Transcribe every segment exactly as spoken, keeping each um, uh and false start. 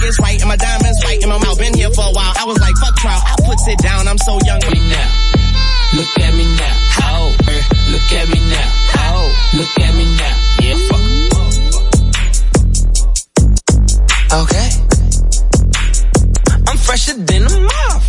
wrist white and my diamonds white and my mouth. Been here for a while. I was like, fuck trial. I put it down. I'm so young. Now, look at me now. Oh, look at me now. Oh, look at me now. Yeah, fuck. Okay. I'm fresher than a moth.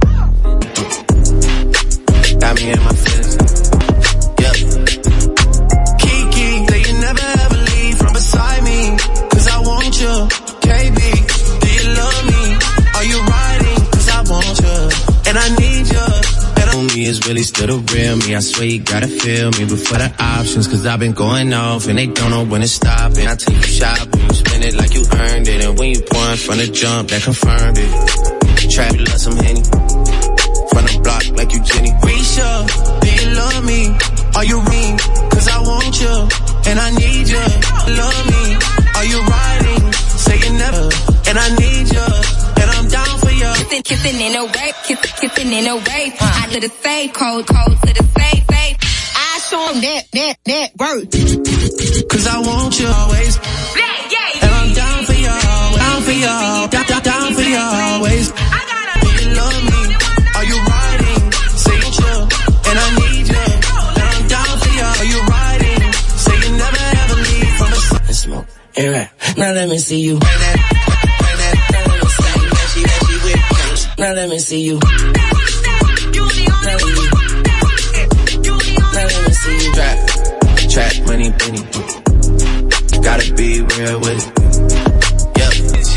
Got me in my feelings. Yeah. Kiki, say you never ever leave from beside me. Cause I want you. K B, do you love me? Are you riding? Cause I want you. And I need you. Me is really still the real me. I swear you gotta feel me before the options. Cause I've been going off and they don't know when to stop. And I take you shopping, you spend it like you earned it. And when you pouring from the jump, that confirmed it. Trap, you love some Henny. From the block like you Jenny. Risha, do you love me? Are you ring? Cause I want you and I need you. Love me? Are you riding? Say you never. And I need you. And I'm down for you. Kissing, kissing in a way, kissing, kissing in a way. Uh. Out to the safe, cold, cold to the safe, safe. I show them that, that, that work. Cause I want you always. Yeah, yeah, and I'm down for you, down for you, down, down, down for you always. I gotta. Do you love me? Are you riding? Say you chill, and I need you. And I'm down for you. Are you riding? Say you never ever leave from the sun. And smoke, and rap. Now let me see you. Now let me see you. Now let me, now let me see you. Trap, trap, money, penny. Gotta be real with it. Yep.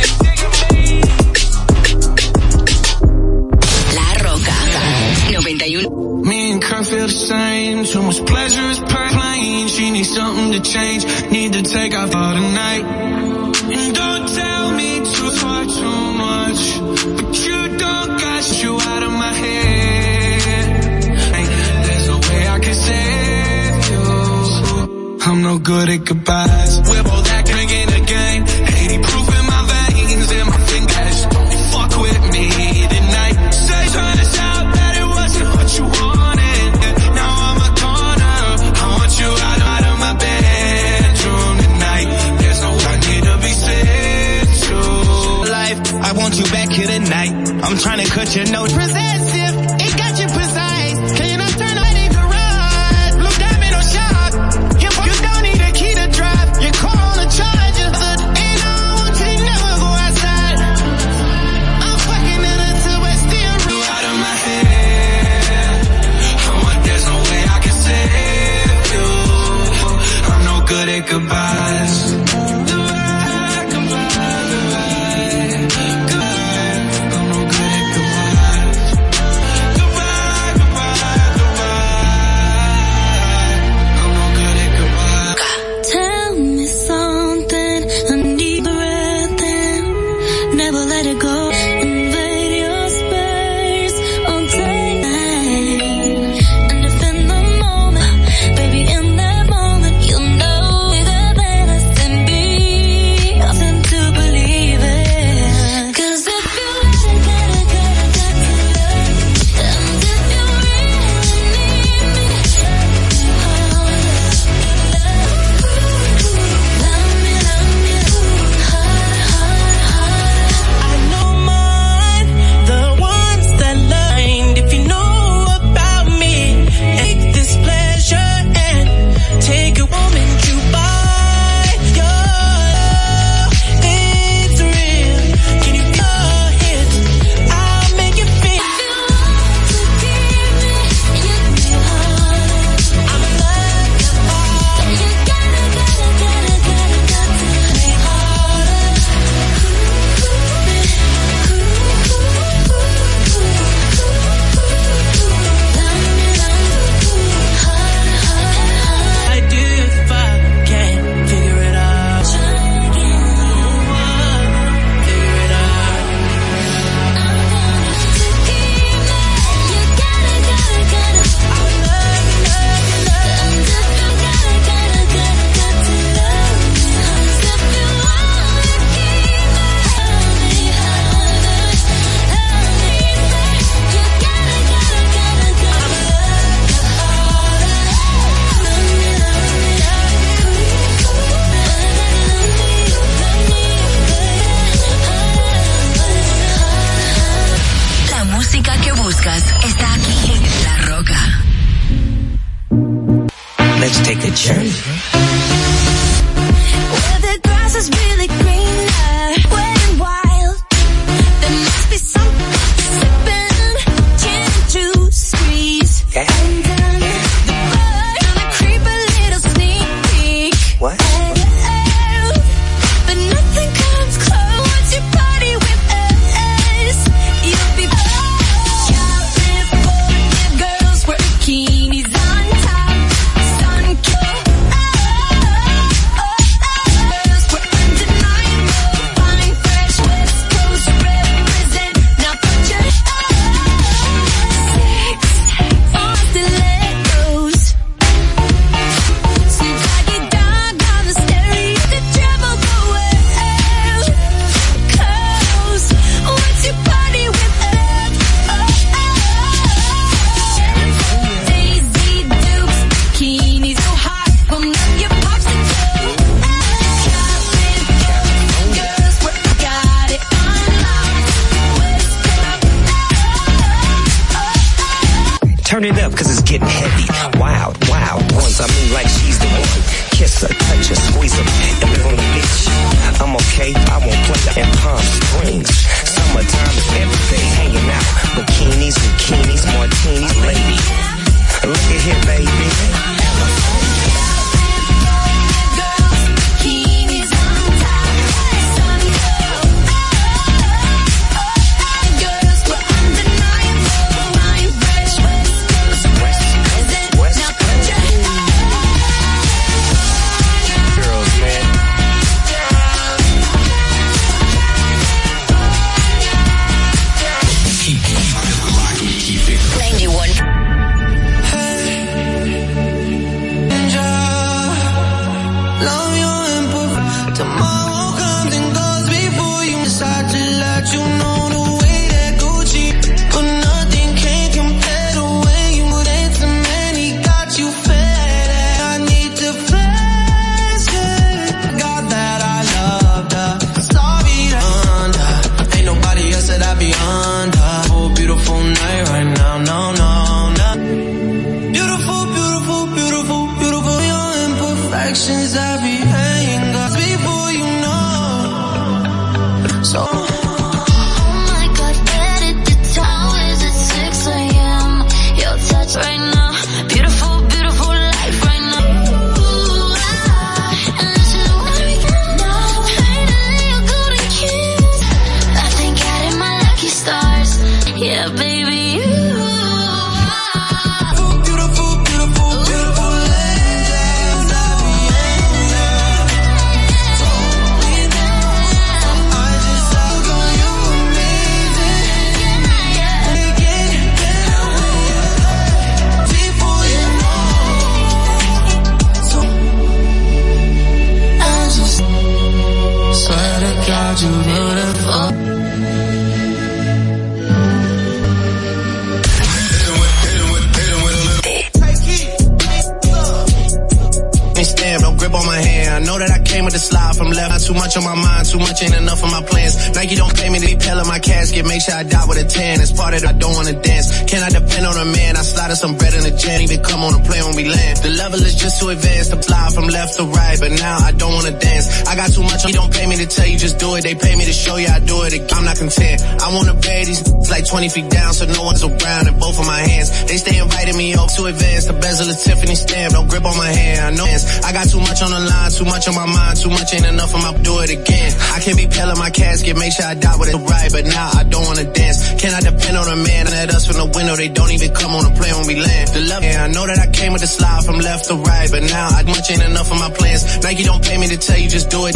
La Roca ninety-one. Me and Kurt feel the same. Too much pleasure is per plane. She needs something to change. Need to take off all the night. And don't tell me too far too much. But you don't got you out of my head. Ain't there's no way I can save you. I'm no good at goodbyes. We're both acting in the game. eighty proof in my veins and my fingers. Don't fuck with me tonight. Say trying to stop that it wasn't what you wanted. Now I'm a corner. I want you out, out of my bedroom tonight. There's no I need to be said to. Life, I want you back here tonight. I'm trying to cut your nose. Possessive, it got you precise. Can you not turn on any garage? Blue diamond or shop. You, you don't need a key to drive. Your car on the charger. And I want you to never go outside. I'm fucking in until we're still real. Out of my head. I want there's no way I can save you. I'm no good at goodbyes. I know up cause it's getting heavy. Wild, wild ones, I mean like she's the one. Kiss her, touch her, squeeze her, and we're on the beach. I'm okay, I won't play in Palm Springs. Summertime is every day hanging out. Bikinis, bikinis, martinis, lady. Look at here, baby. Too much on my mind, too much ain't enough of my plans. Nike don't pay me to be pelling my casket. Make sure I die with a tan. It's part of it, I don't wanna dance. Can I depend on a man? I slide some bread in the jam. Even come on a plane when we land. The level is just too advanced to fly from left to right. But now I don't wanna dance. I got too much on. You don't pay me to tell you just do it. They pay me to show you I do it again. I'm not content. I wanna bury these like twenty feet down so no one's around in both of my hands. They stay inviting me up too advanced. The bezel is Tiffany stamp. Don't grip on my hand. I know I got too much on the line, too much on my mind, too much ain't enough of my do it again. I can't be pelling my casket, make sure I die with it right, but now I don't wanna dance. Can I depend on a man? At us from the window, they don't even come on a plane when we land. The love, yeah, I know that I came with the slide from left to right, but now I much ain't enough of my plans. Nike don't pay me to tell you just do it.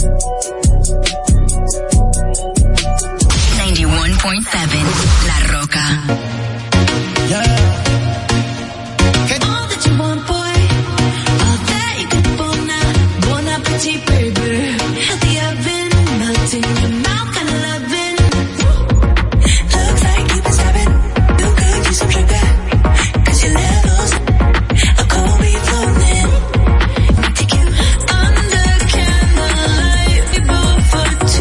ninety-one point seven La Roca. Yeah. All that you want, boy, all that you can pull now. Bon appetit, baby. Healthy oven, melting your mouth, kind of loving. Looks like you've been stabbing. You could use some sugar, cause your levels are cold, be floating. Take you under candlelight, we both for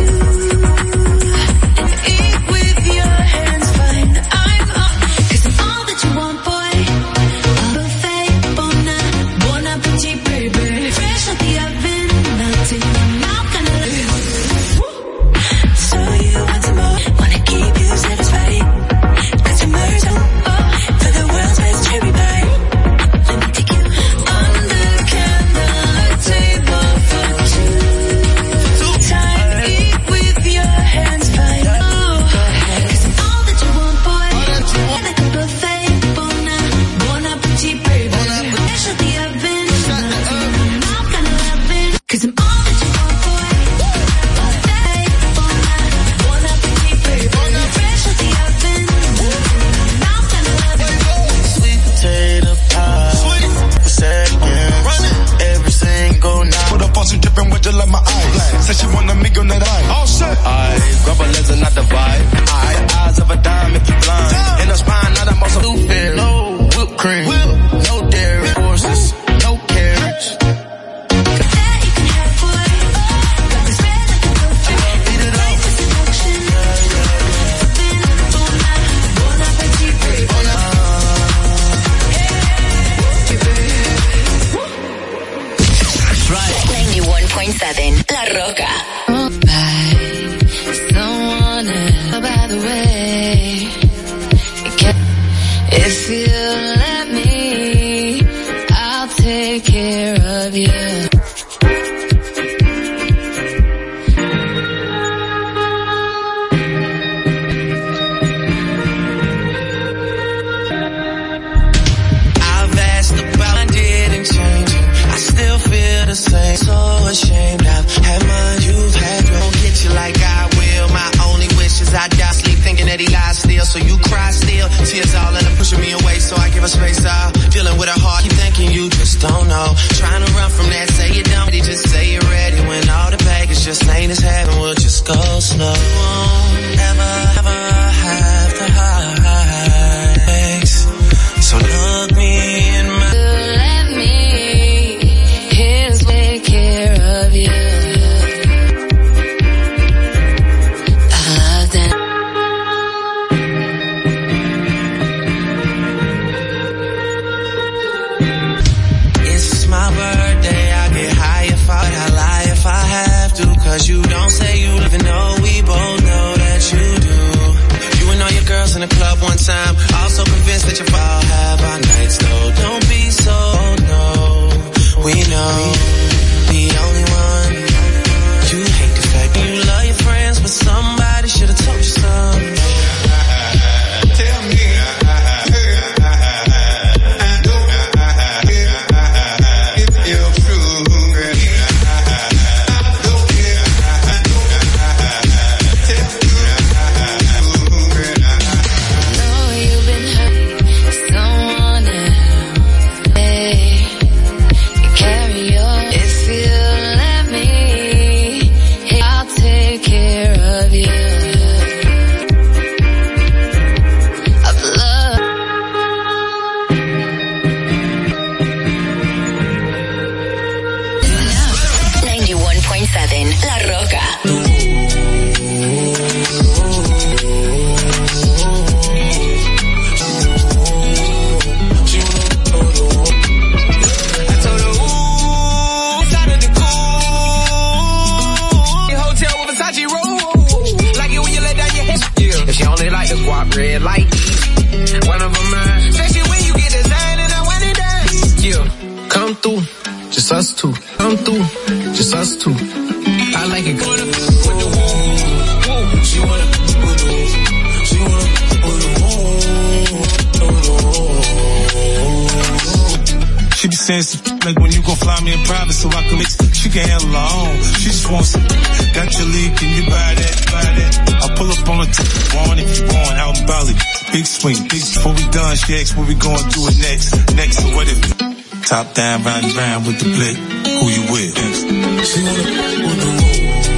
other way. If you let me, I'll take care of you. Same. So ashamed I've had mine, you've had yours. Won't get you like I will. My only wish is I die sleep thinking that he lies still. So you cry still. Tears all in her pushing me away, so I give her space out. Dealing with her heart, keep thinking you just don't know. Trying to run from that, say you don't. Just say you're ready when all the baggage just ain't as heaven. We'll just go slow. You won't ever, ever have to hide. So look me in my cause you don't say you even though we both know that you do. You and all your girls in the club one time, also convinced that you all have our nights though. Don't be so, no, we know the only one. You hate the fact that you love your friends, but somebody should've told you something. Tell me. Red light, one of them mine. Especially when you get designed and I want it done. Yeah, come through, just us two. Come through, just us two. I like it. With the woo, she wanna with the woo, she wanna with the woo. She be saying some like when you gon' fly me in private so I can mix. She can handle her own. She just wants some. Got your lead, can you buy that? Buy that? I'll pull up on the tip. Want if you want, out in Bali. Big swing, big. Before we done, she asked what we gonna do it next. Next, so what if? Top down, round and round with the blick. Who you with? Next. She wanna with the woo.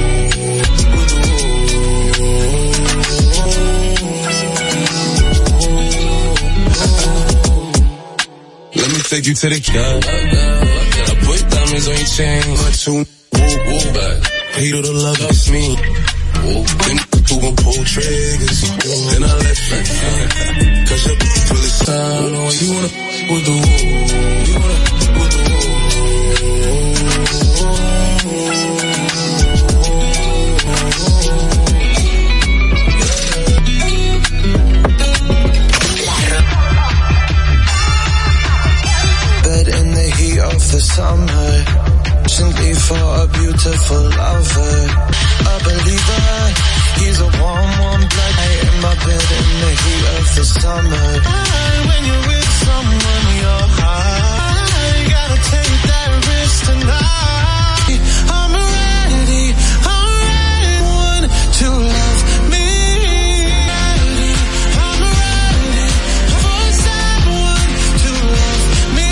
Let me take you to the club. I put diamonds on your chain. One, two, woo, woo, back. Hate all the love, it's me. Woo, then who gon' pull triggers? Then I let you. Cause your full of style. You wanna with the woo. You wanna with the woo. Bed in the heat of the summer. Simply for a beautiful lover. A believer. He's a warm, warm blood. In my bed in the heat of the summer. When you're with someone, you're high. Gotta take that risk tonight. I'm ready, I'm ready. One to love me. I'm ready for someone to love me.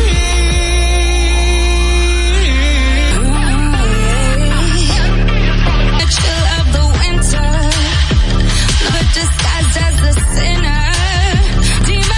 The chill of the winter, but disguised as a sinner. Demon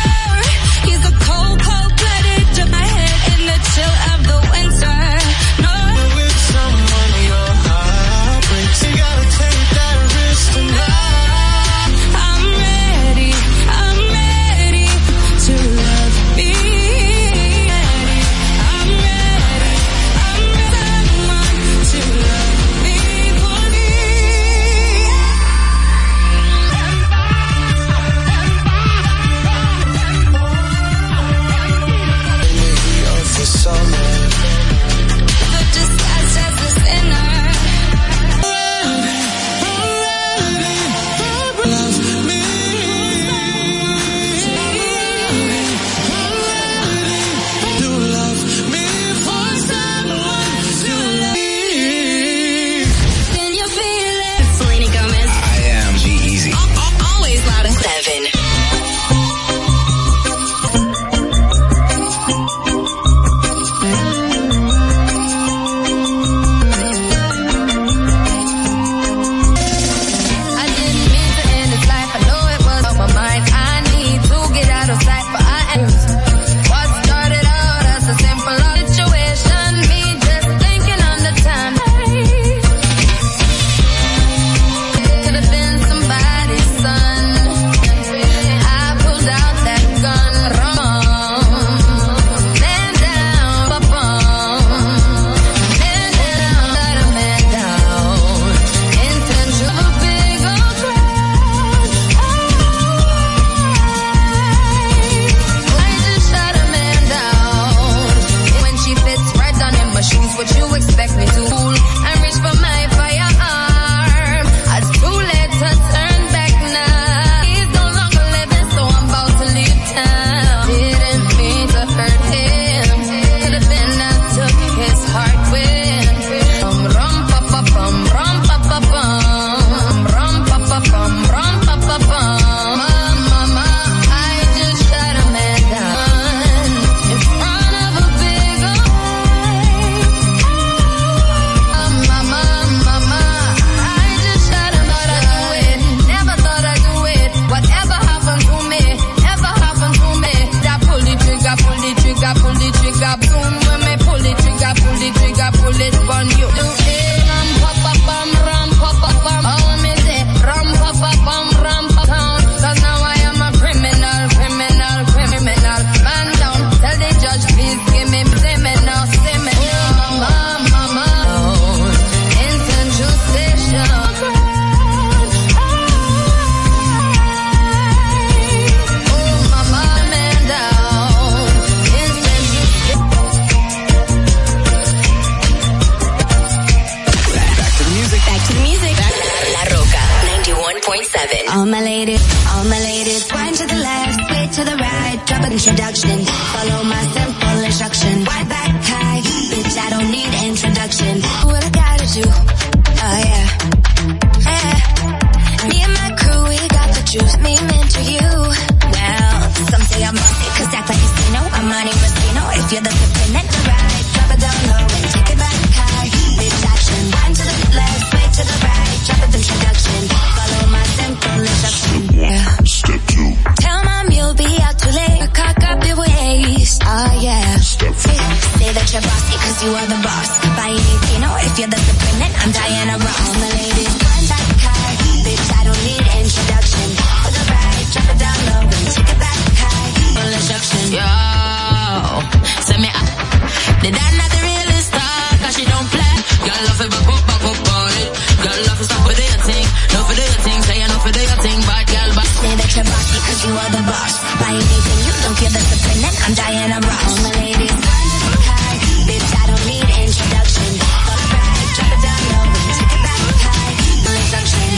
point seven. All my ladies, all my ladies, wind to the left, sway to the right, drop an introduction, follow my simple instruction, wind back high, bitch I don't need introduction, what I gotta do, oh yeah, yeah, me and my crew, we got the juice, me into you, well, some say I'm bossy, cause act like casino, I'm Monte Moschino, if you're the flippin' then the right, drop it down low and take it back high, bitch action, wind to the left, sway to the right, drop an introduction, follow my simple instruction, yeah. Step two. Tell mom you'll be out too late, cock up your waist, oh yeah. Step three. Say that you're bossy cause you are the boss, buy anything, or if you're the supreme then I'm Diana Ross. All my ladies, wind back high, bitch I don't need introduction, for the ride, drop it down low and take it back high, full instruction. Yo, send me up, the dad not the realest star, cause she don't play, y'all love it, but pop, pop, pop, on it, y'all love it, stop with your thing, no for your thing, say enough for your thing, bad girl, but say that you're bossy cause you are the boss, buy anything, you don't care the supreme then I'm Diana Ross. All my ladies, wind back high, bitch I don't need introduction, for the ride, drop it down low and take it back high, full instruction,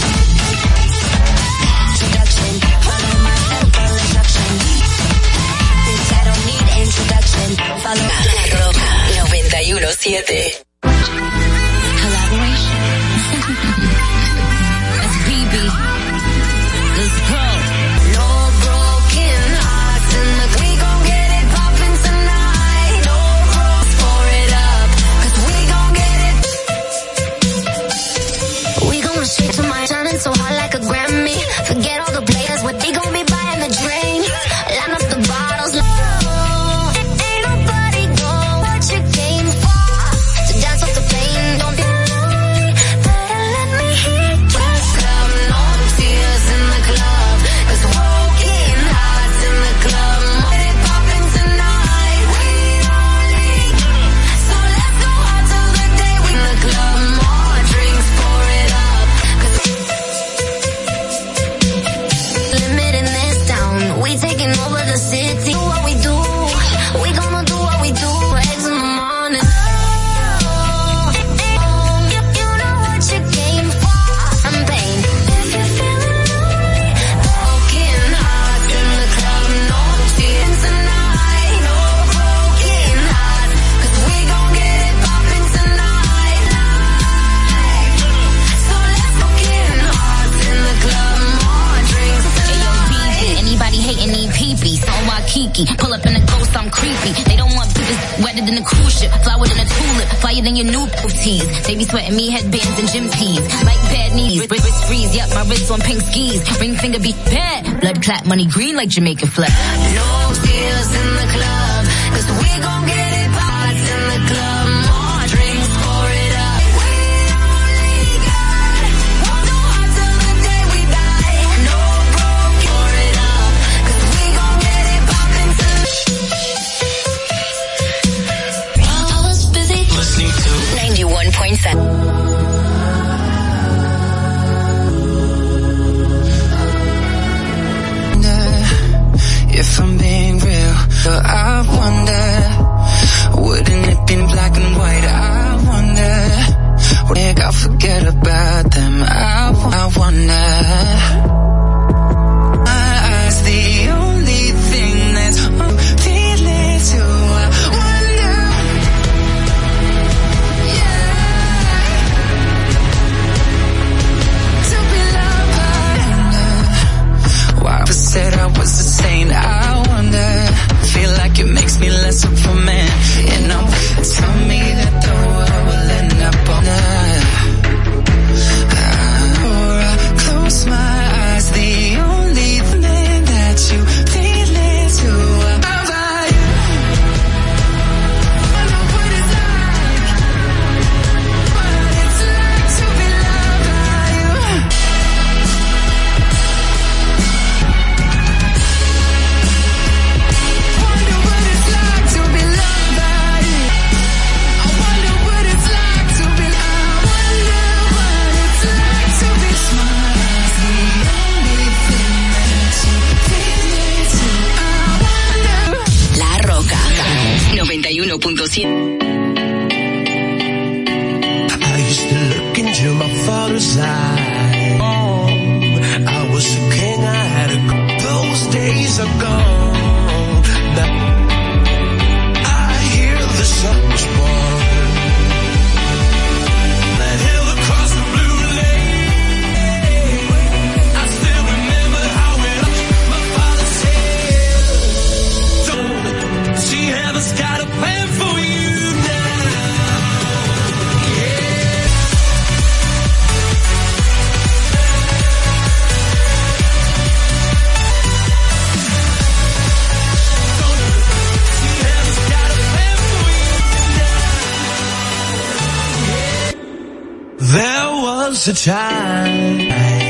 introduction, follow my simple instruction, bitch I don't need introduction, follow my La Roca noventa y uno punto siete. collaboration. That's B B. Let's go. no broken hearts in the we gon' get it poppin' tonight, no rules for it up, cause we gon' get it, we gon' straight to my shining so hot like a Grammy, forget all the players, what they gon' be buying the drink, line up the bottles, oh, ain't nobody know what you came for, so dance off the plane, don't be better let me hit your club, no tears in the club, cause broken hearts in the club, get it poppin' tonight, we don't leave, so let's go out till the day we in the club, more drinks, pour it up, cause limiting this town, we taking over the city, do what we do, we gonna do what we do, eggs in the morning, oh, you, you know what you came for, champagne, if you're feeling lonely, broken hearts in the club, no tears tonight, no broken hearts, cause we gon' get it poppin' tonight, so let's broken hearts in the club, more drinks tonight. Anybody hating need pee-pee, so I kiki, pull up in a ghost, I'm creepy, they don't want bitches wetter than a cruise ship, flower than a tulip, flyer than your new tees, they be sweating me headbands and gym tees, like bad knees, wrist, wrist freeze, yep, my wrist on pink skis, ring finger be bad, blood clot money green like Jamaican flag. No tears in the club, cause we gon' get it poppin' in the club, more drinks, pour it up, we only got one so hot till the day we die, no broke, pour it up, cause we gon' get it poppin' tonight. I was busy Listening to ninety-one point seven. If I'm being real, but I wonder, wouldn't it be black and white? I wonder, would I forget about them? I, I wonder. My eyes, the only thing that's feeling to I wonder. Yeah. To be loved, I wonder. Why I said I was insane, I wonder. Feel like it makes me less of a man, you know. Tell me that the world will end up on that. Or close us a time.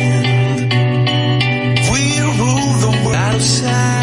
We'll rule the world outside.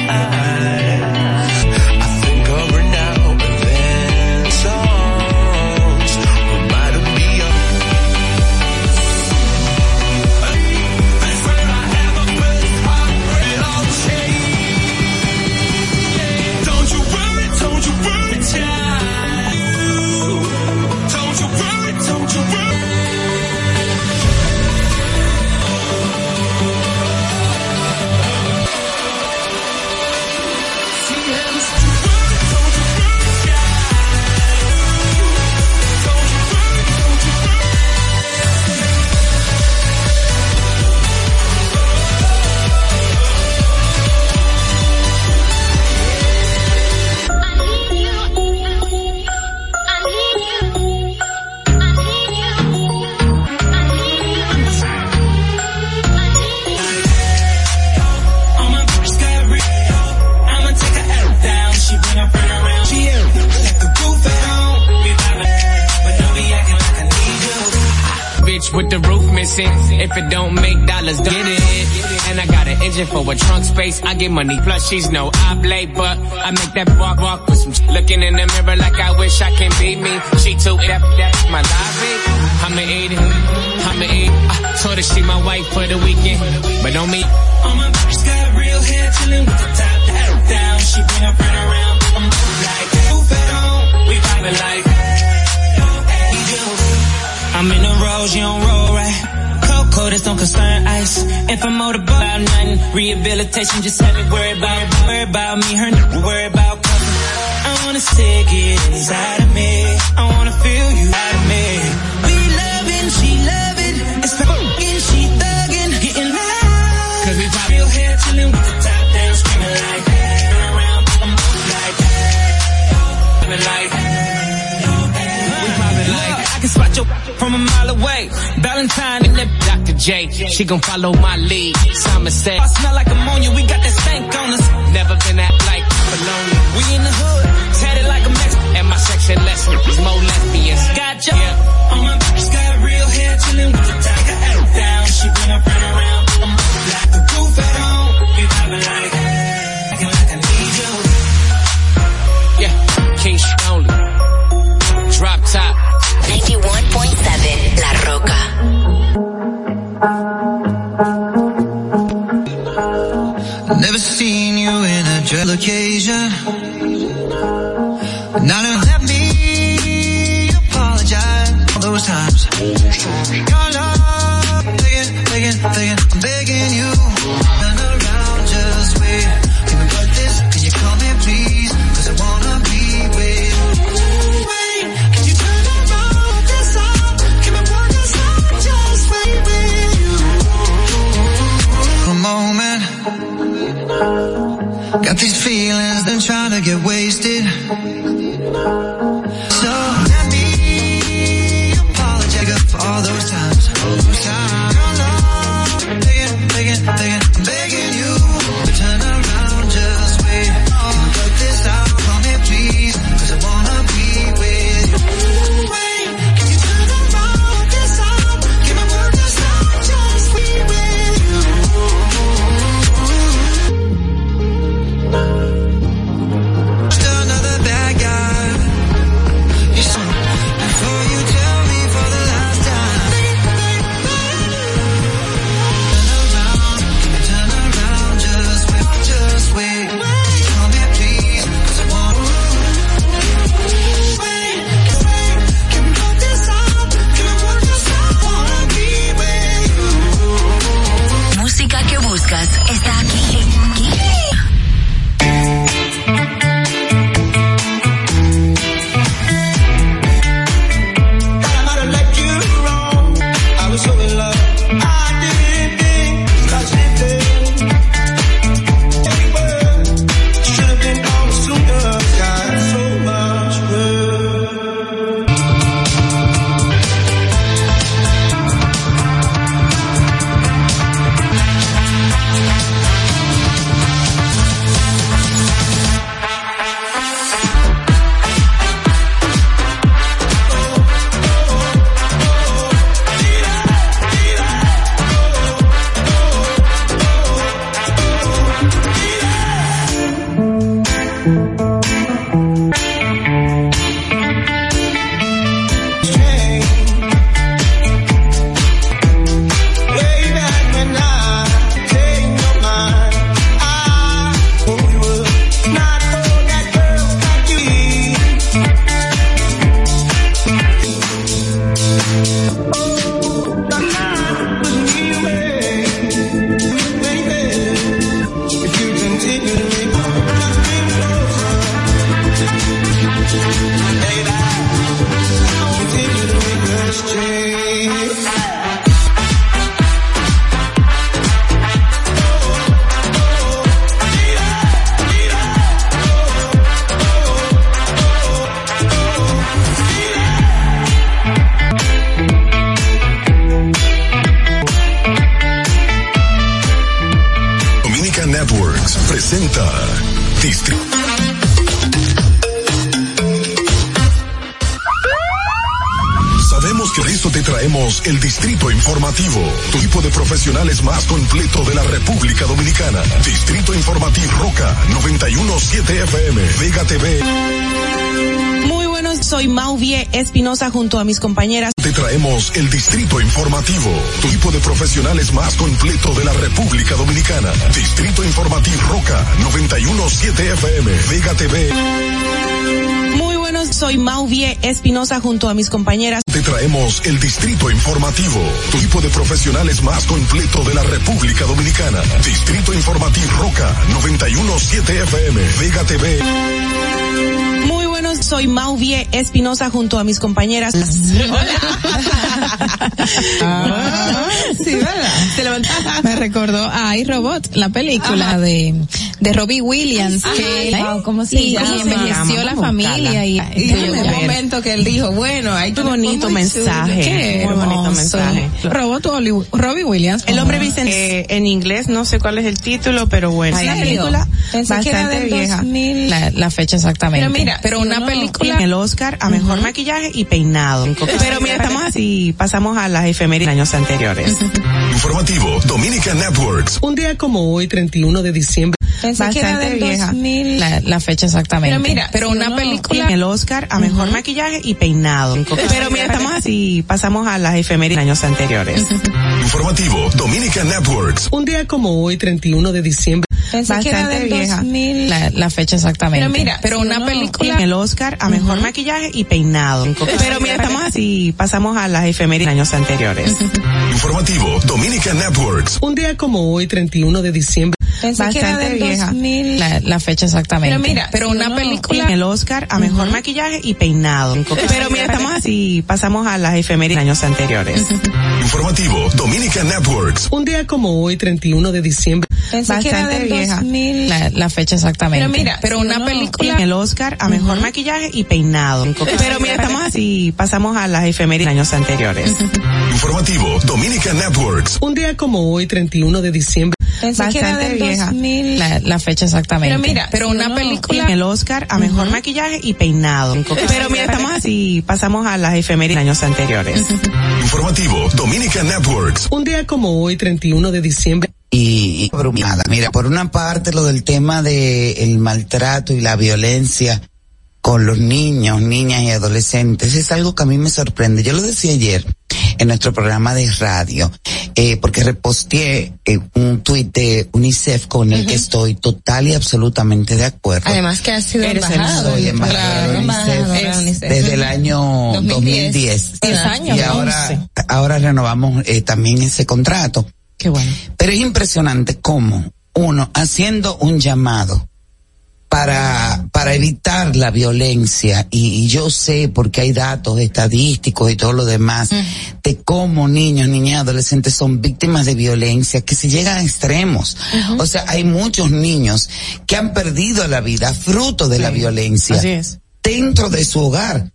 With the roof missing, if it don't make dollars, get it. And I got an engine for a trunk space. I get money, plus she's no oblate, but I make that walk walk with some sh- looking in the mirror like I wish I can be me. She too, that, that's my life. I'ma eat it, I'ma eat. I told her she my wife for the weekend, but on me. All my bitches got real hair, chillin' with the top down. She bring her friend around, I'm like, move it on, we vibing like. I'm in the rose, you don't roll right. Coco, this don't concern ice. If I'm motorboat, about nothing. Rehabilitation, just have me worry about, worry about me, her n***, worry about coming. I wanna stick it inside of me. I wanna feel you out of me. We loving, she loving. It's the fucking, she thugging. Getting loud. Cause we pop real hair, chillin' with the top down, screaming like, turn around, I'm like, I'm like, we poppin' like, I can spot your from a mile away. Valentine and that Doctor J. She gon' follow my lead. Summer said, I smell like ammonia. We got that stank on us. Never been that like Bologna. We in the hood, tatted like a Mex. And my section lesson is more lesbians. Gotcha. Yeah. All my bitches got real hair, chillin' with the tiger out down. She bring her friend around. I'm like the roof at home. We vibing like, acting like I need you. Yeah, King Only. Drop top. ninety-one point seven La Roca. Never seen you in a dress occasion. Now don't let me apologize all those times. Your love, begging, begging, begging, I'm begging you. Turn around, just wait. Can we cut this? Can you call me please? Cause I wanna be with you. Wait, can you turn around this up? Can we work this out? Just wait with you. A moment. Got these feelings, then trying to get wasted. So let me apologize for all those times. presenta Distrito. Sabemos que de esto te traemos el Distrito Informativo, tu equipo de profesionales más completo de la República Dominicana. Distrito Informativo Roca noventa y uno punto siete F M, Vega T V. Muy buenos, soy Mauvie Espinosa junto a mis compañeras. Te traemos el Distrito Informativo, tu equipo de profesionales más completo de la República Dominicana. Distrito Informativo Roca noventa y uno punto siete F M, Vega T V. Muy buenos, soy Mauvie Espinosa junto a mis compañeras. Te traemos el Distrito Informativo, tu equipo de profesionales más completo de la República Dominicana. Distrito Informativo Roca noventa y uno punto siete F M, Vega T V. Muy buenos, soy Mauvie Espinosa junto a mis compañeras. Hola. Ah, sí, ¿verdad? Te levantaste. Me recordó a iRobot, la película Ajá. de de Robbie Williams, Ajá, que wow, ¿cómo se y, llama? y envejeció la familia y, y en el momento que él dijo, bueno, hay un bonito mensaje, qué muy bonito mensaje. Robot Robbie Williams, el hombre bicentenario, eh, en inglés no sé cuál es el título, pero bueno, es una película bastante vieja, dos mil La, la fecha exactamente. Pero mira, pero si una uno, película, el Oscar a mejor uh-huh. maquillaje y peinado. Pero mira, estamos así, pasamos a las efemérides de años anteriores. Informativo Dominica Networks. Un día como hoy, treinta y uno de diciembre. Pensé que era del vieja. dos mil La, la fecha exactamente. Pero mira, pero si una uno, película, el Oscar a mejor uh-huh. maquillaje y peinado. Pero mira, estamos así, pasamos a las efemérides de años anteriores. Informativo Dominica Networks. Un día como hoy, treinta y uno de diciembre. Pensé que era del vieja. dos mil La, la fecha exactamente. Pero mira, pero si una uno, película, el Oscar a mejor uh-huh. maquillaje y peinado. Pero mira, estamos así, pasamos a las efemérides de años anteriores. Informativo Dominica Networks. Un día como hoy, treinta y uno de diciembre. Pensé que era del vieja. dos mil La, la fecha exactamente. Pero mira, pero si una uno, película, el Oscar a mejor uh-huh. maquillaje y peinado. Pero mira, estamos así, pasamos a las efemérides de años anteriores. Informativo Dominica Networks. Un día como hoy, treinta y uno de diciembre. Pensé que era del vieja. dos mil La, la fecha exactamente. Pero mira, pero si una uno, película, el Oscar a mejor uh-huh. maquillaje y peinado. Pero mira, estamos así, pasamos a las efemérides de años anteriores. Informativo Dominica Networks. Un día como hoy, treinta y uno de diciembre. Pensé que era del vieja. dos mil La, la fecha exactamente. Pero mira, pero si una uno, película, el Oscar a mejor uh-huh. maquillaje y peinado. Pero mira, estamos así, pasamos a las efemérides de años anteriores. Informativo Dominica Networks. Un día como hoy, treinta y uno de diciembre. Y, y abrumada. Mira, por una parte lo del tema de el maltrato y la violencia con los niños, niñas y adolescentes es algo que a mí me sorprende. Yo lo decía ayer en nuestro programa de radio, eh, porque reposteé eh, un tuit de UNICEF con el uh-huh. que estoy total y absolutamente de acuerdo. Además que ha sido embajador. Soy embajador de UNICEF, UNICEF desde el año dos mil diez. diez años. Y ahora, ahora renovamos eh, también ese contrato. Qué bueno. Pero es impresionante cómo uno, haciendo un llamado para, para evitar la violencia, y, y yo sé porque hay datos estadísticos y todo lo demás, mm. de cómo niños, niñas, adolescentes son víctimas de violencia que se llega a extremos. Uh-huh. O sea, hay muchos niños que han perdido la vida fruto de sí. la violencia. Así es. Dentro de su hogar.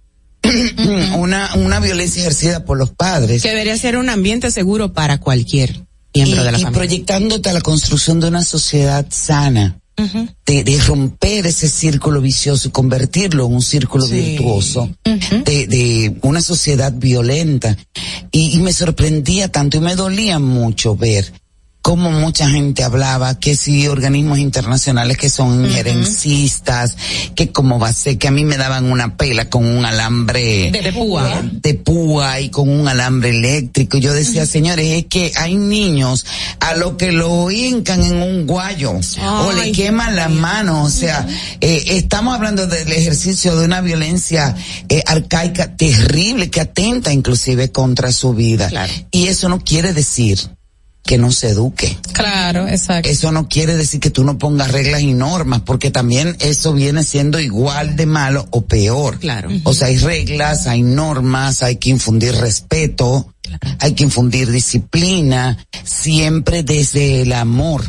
una, una violencia ejercida por los padres. Que debería ser un ambiente seguro para cualquier miembro y, de la y familia. Proyectándote a la construcción de una sociedad sana. Uh-huh. De, de romper ese círculo vicioso y convertirlo en un círculo sí. virtuoso, uh-huh. de, de una sociedad violenta. Y, y me sorprendía tanto y me dolía mucho ver cómo mucha gente hablaba que si organismos internacionales que son injerencistas, uh-huh. que como va a ser, que a mí me daban una pela con un alambre de, de púa, de púa y con un alambre eléctrico. Yo decía, uh-huh. señores, es que hay niños a los que lo hincan en un guayo Ay, o le queman las manos. O sea, eh, estamos hablando del ejercicio de una violencia eh, arcaica terrible que atenta inclusive contra su vida. Claro. Y eso no quiere decir que no se eduque. Claro, exacto. Eso no quiere decir que tú no pongas reglas y normas, porque también eso viene siendo igual de malo o peor. Claro. O sea, hay reglas, hay normas, hay que infundir respeto, claro. hay que infundir disciplina, siempre desde el amor.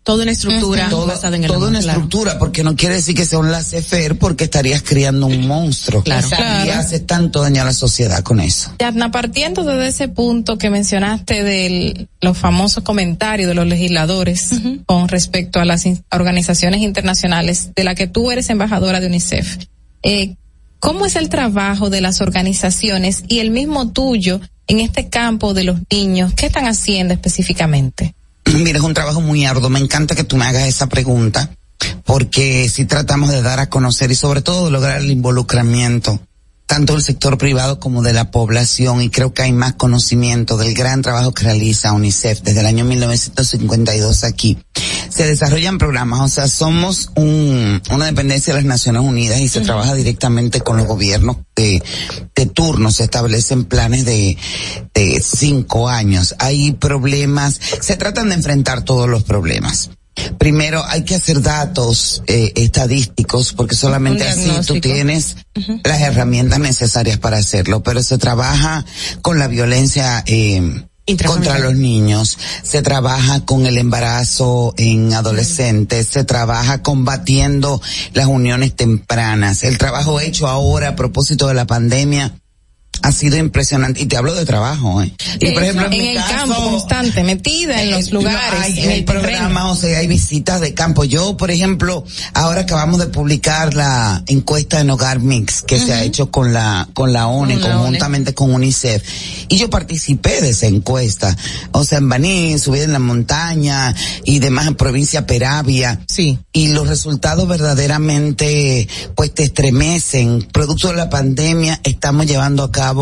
Toda una estructura todo, basada en el toda amor, una claro. estructura, porque no quiere decir que sea un laissez-faire, porque estarías criando un monstruo. Claro. Claro. Y haces tanto daño a la sociedad con eso. Yatna, partiendo desde ese punto que mencionaste de los famosos comentarios de los legisladores uh-huh. con respecto a las in- organizaciones internacionales de la que tú eres embajadora de UNICEF, eh, ¿cómo es el trabajo de las organizaciones y el mismo tuyo en este campo de los niños? ¿Qué están haciendo específicamente? Mira, es un trabajo muy arduo. Me encanta que tú me hagas esa pregunta, porque si tratamos de dar a conocer y sobre todo de lograr el involucramiento tanto del sector privado como de la población, y creo que hay más conocimiento del gran trabajo que realiza UNICEF desde el año mil novecientos cincuenta y dos aquí. Se desarrollan programas, o sea, somos un, una dependencia de las Naciones Unidas y se uh-huh. trabaja directamente con los gobiernos de, de turno, se establecen planes de, de cinco años. Hay problemas, se tratan de enfrentar todos los problemas. Primero hay que hacer datos eh, estadísticos, porque solamente así tú tienes uh-huh. las herramientas necesarias para hacerlo, pero se trabaja con la violencia eh, contra los niños, se trabaja con el embarazo en adolescentes, uh-huh. se trabaja combatiendo las uniones tempranas. El trabajo hecho ahora a propósito de la pandemia ha sido impresionante, y te hablo de trabajo, ¿eh? Y por ejemplo, en, en mi el caso, campo constante, metida en los lugares, no, hay, en hay el programa, o sea, hay visitas de campo. Yo, por ejemplo, ahora acabamos de publicar la encuesta en Hogar Mix que uh-huh. se ha hecho con la con la ONU, con conjuntamente ONU. Con UNICEF, y yo participé de esa encuesta, o sea, en Baní, subida en la montaña y demás, en provincia Peravia. Sí. Y los resultados verdaderamente, pues, te estremecen. Producto de la pandemia, estamos llevando a cabo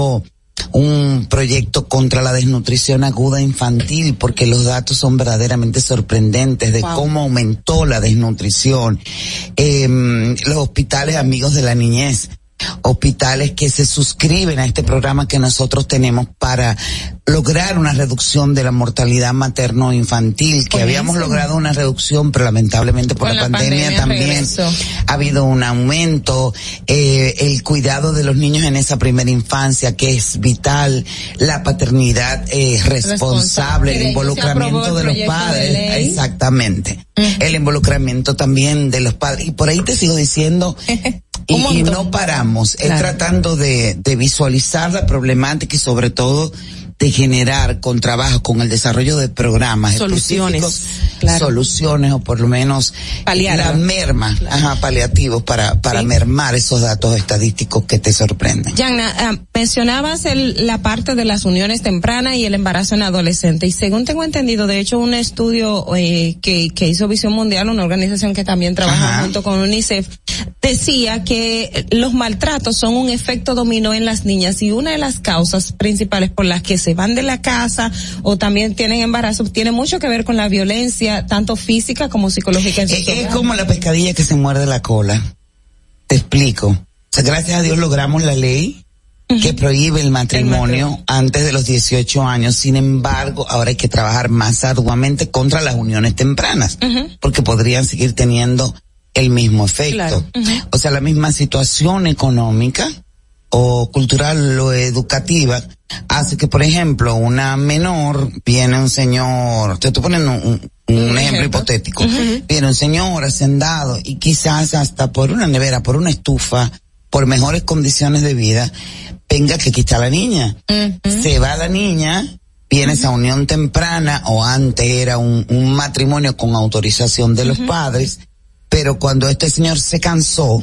un proyecto contra la desnutrición aguda infantil, porque los datos son verdaderamente sorprendentes de wow. cómo aumentó la desnutrición. Eh, los hospitales amigos de la niñez, hospitales que se suscriben a este programa que nosotros tenemos para lograr una reducción de la mortalidad materno-infantil, que habíamos logrado una reducción, pero lamentablemente por la, la pandemia, pandemia también regresó. Ha habido un aumento, eh, el cuidado de los niños en esa primera infancia, que es vital, la paternidad eh, responsable, responsable. El involucramiento de los padres, de exactamente, uh-huh. el involucramiento también de los padres, y por ahí te sigo diciendo, y, y no paramos, claro. es tratando de, de visualizar la problemática y sobre todo de generar con trabajo, con el desarrollo de programas soluciones, claro. soluciones, o por lo menos paliar la merma, claro. ajá, paliativos para para sí. mermar esos datos estadísticos que te sorprenden. Yatna, uh, mencionabas el, la parte de las uniones tempranas y el embarazo en adolescente, y según tengo entendido, de hecho, un estudio eh, que que hizo Visión Mundial, una organización que también trabaja ajá. junto con UNICEF, decía que los maltratos son un efecto dominó en las niñas, y una de las causas principales por las que se van de la casa o también tienen embarazo tiene mucho que ver con la violencia, tanto física como psicológica. En es, es como la pescadilla que se muerde la cola. Te explico. O sea, gracias a Dios logramos la ley uh-huh. que prohíbe el matrimonio, el matrimonio antes de los dieciocho años. Sin embargo, ahora hay que trabajar más arduamente contra las uniones tempranas, uh-huh. porque podrían seguir teniendo el mismo efecto. Claro. Uh-huh. O sea, la misma situación económica o cultural o educativa hace que, por ejemplo, una menor, viene un señor, te estoy poniendo un, un, un ejemplo, ejemplo hipotético, uh-huh. viene un señor hacendado y quizás hasta por una nevera, por una estufa, por mejores condiciones de vida, venga que aquí está la niña. Uh-huh. Se va la niña, viene uh-huh. esa unión temprana, o antes era un, un matrimonio con autorización de uh-huh. los padres, pero cuando este señor se cansó,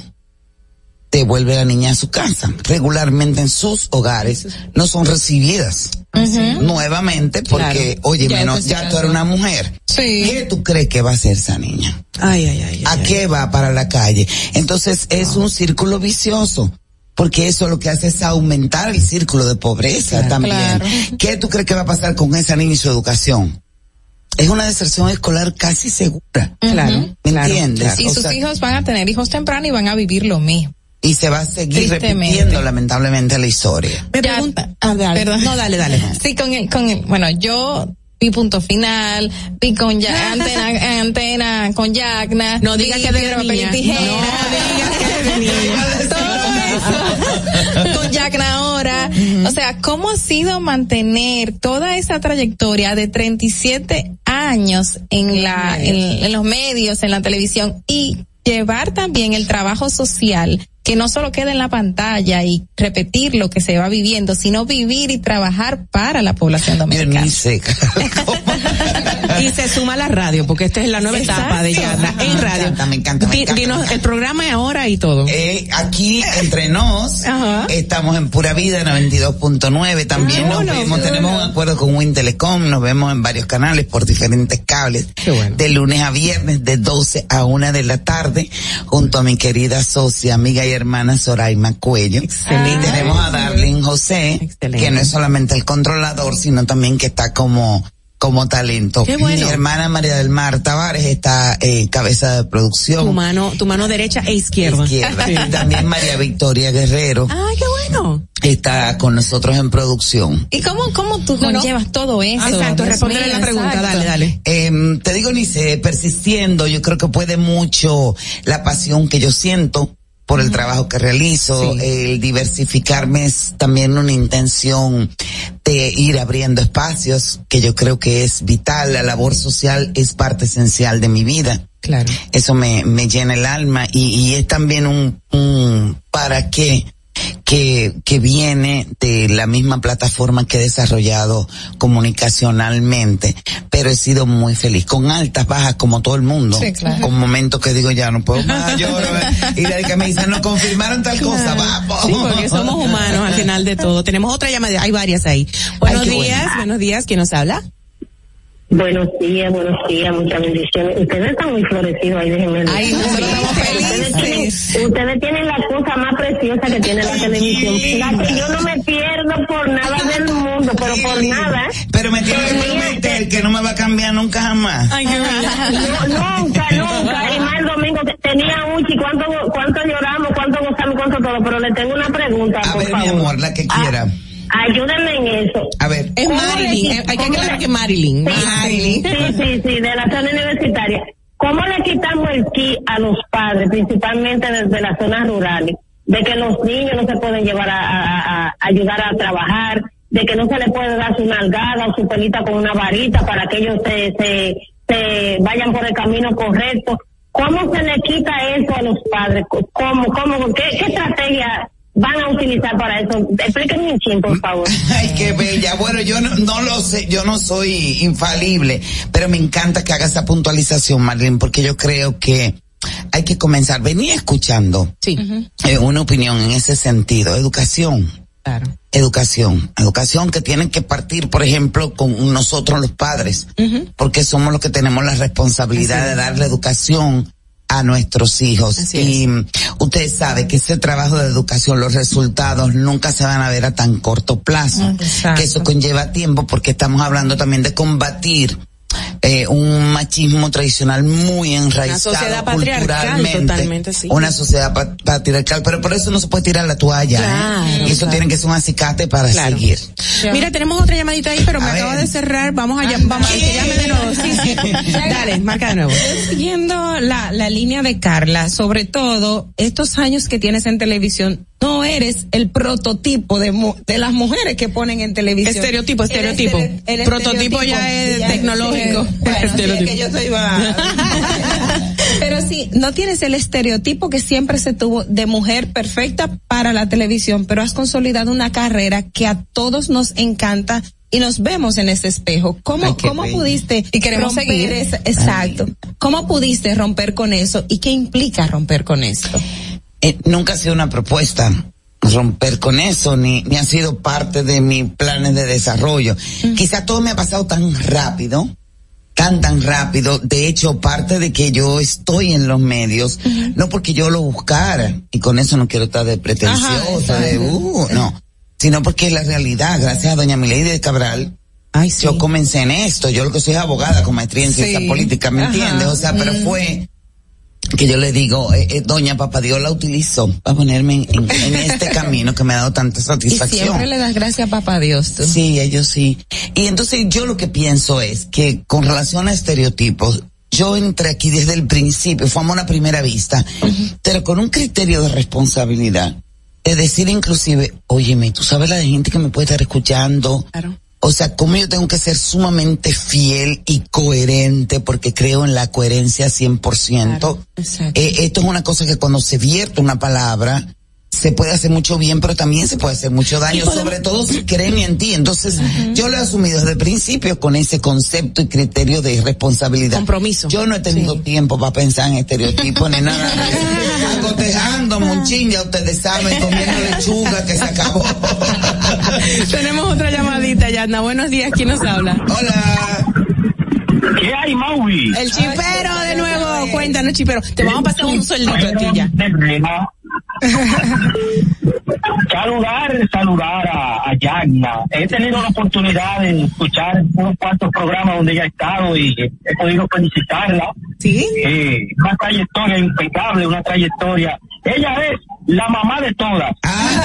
devuelve a la niña a su casa. Regularmente en sus hogares no son recibidas uh-huh. nuevamente porque, claro. oye, ya, menos, ya tú eres una mujer. Sí. ¿Qué tú crees que va a hacer esa niña? Ay, ay, ay. ¿A ay, qué ay. va para la calle? Entonces es oh. un círculo vicioso, porque eso lo que hace es aumentar el círculo de pobreza claro, también. Claro. ¿Qué tú crees que va a pasar con esa niña y su educación? Es una deserción escolar casi segura. Claro. ¿Me claro, entiendes? Claro. Y o sus sea, hijos van a tener hijos tempranos y van a vivir lo mismo. Y se va a seguir repitiendo lamentablemente la historia. Me pregunta, ah, dale. Perdón. No, dale, dale. Sí, con el, con el, bueno, yo vi Punto Final, vi con ya, antena, antena, con Yatna. No digas que de niña. Tijera. No digas que de niña. Todo con Jack Nahora. O sea, ¿cómo ha sido mantener toda esa trayectoria de treinta y siete años en la, en, en los medios, en la televisión, y llevar también el trabajo social, que no solo queda en la pantalla y repetir lo que se va viviendo, sino vivir y trabajar para la población dominicana? Yo ni sé. Y se suma a la radio, porque esta es la nueva Exacto. etapa de Yadra en Me radio. encanta, me encanta, me Di- encanta. Dinos el programa es ahora y todo. Eh, aquí entre nos, Ajá. estamos en Pura Vida noventa y dos punto nueve, también Ah, nos bueno, vemos, qué tenemos bueno. un acuerdo con Win Telecom, nos vemos en varios canales por diferentes cables, Qué bueno. de lunes a viernes, de doce a una de la tarde, junto a mi querida socia, amiga y hermana Soraima Cuello. Excelente. Y tenemos a Darlene José, Excelente. que no es solamente el controlador, sino también que está como como talento. Qué bueno. Mi hermana María del Mar Tavares está eh, cabeza de producción. Tu mano, tu mano derecha e izquierda. Izquierda. Sí. Y también María Victoria Guerrero Ah, qué bueno. está con nosotros en producción. ¿Y cómo, cómo tú No, no. llevas todo eso? Exacto, Dios respóndele mío, la pregunta, exacto. dale, dale. Eh, te digo, Nice, persistiendo, yo creo que puede mucho la pasión que yo siento por el trabajo que realizo, Sí. el diversificarme es también una intención de ir abriendo espacios, que yo creo que es vital. La labor social es parte esencial de mi vida. Claro. Eso me, me llena el alma y, y es también un, un para qué que, que viene de la misma plataforma que he desarrollado comunicacionalmente, pero he sido muy feliz, con altas, bajas, como todo el mundo, Sí, claro. con momentos que digo ya no puedo más, lloro, y la que me dicen no confirmaron tal cosa, vamos. Sí, porque somos humanos al final de todo. Tenemos otra llamada, hay varias ahí. Buenos qué días, bueno. buenos días, ¿quién nos habla? Buenos días, buenos días, muchas bendiciones. Ustedes están muy florecidos ahí, déjenme decir. Ay, nosotros estamos Ustedes tienen, felices. ustedes tienen la cosa más preciosa que tiene la televisión. La que yo no me pierdo por nada del mundo, pero por nada. Pero me tiene que Tenía prometer que no me va a cambiar nunca jamás. Ay, qué No, nunca, nunca. Y más el domingo que tenía Uchi, cuánto, cuánto lloramos, cuánto gozamos, cuánto todo. Pero le tengo una pregunta, A por ver, favor. mi amor, la que quiera. Ayúdenme en eso. A ver. Es ¿Cómo Marilyn, le- eh, hay que cómo aclarar le- que Marilyn. Sí, Marilyn. sí, sí, sí, de la zona universitaria. ¿Cómo le quitamos el ki a los padres, principalmente desde las zonas rurales, de que los niños no se pueden llevar a, a- a ayudar a trabajar, de que no se les puede dar su nalgada o su pelita con una varita para que ellos se, se, se vayan por el camino correcto? ¿Cómo se le quita eso a los padres? ¿Cómo, cómo, qué, qué estrategia van a utilizar para eso? Explíquenme un chin, por favor. Ay, qué bella. Bueno, yo no, no lo sé, yo no soy infalible, pero me encanta que haga esa puntualización, Marlene, porque yo creo que hay que comenzar. Venía escuchando Sí. eh, una opinión en ese sentido. Educación. Claro. Educación, educación que tiene que partir, por ejemplo, con nosotros los padres, Ujú. porque somos los que tenemos la responsabilidad Así de es. darle educación a nuestros hijos. Así y es. mm, usted sabe que ese trabajo de educación, los resultados nunca se van a ver a tan corto plazo, Exacto. que eso conlleva tiempo, porque estamos hablando también de combatir eh, un machismo tradicional muy enraizado Una sociedad patriarcal, culturalmente, totalmente, sí. una sociedad pa- patriarcal, pero por eso no se puede tirar la toalla, Claro, ¿eh? Y eso claro. tiene que ser un acicate para Claro. seguir. Mira, tenemos otra llamadita ahí, pero me A acabo ver. de cerrar. Vamos allá, vamos a que llame de nuevo. Sí, sí. Dale, marca de nuevo. Siguiendo la, la línea de Carla, sobre todo estos años que tienes en televisión, no eres el prototipo de, mu- de las mujeres que ponen en televisión. Estereotipo, El estereotipo. estere- el Prototipo ya es ya tecnológico. sí, bueno, sí, es Estereotipo. que yo soy va- Pero sí, no tienes el estereotipo que siempre se tuvo de mujer perfecta para la televisión, pero has consolidado una carrera que a todos nos encanta y nos vemos en ese espejo. ¿Cómo, Ay, qué cómo bello. pudiste Y queremos romper seguir. esa- exacto. ¿Cómo pudiste romper con eso y qué implica romper con esto? Eh, nunca ha sido una propuesta romper con eso, ni, ni ha sido parte de mis planes de desarrollo. Quizá todo me ha pasado tan rápido, tan, tan rápido. De hecho, parte de que yo estoy en los medios, no porque yo lo buscara, y con eso no quiero estar de pretenciosa, Ajá, de, uh, no, sino porque es la realidad. Gracias a doña Milady de Cabral, Ay, sí. yo comencé en esto. Yo lo que soy es abogada con maestría en Sí. ciencia política, ¿me Ajá. entiendes? O sea, pero fue que yo le digo, eh, eh, doña Papá Dios la utilizó para ponerme en, en- en este camino que me ha dado tanta Y satisfacción. siempre le das gracias a papá Dios. tú. Sí, ellos sí. Y entonces yo lo que pienso es que con relación a estereotipos, yo entré aquí desde el principio, fue a una primera vista, pero con un criterio de responsabilidad. de decir inclusive, óyeme, tú sabes la de gente que me puede estar escuchando. Claro. O sea, cómo yo tengo que ser sumamente fiel y coherente porque creo en la coherencia cien por ciento. Claro, eh, esto es una cosa que cuando se vierte una palabra, se puede hacer mucho bien, pero también se puede hacer mucho daño, sobre todo si creen en ti. Entonces, uh-huh. yo lo he asumido desde el principio con ese concepto y criterio de responsabilidad. Compromiso. Yo no he tenido sí. tiempo para pensar en estereotipos ni nada. Acotejando, monchín, ya ustedes saben, comiendo lechuga que se acabó. Tenemos otra llamadita, Yadna. Buenos días, ¿quién nos habla? Hola. ¿Qué hay, Maui? El chipero de nuevo. Cuéntanos, chipero. Te vamos a pasar un sueldito a ti ya. saludar, saludar a, a Yadna. He tenido la oportunidad de escuchar unos cuantos programas donde ella ha estado y he podido felicitarla. Sí. Eh, una trayectoria impecable, una trayectoria. Ella es la mamá de todas. Ah,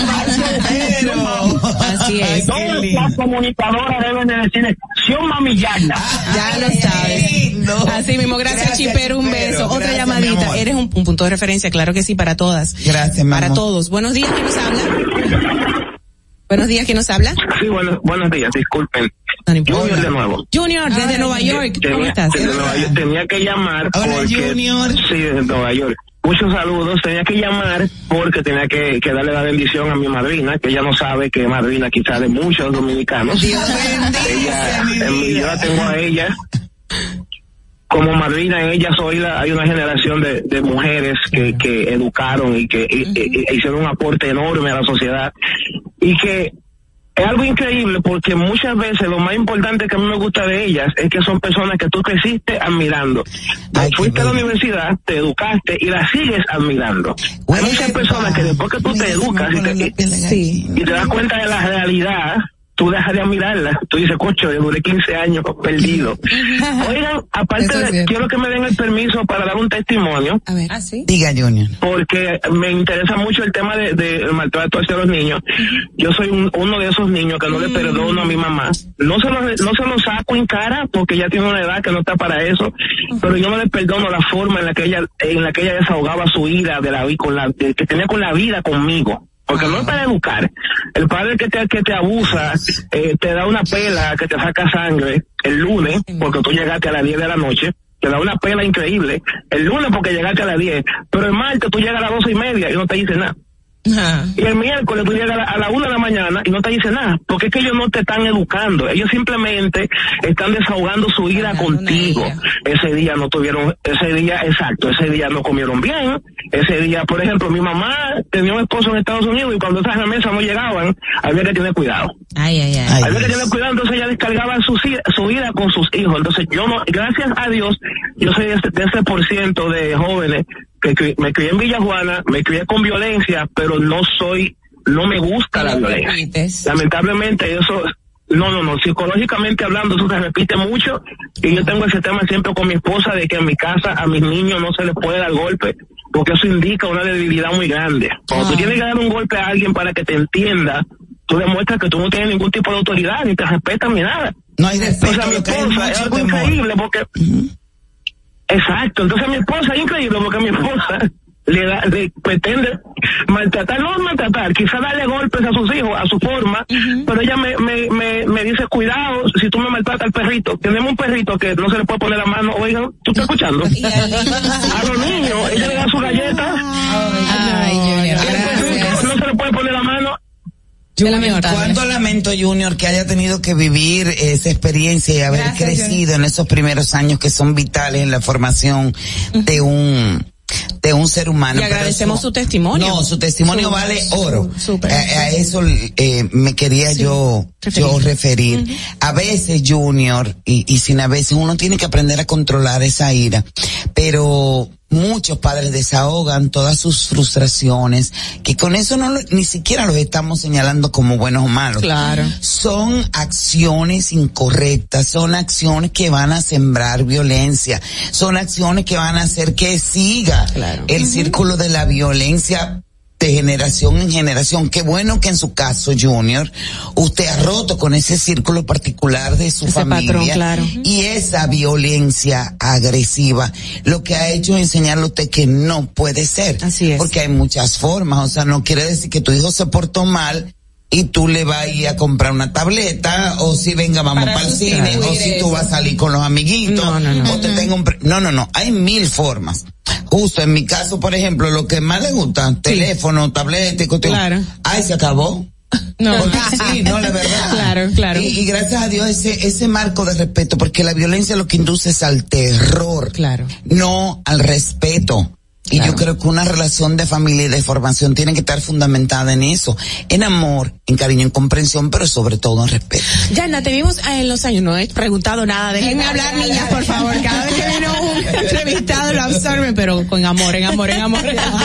bueno, así es. Todas las comunicadoras deben de decirle, Sion Mami Yadna. Ah, ya lo sabes. No. Así mismo, gracias, gracias Chipero, un beso. Gracias, Otra llamadita. Eres un, un punto de referencia, claro que sí, para todas. Gracias, Para amor. todos. Buenos días, ¿quién nos habla? Buenos días, ¿quién nos habla? Sí, bueno, buenos días, disculpen. Junior de nuevo. Junior, desde Ay, Nueva York. Tenía, ¿Cómo estás? Desde Nueva York. Tenía que llamar Hola, porque... Junior. Sí, desde Nueva York. Muchos saludos. Tenía que llamar porque tenía que, que darle la bendición a mi madrina, que ella no sabe que es madrina quizás de muchos dominicanos. Dios bendice, ella, mi en mi, yo la tengo a ella como madrina. Ella soy la, hay una generación de, de mujeres que, que educaron y que y, y, y hicieron un aporte enorme a la sociedad y que es algo increíble porque muchas veces lo más importante que a mí me gusta de ellas es que son personas que tú creciste admirando. Ay, fuiste a la universidad, te educaste y las sigues admirando. Hay muchas personas que después que tú te educas y te, y, sí. y te das cuenta de la realidad, tú dejas de admirarla. Tú dices, cocho, yo duré quince años perdido. Oigan, aparte de, quiero que me den el permiso para dar un testimonio. A ver, ¿ah, sí? Diga, Junior. Porque me interesa mucho el tema de, de el maltrato hacia los niños. Yo soy un, uno de esos niños que no le perdono a mi mamá. No se lo, no se lo saco en cara porque ya tiene una edad que no está para eso, pero yo no le perdono la forma en la que ella, en la que ella desahogaba su ira de la con la, que tenía con la vida conmigo. Porque no es para educar. El padre que te, que te abusa, eh, te da una pela que te saca sangre el lunes, porque tú llegaste a las diez de la noche, te da una pela increíble. El lunes porque llegaste a las diez, pero el martes tú llegas a las doce y media y no te dice nada. Ajá. Y el miércoles tú llegas a la, a la una de la mañana y no te dice nada, porque es que ellos no te están educando, ellos simplemente están desahogando su ira contigo. Ese día no tuvieron, ese día, exacto, ese día no comieron bien, ese día, por ejemplo, mi mamá tenía un esposo en Estados Unidos y cuando esas remesas no llegaban, había que tener cuidado. Ay, ay, ay. Había que tener cuidado, entonces ella descargaba su, su ira con sus hijos. Entonces yo no, gracias a Dios, yo soy de ese, de ese por ciento de jóvenes que me crié en Villa Juana, me crié con violencia, pero no soy, no me gusta la violencia. Lamentablemente eso, no, no, no, psicológicamente hablando eso se repite mucho y yo tengo ese tema siempre con mi esposa de que en mi casa a mis niños no se les puede dar golpe porque eso indica una debilidad muy grande. Cuando tú tienes que dar un golpe a alguien para que te entienda, tú demuestras que tú no tienes ningún tipo de autoridad, ni te respetan ni nada. No hay respeto. O sea, mi esposa es algo increíble porque... Uh-huh. Exacto, entonces mi esposa es increíble porque mi esposa le, da, le pretende maltratar, no maltratar, quizá darle golpes a sus hijos, a su forma, uh-huh. pero ella me, me, me, me dice, cuidado, si tú me maltratas al perrito, tenemos un perrito que no se le puede poner la mano, oigan, ¿tú estás escuchando? A los niños, ella le da su galleta, ay, Junior, gracias. No se le puede poner la mano. Junior, cuánto lamento, Junior, que haya tenido que vivir esa experiencia y haber Gracias, crecido Junior. En esos primeros años que son vitales en la formación uh-huh. de un de un ser humano. Y agradecemos su, su testimonio. No, su testimonio su, vale oro. Super, a, a eso eh, me quería sí, yo referir. yo referir. Uh-huh. A veces, Junior, y, y sin a veces, uno tiene que aprender a controlar esa ira, pero muchos padres desahogan todas sus frustraciones, que con eso no lo, ni siquiera los estamos señalando como buenos o malos. Claro. Son acciones incorrectas, son acciones que van a sembrar violencia, son acciones que van a hacer que siga claro. el uh-huh. círculo de la violencia de generación en generación. Qué bueno que en su caso, Junior, usted ha roto con ese círculo particular de su ese familia. Patrón, claro. Y esa violencia agresiva, lo que ha hecho es enseñarle a usted que no puede ser. Así es. Porque hay muchas formas, o sea, no quiere decir que tu hijo se portó mal y tú le vas a ir a comprar una tableta, o si venga vamos para, para el cine, o si tú vas a salir con los amiguitos, no, no, no. o te tengo un... Pre- no, no, no, hay mil formas. Justo en mi caso, por ejemplo, lo que más le gusta, sí. teléfono, tableta y cuestión. Claro. Ay, se acabó. No, porque sí, no, la verdad. Claro, claro. Y, y gracias a Dios ese, ese marco de respeto, porque la violencia lo que induce es al terror. Claro. No al respeto. Y claro. Yo creo que una relación de familia y de formación tiene que estar fundamentada en eso, en amor, en cariño, en comprensión, pero sobre todo en respeto. Yana, te vimos en los años, no he preguntado nada, déjenme hablar, niñas, por favor, cada vez que viene un entrevistado lo absorben, pero con amor, en amor, en amor.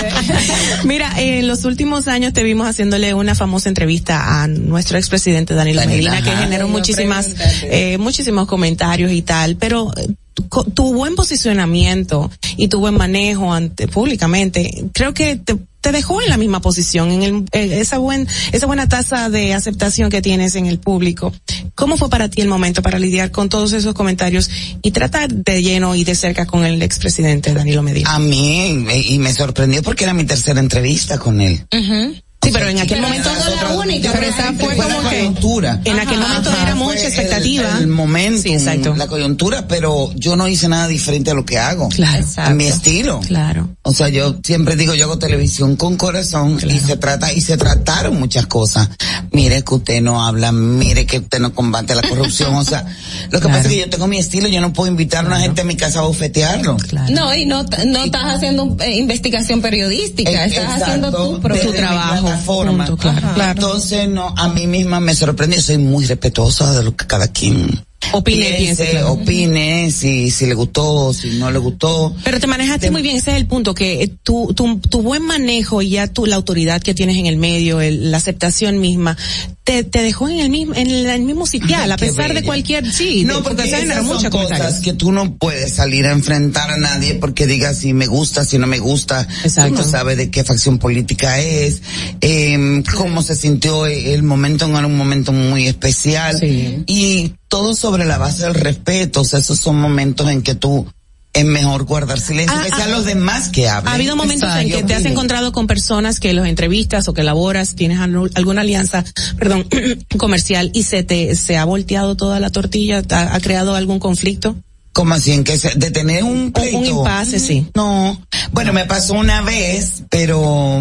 Mira, en los últimos años te vimos haciéndole una famosa entrevista a nuestro expresidente Danilo Medina, que generó muchísimas, eh, muchísimos comentarios y tal, pero tu, tu buen posicionamiento y tu buen manejo ante públicamente, creo que te, te dejó en la misma posición, en el, esa buen, esa buena tasa de aceptación que tienes en el público. ¿Cómo fue para ti el momento para lidiar con todos esos comentarios y tratar de lleno y de cerca con el expresidente Danilo Medina? A mí, y me sorprendió porque era mi tercera entrevista con él. Uh-huh. Sí, pero en aquel momento no la única, pero esa fue como que coyuntura. En aquel Ajá, momento era mucha expectativa. El, el momento, sí, exacto. La coyuntura, pero yo no hice nada diferente a lo que hago. Claro. A mi estilo. Claro. O sea, yo siempre digo, yo hago televisión con corazón, claro. y se trata, y se trataron muchas cosas. Mire que usted no habla, mire que usted no combate la corrupción, o sea, lo que claro. pasa es que yo tengo mi estilo, yo no puedo invitar a una claro. gente a mi casa a bofetearlo. Claro. No, y no, no estás haciendo eh, investigación periodística, eh, estás exacto, haciendo tu, pro- tu trabajo. Forma. Punto, claro, claro. Entonces, no, a mí misma me sorprendió, soy muy respetuosa de lo que cada quien opine, piense, piense, claro. opine, si, si le gustó, si no le gustó. Pero te manejaste te... muy bien, ese es el punto, que tu, tu, tu buen manejo y ya tu, la autoridad que tienes en el medio, el, la aceptación misma, te, te dejó en el mismo, en el, el mismo sitial, a pesar de cualquier, sí, no, de, porque, porque esas son muchas cosas que tú no puedes salir a enfrentar a nadie porque digas si me gusta, si no me gusta. Exacto. Tú no sabes de qué facción política es, eh, cómo se sintió el momento, en un momento muy especial. Sí. Y todo sobre la base del respeto, o sea, esos son momentos en que tú es mejor guardar silencio, ah, que sean ah, los demás que hablen. Ha habido momentos en que te has encontrado con personas que los entrevistas o que laboras, tienes alguna alianza, perdón, comercial y se te, se ha volteado toda la tortilla, ha, ha creado algún conflicto. ¿Cómo así? ¿En que se, de tener un pleito? Un impasse, sí. No. Bueno, me pasó una vez, pero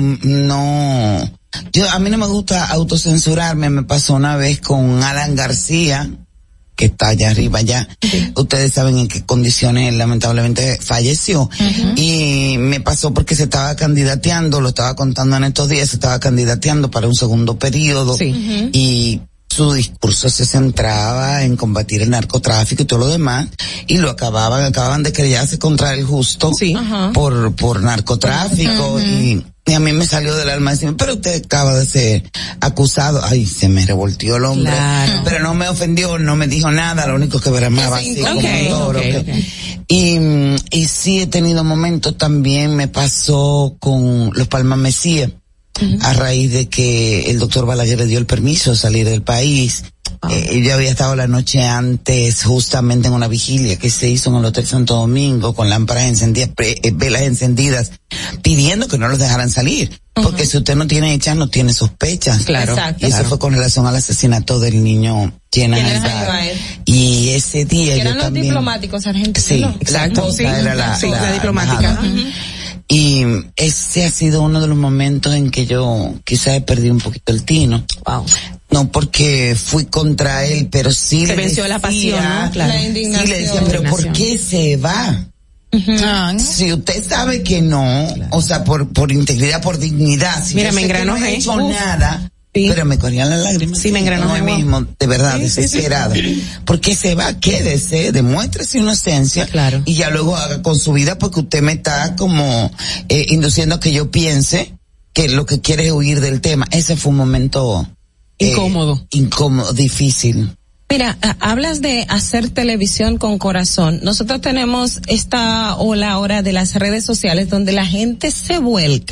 no. Yo, a mí no me gusta autocensurarme, me pasó una vez con Alan García, que está allá arriba ya. Sí. Ustedes saben en qué condiciones lamentablemente falleció. Uh-huh. Y me pasó porque se estaba candidateando, lo estaba contando en estos días, se estaba candidateando para un segundo periodo. Sí. Uh-huh. Y su discurso se centraba en combatir el narcotráfico y todo lo demás, y lo acababan, acababan de querellarse contra el justo sí. por, por narcotráfico. Uh-huh. y Y a mí me salió del alma decirme, pero usted acaba de ser acusado. Ay, se me revoltió el hombre. Claro. Pero no me ofendió, no me dijo nada, lo único que bramaba así okay, como un toro. Okay, okay. Y, y sí he tenido momentos también, me pasó con los Palma Mesías, uh-huh. a raíz de que el doctor Balaguer le dio el permiso de salir del país. Oh. Eh, yo había estado la noche antes justamente en una vigilia que se hizo en el Hotel Santo Domingo con lámparas encendidas, pre, eh, velas encendidas, pidiendo que no los dejaran salir. Uh-huh. Porque si usted no tiene hechas, no tiene sospechas. Claro. Exacto. Y eso claro. fue con relación al asesinato del niño Llena. Y ese día que yo eran los también, diplomáticos argentinos. Sí, ¿no? exacto. Sí, era la, sí, la, la diplomática. Uh-huh. Y ese ha sido uno de los momentos en que yo quizás he perdido un poquito el tino. Wow. No porque fui contra él, pero sí se le venció decía, la pasión, ¿no? Claro. La indignación. Sí le decía, pero ¿por qué se va? Uh-huh. Ah, ¿no? Si usted sabe que no, claro. o sea, por por integridad, por dignidad, si mira, yo me sé que no he hecho Uf. nada, sí. pero me corrían las lágrimas. Sí, me engranó mismo, de verdad, sí, desesperada. Sí, sí. ¿Por qué se va? Quédese, demuestre su inocencia, claro. y ya luego haga con su vida, porque usted me está como eh, induciendo a que yo piense que lo que quiere es huir del tema. Ese fue un momento eh, incómodo, incómodo, difícil. Mira, hablas de hacer televisión con corazón. Nosotros tenemos esta ola ahora de las redes sociales donde la gente se vuelca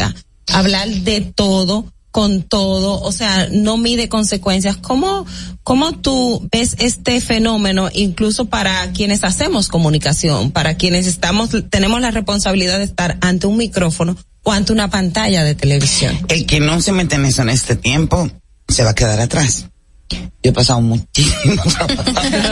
hablar de todo, con todo, o sea, no mide consecuencias. ¿Cómo, cómo tú ves este fenómeno, incluso para quienes hacemos comunicación, para quienes estamos, tenemos la responsabilidad de estar ante un micrófono o ante una pantalla de televisión? El que no se mete en eso en este tiempo se va a quedar atrás. Yo he pasado muchísimo trabajo.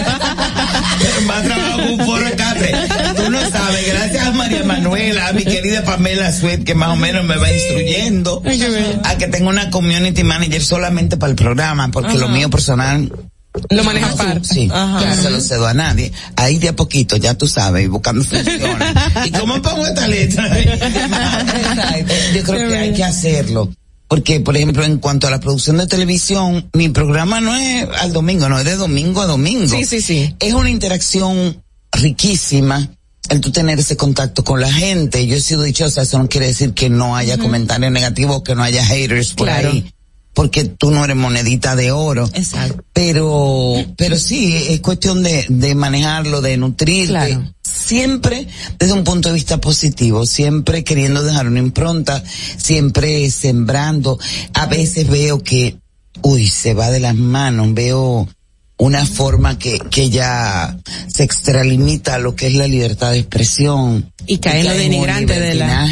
Más trabajo que un foro de catre. Tú no sabes, gracias a María Manuela, a mi querida Pamela Sweet, que más o menos me va instruyendo, a que tengo una community manager solamente para el programa, porque Ajá. lo mío personal Lo manejas aparte. Sí, Ajá. yo no se lo cedo a nadie. Ahí de a poquito, ya tú sabes, buscando funciones. ¿Y cómo pongo esta letra? Exacto. Yo creo que hay que hacerlo. Porque, por ejemplo, en cuanto a la producción de televisión, mi programa no es al domingo, no es de domingo a domingo. Sí, sí, sí. Es una interacción riquísima, el tú tener ese contacto con la gente. Yo he sido dichosa, eso no quiere decir que no haya uh-huh. comentarios negativos, que no haya haters por claro. ahí. Porque tú no eres monedita de oro. Exacto. Pero, pero sí, es cuestión de, de manejarlo, de nutrirte. Claro. Siempre desde un punto de vista positivo, siempre queriendo dejar una impronta, siempre sembrando. A veces veo que, uy, se va de las manos, veo una forma que, que ya se extralimita a lo que es la libertad de expresión. Y cae en lo denigrante de la...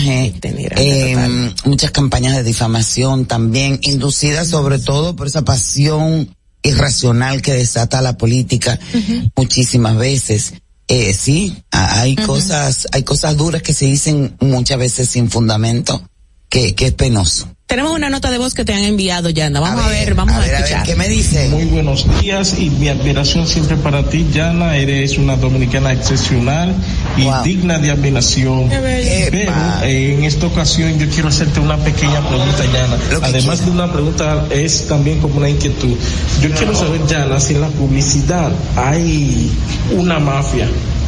Eh, muchas campañas de difamación también, inducidas sobre todo por esa pasión irracional que desata la política uh-huh. muchísimas veces. Eh, sí, hay uh-huh. cosas, hay cosas duras que se dicen muchas veces sin fundamento, que, que es penoso. Tenemos una nota de voz que te han enviado, Yana. Vamos a ver, a ver vamos a, ver, a escuchar. A ver, ¿qué me dice? Muy buenos días y mi admiración siempre para ti, Yana. Eres una dominicana excepcional y wow. digna de admiración. Pero eh, en esta ocasión yo quiero hacerte una pequeña pregunta, Yana. Además de una pregunta, es también como una inquietud. Yo quiero saber, Yana, si en la publicidad hay una mafia.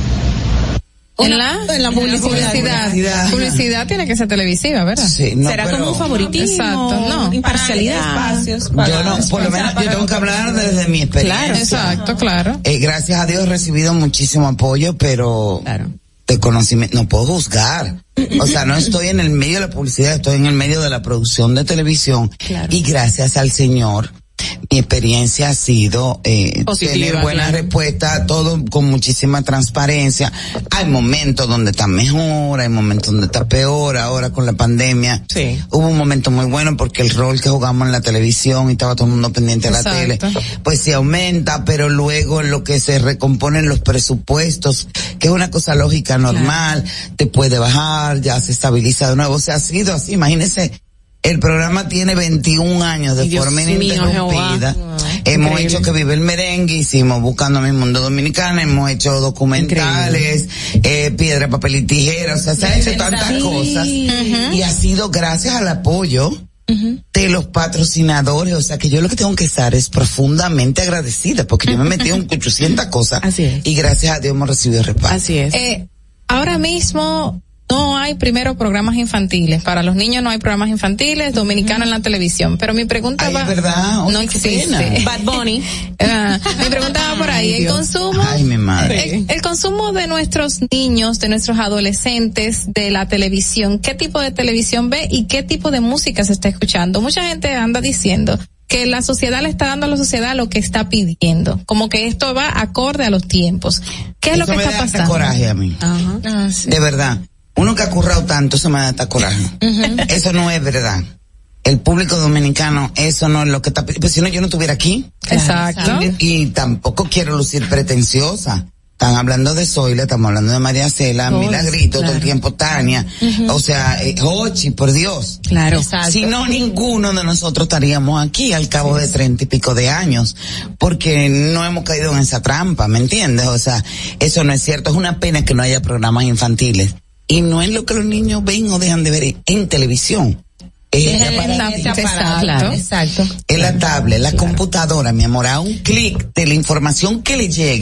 En la, en la publicidad. publicidad. Publicidad. Publicidad tiene que ser televisiva, ¿verdad? Sí, no, será pero, como un favoritismo. Exacto, no. Imparcialidad. Espacios para, yo no, por lo menos yo tengo que hablar desde mi experiencia. Claro, exacto, claro. Eh, gracias a Dios he recibido muchísimo apoyo, pero claro. de conocimiento, no puedo juzgar. O sea, no estoy en el medio de la publicidad, estoy en el medio de la producción de televisión. Claro. Y gracias al Señor, mi experiencia ha sido eh, positiva, tener buenas claro. respuestas, todo con muchísima transparencia. Hay momentos donde está mejor, hay momentos donde está peor. Ahora con la pandemia sí. hubo un momento muy bueno porque el rol que jugamos en la televisión y estaba todo el mundo pendiente de la tele, pues se aumenta, pero luego en lo que se recomponen los presupuestos, que es una cosa lógica normal, claro. te puede bajar, ya se estabiliza de nuevo. O sea, ha sido así, imagínese. El programa tiene veintiún años de Dios forma ininterrumpida. Wow. Hemos Increíble. hecho que vive el merengue, hicimos Buscando a mi Mundo Dominicano, hemos hecho documentales, eh, piedra, papel y tijera, o sea, se han hecho tantas sí. cosas. Uh-huh. Y ha sido gracias al apoyo uh-huh. de los patrocinadores, o sea, que yo lo que tengo que estar es profundamente agradecida, porque yo me metí en ochocientas cosas. Así es. Y gracias a Dios hemos recibido respaldo. Así es. Eh, ahora mismo... No hay primero programas infantiles. Para los niños no hay programas infantiles, dominicano en la televisión. Pero mi pregunta Ay, va... es verdad. No existe. Bad Bunny. Uh, mi pregunta va por ahí. Ay, el consumo... Ay, mi madre. El, el consumo de nuestros niños, de nuestros adolescentes, de la televisión. ¿Qué tipo de televisión ve y qué tipo de música se está escuchando? Mucha gente anda diciendo que la sociedad le está dando a la sociedad lo que está pidiendo. Como que esto va acorde a los tiempos. ¿Qué es Eso lo que me está da pasando? Coraje a mí. Ajá. Ah, sí. De verdad. Uno que ha currado tanto, eso me da hasta coraje. Uh-huh. Eso no es verdad. El público dominicano, eso no es lo que está... Pues si no, yo no estuviera aquí. Exacto. Y, y tampoco quiero lucir pretenciosa. Están hablando de Zoila, estamos hablando de María Cela, oh, Milagrito, claro. todo el tiempo Tania. Uh-huh. O sea, eh, Hochi, por Dios. Claro. Exacto. Si no, ninguno de nosotros estaríamos aquí al cabo sí. de treinta y pico de años. Porque no hemos caído en esa trampa, ¿me entiendes? O sea, eso no es cierto. Es una pena que no haya programas infantiles. Y no es lo que los niños ven o dejan de ver en televisión. Es, es el aparato. Claro. Exacto. Es la tablet, la claro. computadora, mi amor. A un clic de la información que le llegue,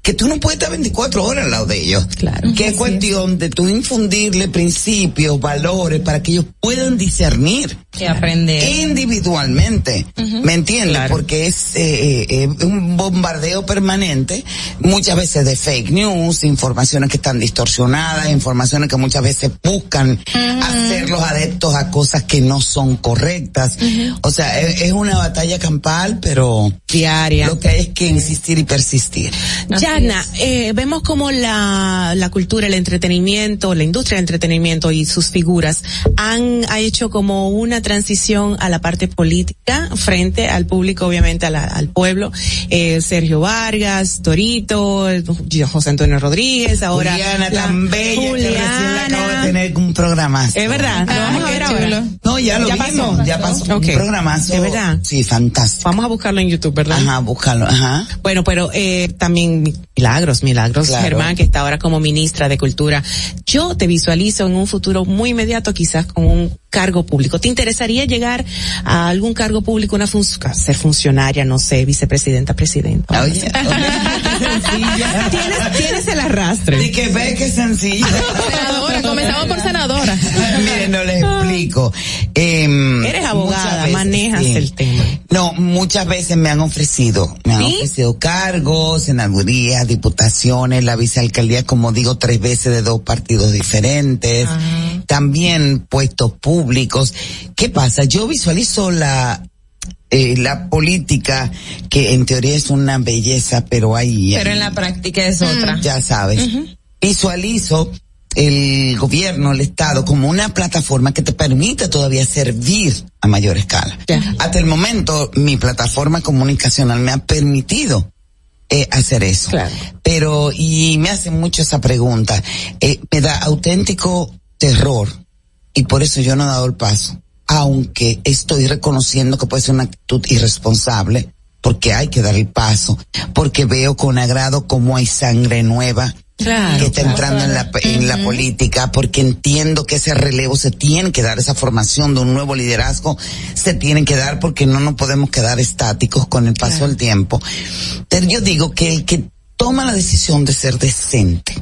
que tú no puedes estar veinticuatro horas al lado de ellos. Claro. Que es cuestión de tú infundirle principios, valores, para que ellos puedan discernir. Que aprender. Individualmente. Uh-huh. ¿Me entiendes? Claro. Porque es eh, eh, un bombardeo permanente, muchas veces de fake news, informaciones que están distorsionadas, informaciones que muchas veces buscan uh-huh. hacerlos adeptos a cosas que no son correctas. Uh-huh. O sea, es, es una batalla campal, pero diaria. Lo que hay es que insistir y persistir. Yana, eh, vemos como la, la cultura, el entretenimiento, la industria del entretenimiento y sus figuras han ha hecho como una transición a la parte política frente al público, obviamente a la, al pueblo. Eh, Sergio Vargas, Torito, José Antonio Rodríguez, ahora Juliana la, tan bella, Juliana. que recién la acabo de tener un programazo. Es verdad, lo vamos a ver ahora. No, ya lo ¿Ya vimos, pasó? ya pasó. Okay. Un programazo. ¿Es verdad? Sí, fantástico. Vamos a buscarlo en YouTube, ¿verdad? Ajá, búscalo, ajá. Bueno, pero eh, también Milagros, Milagros, claro. Germán, que está ahora como ministra de Cultura. Yo te visualizo en un futuro muy inmediato, quizás con un cargo público. ¿Te interesaría llegar a algún cargo público, una fun- ser funcionaria, no sé, vicepresidenta, presidenta? Oye, oye, sencilla. ¿Tienes, tienes el arrastre. Y que ve que sencilla. Senadora, comenzamos por senadora. Miren, no les explico. Eh, Eres abogada, veces, manejas sí. el tema. No, muchas veces me han ofrecido, me han ¿Sí? ofrecido cargos, senadurías, diputaciones, la vicealcaldía, como digo, tres veces de dos partidos diferentes, ah. también puestos públicos. ¿Qué pasa? Yo visualizo la eh, la política, que en teoría es una belleza, pero ahí... Pero en la práctica es otra. Ya sabes. Uh-huh. Visualizo el gobierno, el Estado, como una plataforma que te permite todavía servir a mayor escala. Yeah. Hasta el momento, mi plataforma comunicacional me ha permitido eh, hacer eso. Claro. Pero, y me hacen mucho esa pregunta, eh, me da auténtico terror, y por eso yo no he dado el paso, aunque estoy reconociendo que puede ser una actitud irresponsable, porque hay que dar el paso, porque veo con agrado cómo hay sangre nueva, claro, que está entrando claro. en la en uh-huh. la política, porque entiendo que ese relevo se tiene que dar, esa formación de un nuevo liderazgo se tiene que dar, porque no nos podemos quedar estáticos con el paso claro. del tiempo. Pero yo digo que el que toma la decisión de ser decente,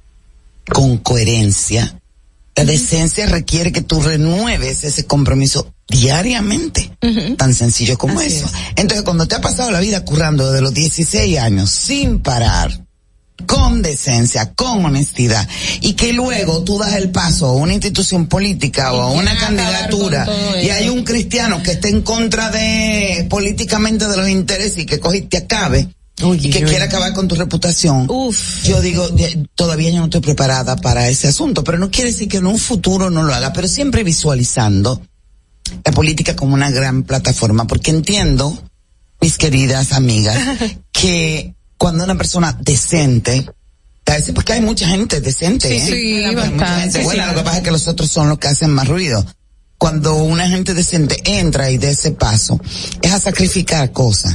con coherencia, la uh-huh. decencia requiere que tú renueves ese compromiso diariamente, uh-huh. tan sencillo como Así eso. Es. Entonces, cuando te ha pasado la vida currando desde los dieciséis años sin parar, con decencia, con honestidad, y que luego tú das el paso a una institución política o a una candidatura y hay un cristiano que esté en contra de políticamente de los intereses y que coge y te acabe, Oye, y que quiere acabar con tu reputación. Uf. Yo digo, todavía yo no estoy preparada para ese asunto, pero no quiere decir que en un futuro no lo haga, pero siempre visualizando la política como una gran plataforma, porque entiendo, mis queridas amigas, que cuando una persona decente, a veces porque hay mucha gente decente, sí, ¿eh? Sí, hay bastante, mucha gente buena, sí. Lo que pasa es que los otros son los que hacen más ruido. Cuando una gente decente entra y da ese paso, es a sacrificar cosas.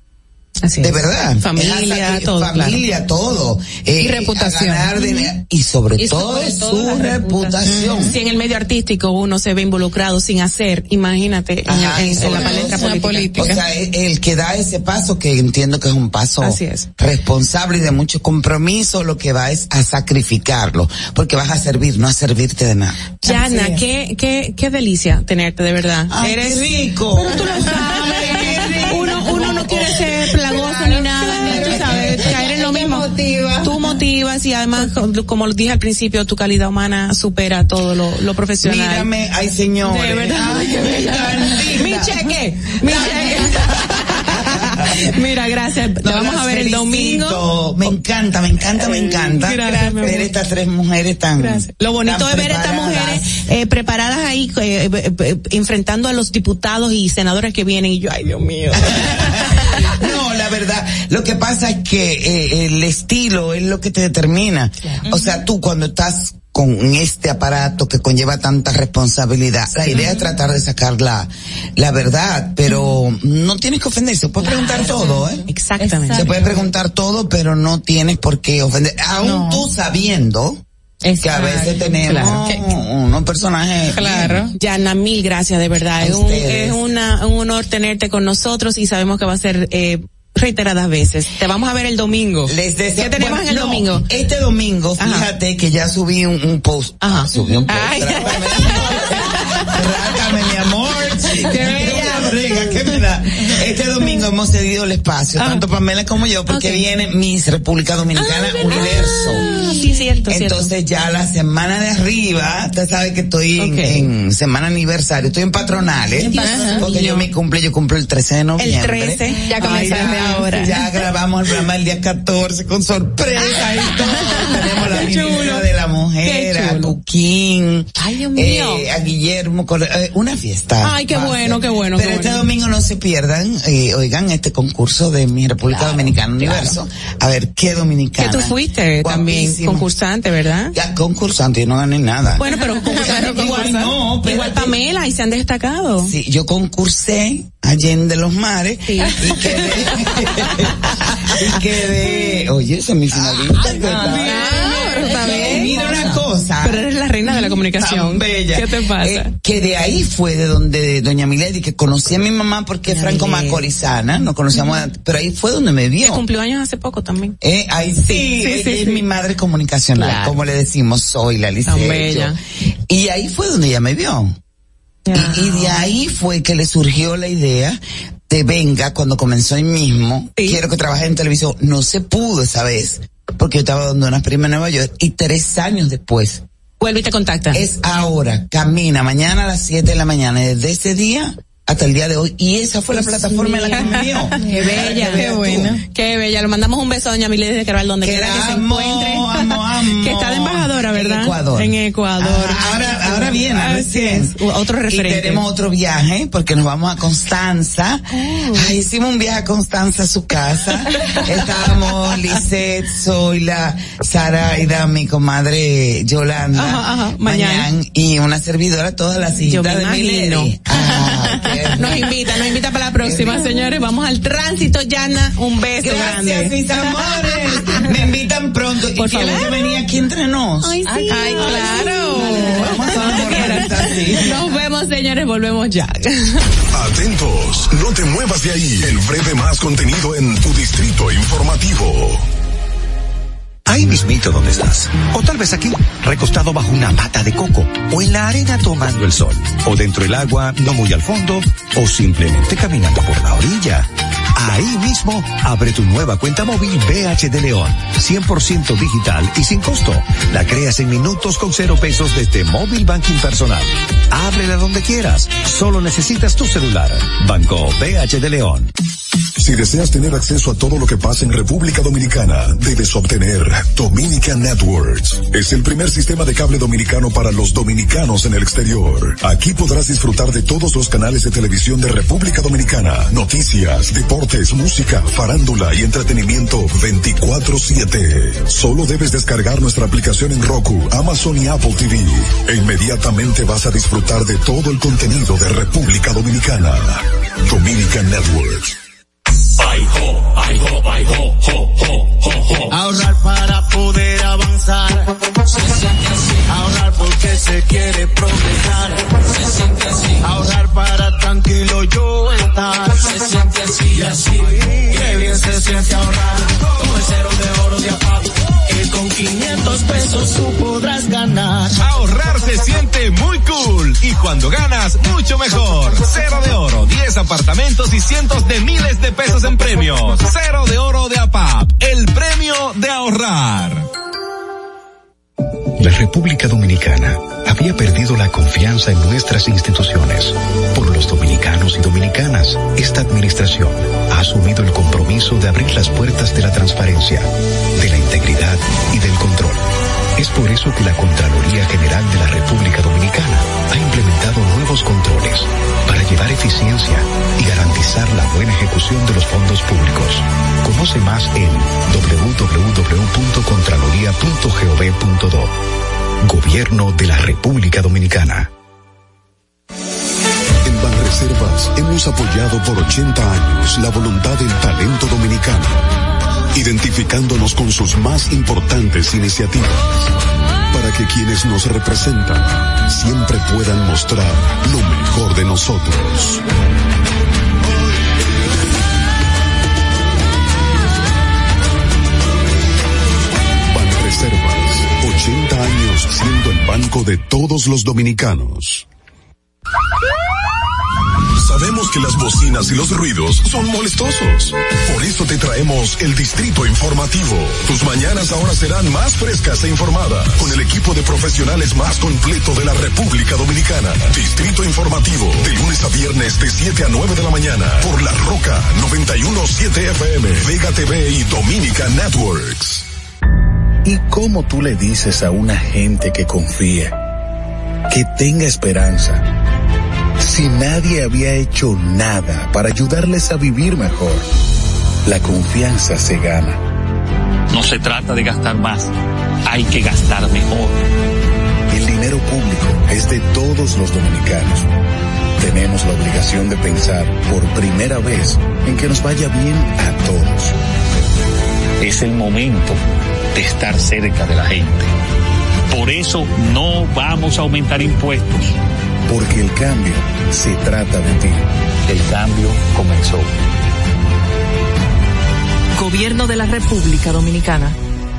Así de es. verdad. Familia, es todo. Familia, claro. todo. Eh, y reputación. De, y sobre y todo, sobre todo su reputación. reputación. Si en el medio artístico uno se ve involucrado sin hacer, imagínate Ajá, en, en, en la palestra política. política. O sea, el, el que da ese paso, que entiendo que es un paso Así es. responsable y de mucho compromiso, lo que va es a sacrificarlo, porque vas a servir, no a servirte de nada. Yana, qué, qué, qué delicia tenerte, de verdad. Ay, Eres rico. Pero tú lo sabes. Uno, uno no quiere ser plagoso ni nada, ni tú sabes, caer en lo mismo. Motiva. Tú motivas y además, como lo dije al principio, tu calidad humana supera todo lo, lo profesional. Mírame, ay señores. De verdad. Ay, qué bella. Mi cheque, mi cheque. Mira, gracias. Te no, vamos a ver felicito. El domingo. Me encanta, me encanta, me encanta. Gracias, ver estas tres mujeres tan. Gracias. Lo bonito de ver estas mujeres eh, preparadas ahí, eh, eh, eh, enfrentando a los diputados y senadores que vienen, y yo, ay Dios mío. No, la verdad, lo que pasa es que eh, el estilo es lo que te determina. Claro. O sea, tú cuando estás con este aparato que conlleva tanta responsabilidad, sí. La idea es tratar de sacar la, la verdad, pero no tienes que ofender, se puede claro. preguntar todo, ¿eh? Exactamente. Se puede preguntar todo, pero no tienes por qué ofender, aún no. tú sabiendo Es que a veces tenemos claro. unos personajes. Claro. Yana, mil gracias, de verdad. Es un, es una, un honor tenerte con nosotros y sabemos que va a ser eh, reiteradas veces. Te vamos a ver el domingo. Les deseo, ¿Qué tenemos bueno, en el no, domingo? Este domingo, fíjate Ajá. que ya subí un, un post. Ajá. Subí un post. Trátame, mi amor. Qué bella. Riga, ¿qué me da? Este domingo hemos cedido el espacio, Ajá. tanto Pamela como yo, porque okay. viene Miss República Dominicana ah, Universo. Ah, sí, cierto, Entonces cierto. ya la semana de arriba, usted sabe que estoy okay. en, en semana aniversario, estoy en patronales, Ajá. porque yo mi cumple, yo cumplo el trece de noviembre. El trece, ya comenzaste ahora. Ya grabamos el programa el día catorce con sorpresa y todo. Tenemos la visita de la mujer, a Cuquín, Ay, Dios mío. Eh, a Guillermo, eh, una fiesta. Ay, qué bueno, qué bueno. Pero qué este bueno. domingo no se pierdan, eh, oigan, este concurso de mi República claro, Dominicana Universo. Claro. A ver, ¿qué dominicana? Que tú fuiste Guapísimo. También concursante, ¿verdad? Ya, concursante, yo no gané nada. Bueno, pero concursante igual, no, igual Pamela, y se han destacado. Sí, yo concursé Allende los Mares sí. y quedé, y quedé, oye, semifinalista. Ah, bien, está bien. Mira una cosa. Pero eres la reina de la comunicación. Tan bella. ¿Qué te pasa? Eh, que de ahí fue de donde doña Milady, que conocí a mi mamá porque es franco macorizana, nos conocíamos, uh-huh. pero ahí fue donde me vio. Que cumplió años hace poco también. Eh, ahí sí, sí, sí, sí, sí es sí. mi madre comunicacional, claro. como le decimos, soy la licencia. Y ahí fue donde ella me vio. Y, y de ahí fue que le surgió la idea de venga, cuando comenzó ahí mismo, sí. quiero que trabaje en televisión. No se pudo esa vez, porque yo estaba dando unas primas en Nueva York, y tres años después. Vuelve y te contacta. Es ahora, camina, mañana a las siete de la mañana, y desde ese día hasta el día de hoy, y esa fue la plataforma en la que me vio. Qué bella, qué buena. Qué bella, le mandamos un beso a doña Milady de Queral, donde quiera que se encuentre. Amo, amo. Que está de embajadora, ¿verdad? En Ecuador. En Ecuador. Ah, ahora, ahora viene, así es. Otro referente. Y tenemos otro viaje, porque nos vamos a Constanza. Oh. Ay, hicimos un viaje a Constanza, a su casa. Estábamos Lisette, Zoila, Saraida, mi comadre Yolanda, ajá, ajá. Mañana. Mañana. Y una servidora, todas las hijitas de Milady. Nos invita, nos invita para la próxima, señores. Vamos al tránsito, Yana. Un beso Gracias, grande. mis amores. Me invitan pronto. Por y favor. que venía aquí entre nos. Ay, sí. Ay, claro. Vamos a así. Nos vemos, señores. Volvemos ya. Atentos. No te muevas de ahí. El breve más contenido en tu distrito informativo. Ahí mismito donde estás. O tal vez aquí, recostado bajo una mata de coco. O en la arena tomando el sol. O dentro del agua, no muy al fondo. O simplemente caminando por la orilla. Ahí mismo, abre tu nueva cuenta móvil B H de León. cien por ciento digital y sin costo. La creas en minutos con cero pesos desde Móvil Banking Personal. Ábrela donde quieras. Solo necesitas tu celular. Banco B H de León. Si deseas tener acceso a todo lo que pasa en República Dominicana, debes obtener Dominican Networks. Es el primer sistema de cable dominicano para los dominicanos en el exterior. Aquí podrás disfrutar de todos los canales de televisión de República Dominicana, noticias, deportes, música, farándula y entretenimiento veinticuatro siete. Solo debes descargar nuestra aplicación en Roku, Amazon y Apple T V. E inmediatamente vas a disfrutar de todo el contenido de República Dominicana. Dominican Networks. Ay, ho, ay, ho, ay, ho, ho, ho, ho, ho. Ahorrar para poder avanzar. Se siente así. Ahorrar porque se quiere progresar. Se siente así. Ahorrar para tranquilo yo estar. Se siente así y así. Qué bien se siente ahorrar. Como el cero de oro de APAP. Que con quinientos pesos tú podrás ganar. Ahorrar se siente muy cool. Y cuando ganas, mucho mejor. Cero de oro, diez apartamentos y cientos de miles de pesos en premios. Cero de oro de APAP, el premio de ahorrar. La República Dominicana había perdido la confianza en nuestras instituciones. Por los dominicanos y dominicanas, esta administración ha asumido el compromiso de abrir las puertas de la transparencia, de la integridad y del control. Es por eso que la Contraloría General de la República Dominicana ha implementado nuevos controles para llevar eficiencia y garantizar la buena ejecución de los fondos públicos. Conoce más en doble u doble u doble u punto contraloría punto gov punto do. Gobierno de la República Dominicana. En Banreservas hemos apoyado por ochenta años la voluntad del talento dominicano, identificándonos con sus más importantes iniciativas, para que quienes nos representan siempre puedan mostrar lo mejor de nosotros. ochenta años siendo el banco de todos los dominicanos. Sabemos que las bocinas y los ruidos son molestosos. Por eso te traemos el Distrito Informativo. Tus mañanas ahora serán más frescas e informadas, con el equipo de profesionales más completo de la República Dominicana. Distrito Informativo, de lunes a viernes de siete a nueve de la mañana, por La Roca noventa y uno punto siete F M, Vega T V y Dominica Networks. ¿Y cómo tú le dices a una gente que confía, que tenga esperanza, si nadie había hecho nada para ayudarles a vivir mejor? La confianza se gana. No se trata de gastar más, hay que gastar mejor. El dinero público es de todos los dominicanos. Tenemos la obligación de pensar por primera vez en que nos vaya bien a todos. Es el momento de estar cerca de la gente. Por eso no vamos a aumentar impuestos. Porque el cambio se trata de ti. El cambio comenzó. Gobierno de la República Dominicana.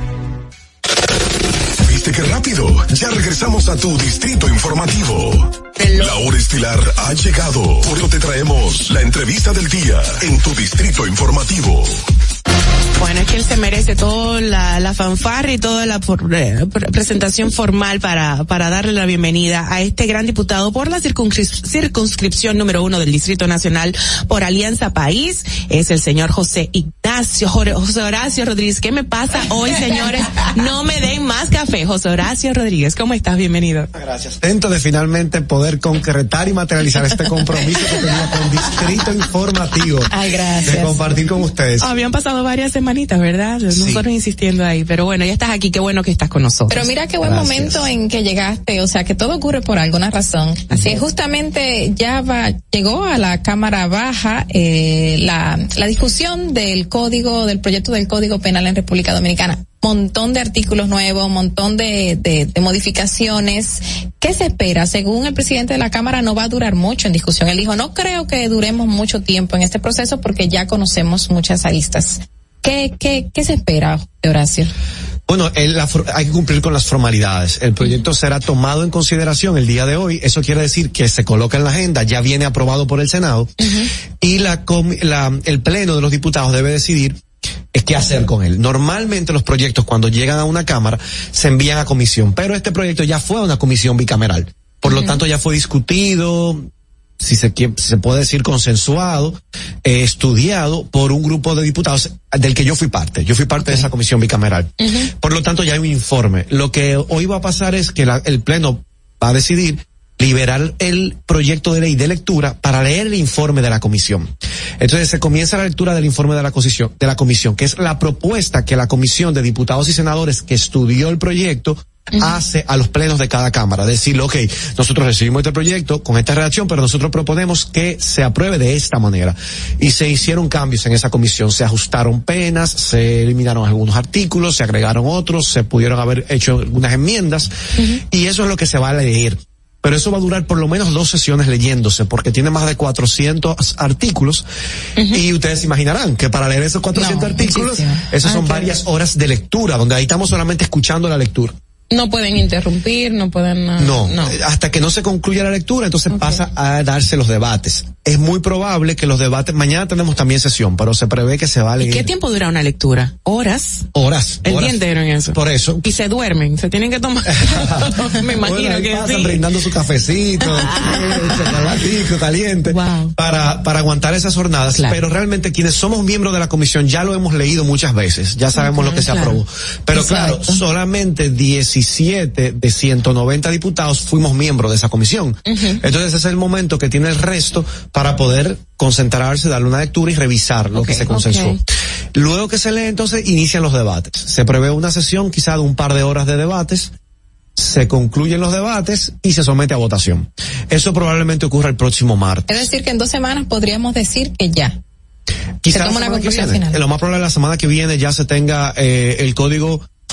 ¿Viste qué rápido? Ya regresamos a tu Distrito Informativo. La hora estilar ha llegado. Por eso te traemos la entrevista del día en tu Distrito Informativo. Bueno, es que él se merece toda la, la fanfarra y toda la por, eh, presentación formal para, para darle la bienvenida a este gran diputado por la circunscrip- circunscripción número uno del Distrito Nacional por Alianza País. Es el señor José Ignacio, José Horacio Rodríguez. ¿Qué me pasa hoy, señores? No me den más café. José Horacio Rodríguez, ¿cómo estás? Bienvenido. Gracias. Intento de finalmente poder concretar y materializar este compromiso que tenía con Distrito Informativo. Ay, gracias. De compartir con ustedes. Habían pasado varias semanas, ¿verdad? Nosotros sí. insistiendo ahí, pero bueno, ya estás aquí, qué bueno que estás con nosotros. Pero mira qué buen Gracias. momento en que llegaste, o sea, que todo ocurre por alguna razón. Así es, justamente ya va, llegó a la Cámara Baja eh, la, la discusión del código, del proyecto del Código Penal en República Dominicana. Montón de artículos nuevos, montón de, de, de modificaciones. ¿Qué se espera? Según el presidente de la Cámara, no va a durar mucho en discusión. Él dijo, no creo que duremos mucho tiempo en este proceso porque ya conocemos muchas aristas. ¿Qué, qué, qué se espera, Horacio? Bueno, el, la, hay que cumplir con las formalidades. El proyecto será tomado en consideración el día de hoy. Eso quiere decir que se coloca en la agenda, ya viene aprobado por el Senado, uh-huh. y la, la, el Pleno de los Diputados debe decidir qué hacer con él. Normalmente los proyectos cuando llegan a una Cámara se envían a comisión, pero este proyecto ya fue a una comisión bicameral. Por uh-huh. lo tanto ya fue discutido, si se, si se puede decir consensuado, eh, estudiado por un grupo de diputados del que yo fui parte. Yo fui parte okay. de esa comisión bicameral. Uh-huh. Por lo tanto, ya hay un informe. Lo que hoy va a pasar es que la, el Pleno va a decidir liberar el proyecto de ley de lectura para leer el informe de la comisión. Entonces se comienza la lectura del informe de la comisión, de la comisión, que es la propuesta que la comisión de diputados y senadores que estudió el proyecto Uh-huh. hace a los plenos de cada cámara, decirle, ok, nosotros recibimos este proyecto con esta redacción, pero nosotros proponemos que se apruebe de esta manera. Y se hicieron cambios en esa comisión, se ajustaron penas, se eliminaron algunos artículos, se agregaron otros, se pudieron haber hecho algunas enmiendas, uh-huh. y eso es lo que se va a leer. Pero eso va a durar por lo menos dos sesiones leyéndose, porque tiene más de cuatrocientos artículos, uh-huh. y ustedes imaginarán que para leer esos cuatrocientos no, artículos, esos ah, son claro. varias horas de lectura, donde ahí estamos solamente escuchando la lectura. No pueden interrumpir, no pueden... Uh, no, no, hasta que no se concluya la lectura, entonces okay. pasa a darse los debates. Es muy probable que los debates, mañana tenemos también sesión, pero se prevé que se va a leer. ¿Y qué tiempo dura una lectura? ¿Horas? Horas. El horas. día entero en eso. Por eso. Y se duermen, se tienen que tomar. Me imagino bueno, que pasan sí. brindando su cafecito, chocolatico caliente, wow. para, para aguantar esas jornadas. Claro. Pero realmente quienes somos miembros de la comisión ya lo hemos leído muchas veces, ya sabemos okay, lo que se claro. aprobó. Pero Exacto. claro, solamente diecisiete de ciento noventa diputados fuimos miembros de esa comisión. Uh-huh. Entonces ese es el momento que tiene el resto para poder concentrarse, darle una lectura y revisar lo okay, que se consensuó. Okay. Luego que se lee, entonces inician los debates. Se prevé una sesión quizá de un par de horas de debates, se concluyen los debates y se somete a votación. Eso probablemente ocurra el próximo martes. Es decir, que en dos semanas podríamos decir que ya. Quizá la semana que viene. Lo más probable es la semana que viene ya se tenga eh, el código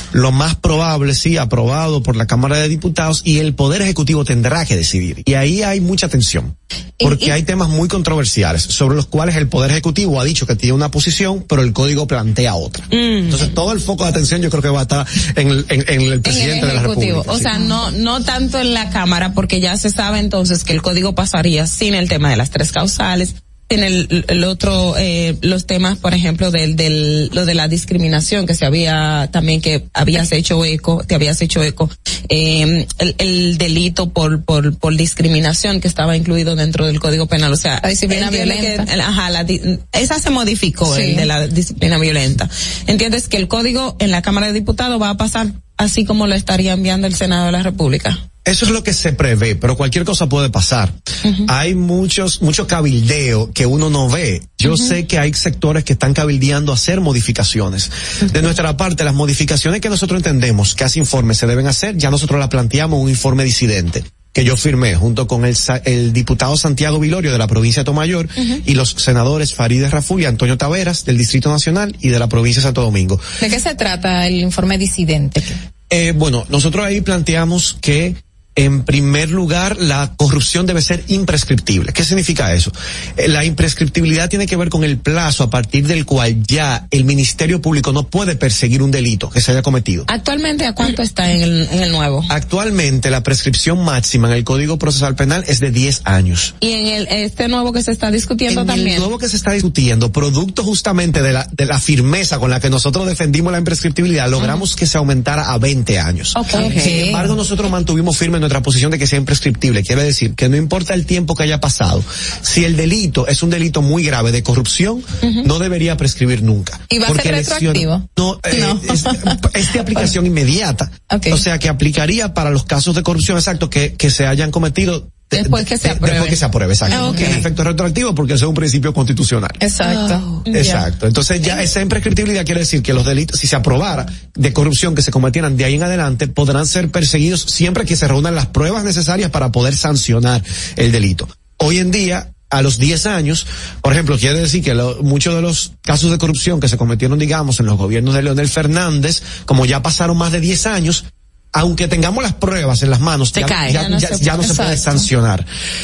lo más probable, sí, aprobado por la Cámara de Diputados, y el Poder Ejecutivo tendrá que decidir. Y ahí hay mucha tensión, porque y, y, hay temas muy controversiales sobre los cuales el Poder Ejecutivo ha dicho que tiene una posición, pero el Código plantea otra. Mm. Entonces todo el foco de atención yo creo que va a estar en el, en, en el presidente en el de la República. O sí. sea, no, no tanto en la Cámara, porque ya se sabe entonces que el Código pasaría sin el tema de las tres causales, en el, el otro, eh, los temas, por ejemplo, del, del, lo de la discriminación que se había, también que habías hecho eco, te habías hecho eco, eh, el, el delito por, por, por discriminación que estaba incluido dentro del Código Penal, o sea, la disciplina violenta. Que, ajá, la, esa se modificó, sí. El de la disciplina violenta. ¿Entiendes que el Código en la Cámara de Diputados va a pasar así como lo estaría enviando el Senado de la República? Eso es lo que se prevé, pero cualquier cosa puede pasar. Uh-huh. Hay muchos, mucho cabildeo que uno no ve. Yo uh-huh. sé que hay sectores que están cabildeando hacer modificaciones. Uh-huh. De nuestra parte, las modificaciones que nosotros entendemos que a ese informe se deben hacer, ya nosotros la planteamos un informe disidente que yo firmé junto con el, el diputado Santiago Vilorio de la provincia de Tomayor uh-huh. y los senadores Farideh Raful y Antonio Taveras del Distrito Nacional y de la provincia de Santo Domingo. ¿De qué se trata el informe disidente? Eh, bueno, nosotros ahí planteamos que en primer lugar, la corrupción debe ser imprescriptible. ¿Qué significa eso? Eh, la imprescriptibilidad tiene que ver con el plazo a partir del cual ya el Ministerio Público no puede perseguir un delito que se haya cometido. ¿Actualmente a cuánto está en el, en el nuevo? Actualmente la prescripción máxima en el Código Procesal Penal es de diez años. ¿Y en el este nuevo que se está discutiendo en también? El nuevo que se está discutiendo, producto justamente de la, de la firmeza con la que nosotros defendimos la imprescriptibilidad, logramos uh-huh. que se aumentara a veinte años. Okay. Okay. Sin embargo, nosotros mantuvimos firme nuestra posición de que sea imprescriptible. Quiere decir que no importa el tiempo que haya pasado, si el delito es un delito muy grave de corrupción, uh-huh. no debería prescribir nunca. ¿Y va a ser retroactivo? No, eh, no. Es, es de aplicación inmediata. Okay. O sea, que aplicaría para los casos de corrupción, exacto, que, que se hayan cometido Después que se apruebe. Después que se apruebe, exacto. Ah, okay. En efecto retroactivo, porque eso es un principio constitucional. Exacto. Oh, exacto. Yeah. Entonces ya esa imprescriptibilidad quiere decir que los delitos, si se aprobara de corrupción que se cometieran de ahí en adelante, podrán ser perseguidos siempre que se reúnan las pruebas necesarias para poder sancionar el delito. Hoy en día, a los diez años, por ejemplo, quiere decir que lo, muchos de los casos de corrupción que se cometieron, digamos, en los gobiernos de Leonel Fernández, como ya pasaron más de diez años, aunque tengamos las pruebas en las manos, ya, ya, ya no, ya, se, ya no se puede sancionar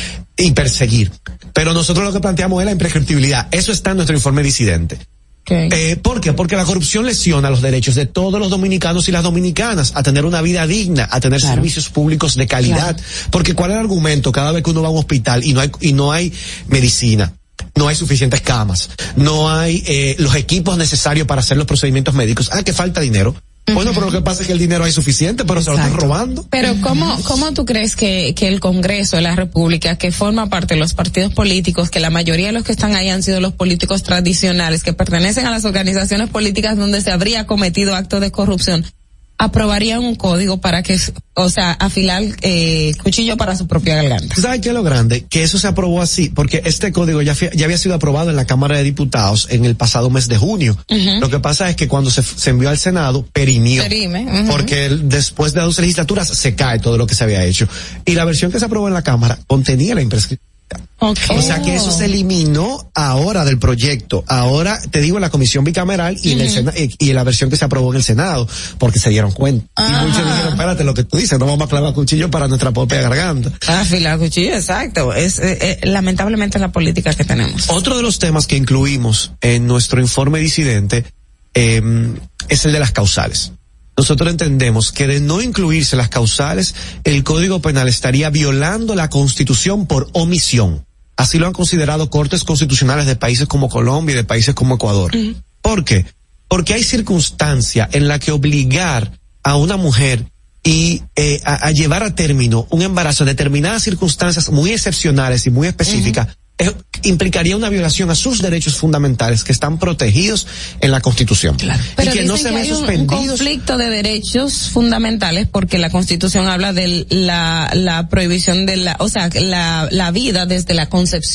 y perseguir. Pero nosotros lo que planteamos es la imprescriptibilidad. Eso está en nuestro informe disidente. Okay. Eh, ¿Por qué? Porque la corrupción lesiona los derechos de todos los dominicanos y las dominicanas a tener una vida digna, a tener claro. servicios públicos de calidad. Claro. Porque ¿cuál es el argumento cada vez que uno va a un hospital y no hay, y no hay medicina? No hay suficientes camas, no hay eh, los equipos necesarios para hacer los procedimientos médicos. Ah, que falta dinero. Bueno, pero lo que pasa es que el dinero hay suficiente, pero Exacto. se lo están robando. Pero ¿cómo, cómo tú crees que, que el Congreso de la República, que forma parte de los partidos políticos, que la mayoría de los que están ahí han sido los políticos tradicionales, que pertenecen a las organizaciones políticas donde se habría cometido actos de corrupción, aprobarían un código para que, o sea, afilar eh, cuchillo para su propia garganta? ¿Sabes qué es lo grande? Que eso se aprobó así, porque este código ya, ya había sido aprobado en la Cámara de Diputados en el pasado mes de junio. Uh-huh. Lo que pasa es que cuando se, se envió al Senado, perimió. Perime. Uh-huh. Porque el, después de dos legislaturas se cae todo lo que se había hecho. Y la versión que se aprobó en la Cámara contenía la imprescripción. Okay. O sea que eso se eliminó ahora del proyecto. Ahora te digo en la comisión bicameral y, uh-huh. en el Sena, y, y en la versión que se aprobó en el Senado, porque se dieron cuenta. Ajá. Y muchos dijeron, espérate, lo que tú dices, no vamos a clavar cuchillo para nuestra propia garganta. Afilar cuchillo, exacto. Es eh, eh, lamentablemente la política que tenemos. Otro de los temas que incluimos en nuestro informe disidente eh, es el de las causales. Nosotros entendemos que de no incluirse las causales, el Código Penal estaría violando la Constitución por omisión. Así lo han considerado cortes constitucionales de países como Colombia y de países como Ecuador. Uh-huh. ¿Por qué? Porque hay circunstancia en la que obligar a una mujer y eh, a, a llevar a término un embarazo en determinadas circunstancias muy excepcionales y muy específicas, uh-huh. Eh, implicaría una violación a sus derechos fundamentales que están protegidos en la Constitución. Claro. Y Pero que no se que ven hay un, suspendidos. un conflicto de derechos fundamentales porque la Constitución habla de la, la prohibición de la, o sea, la, la vida desde la concepción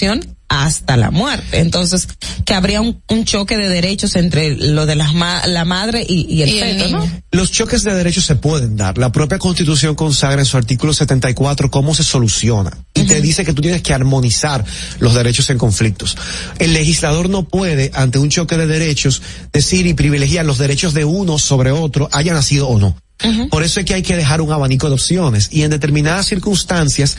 hasta la muerte. Entonces, que habría un, un choque de derechos entre lo de las ma- la madre y, y el Y el feto, niño. ¿no? Los choques de derechos se pueden dar. La propia Constitución consagra en su artículo setenta y cuatro cómo se soluciona. Y uh-huh. te dice que tú tienes que armonizar los derechos en conflictos. El legislador no puede, ante un choque de derechos, decir y privilegiar los derechos de uno sobre otro, haya nacido o no. Uh-huh. Por eso es que hay que dejar un abanico de opciones. Y en determinadas circunstancias,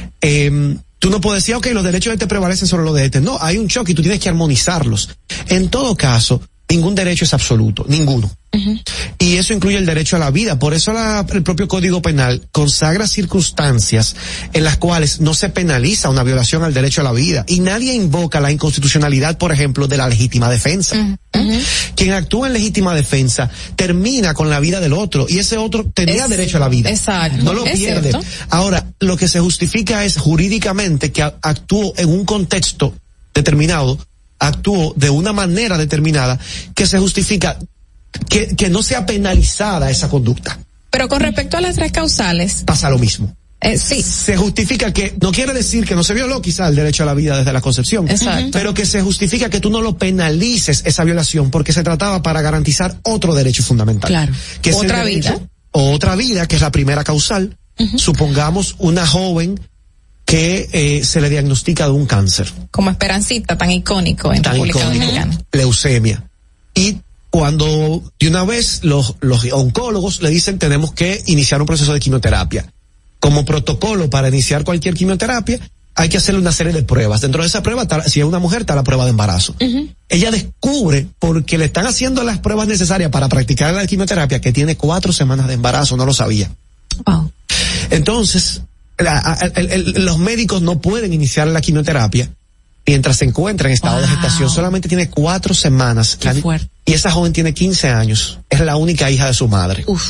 eh, tú no puedes decir, ok, los derechos de este prevalecen sobre los de este. No, hay un choque y tú tienes que armonizarlos. En todo caso, ningún derecho es absoluto, ninguno. Uh-huh. Y eso incluye el derecho a la vida. Por eso la, el propio Código Penal consagra circunstancias en las cuales no se penaliza una violación al derecho a la vida. Y nadie invoca la inconstitucionalidad, por ejemplo, de la legítima defensa. Uh-huh. Uh-huh. Quien actúa en legítima defensa termina con la vida del otro y ese otro tenía es, derecho a la vida. Exacto. No lo es pierde. Cierto. Ahora, lo que se justifica es jurídicamente que actuó en un contexto determinado, actuó de una manera determinada que se justifica que, que no sea penalizada esa conducta. Pero con respecto a las tres causales. Pasa lo mismo. Eh, sí. Se justifica que, no quiere decir que no se violó quizá el derecho a la vida desde la concepción. Exacto. Pero que se justifica que tú no lo penalices esa violación porque se trataba para garantizar otro derecho fundamental. Claro. Que es otra el derecho, vida. O otra vida, que es la primera causal. Uh-huh. Supongamos una joven que eh, se le diagnostica de un cáncer. Como Esperancita, tan icónico en tan República icónico, Dominicana. Leucemia. Y cuando de una vez los, los oncólogos le dicen tenemos que iniciar un proceso de quimioterapia. Como protocolo para iniciar cualquier quimioterapia, hay que hacerle una serie de pruebas. Dentro de esa prueba, está, si es una mujer, está la prueba de embarazo. Uh-huh. Ella descubre, porque le están haciendo las pruebas necesarias para practicar la quimioterapia, que tiene cuatro semanas de embarazo, no lo sabía. Wow. Entonces, la, el, el, los médicos no pueden iniciar la quimioterapia mientras se encuentra en estado wow. de gestación. Solamente tiene cuatro semanas. Qué fuerte. Y esa joven tiene quince años. Es la única hija de su madre. Uf.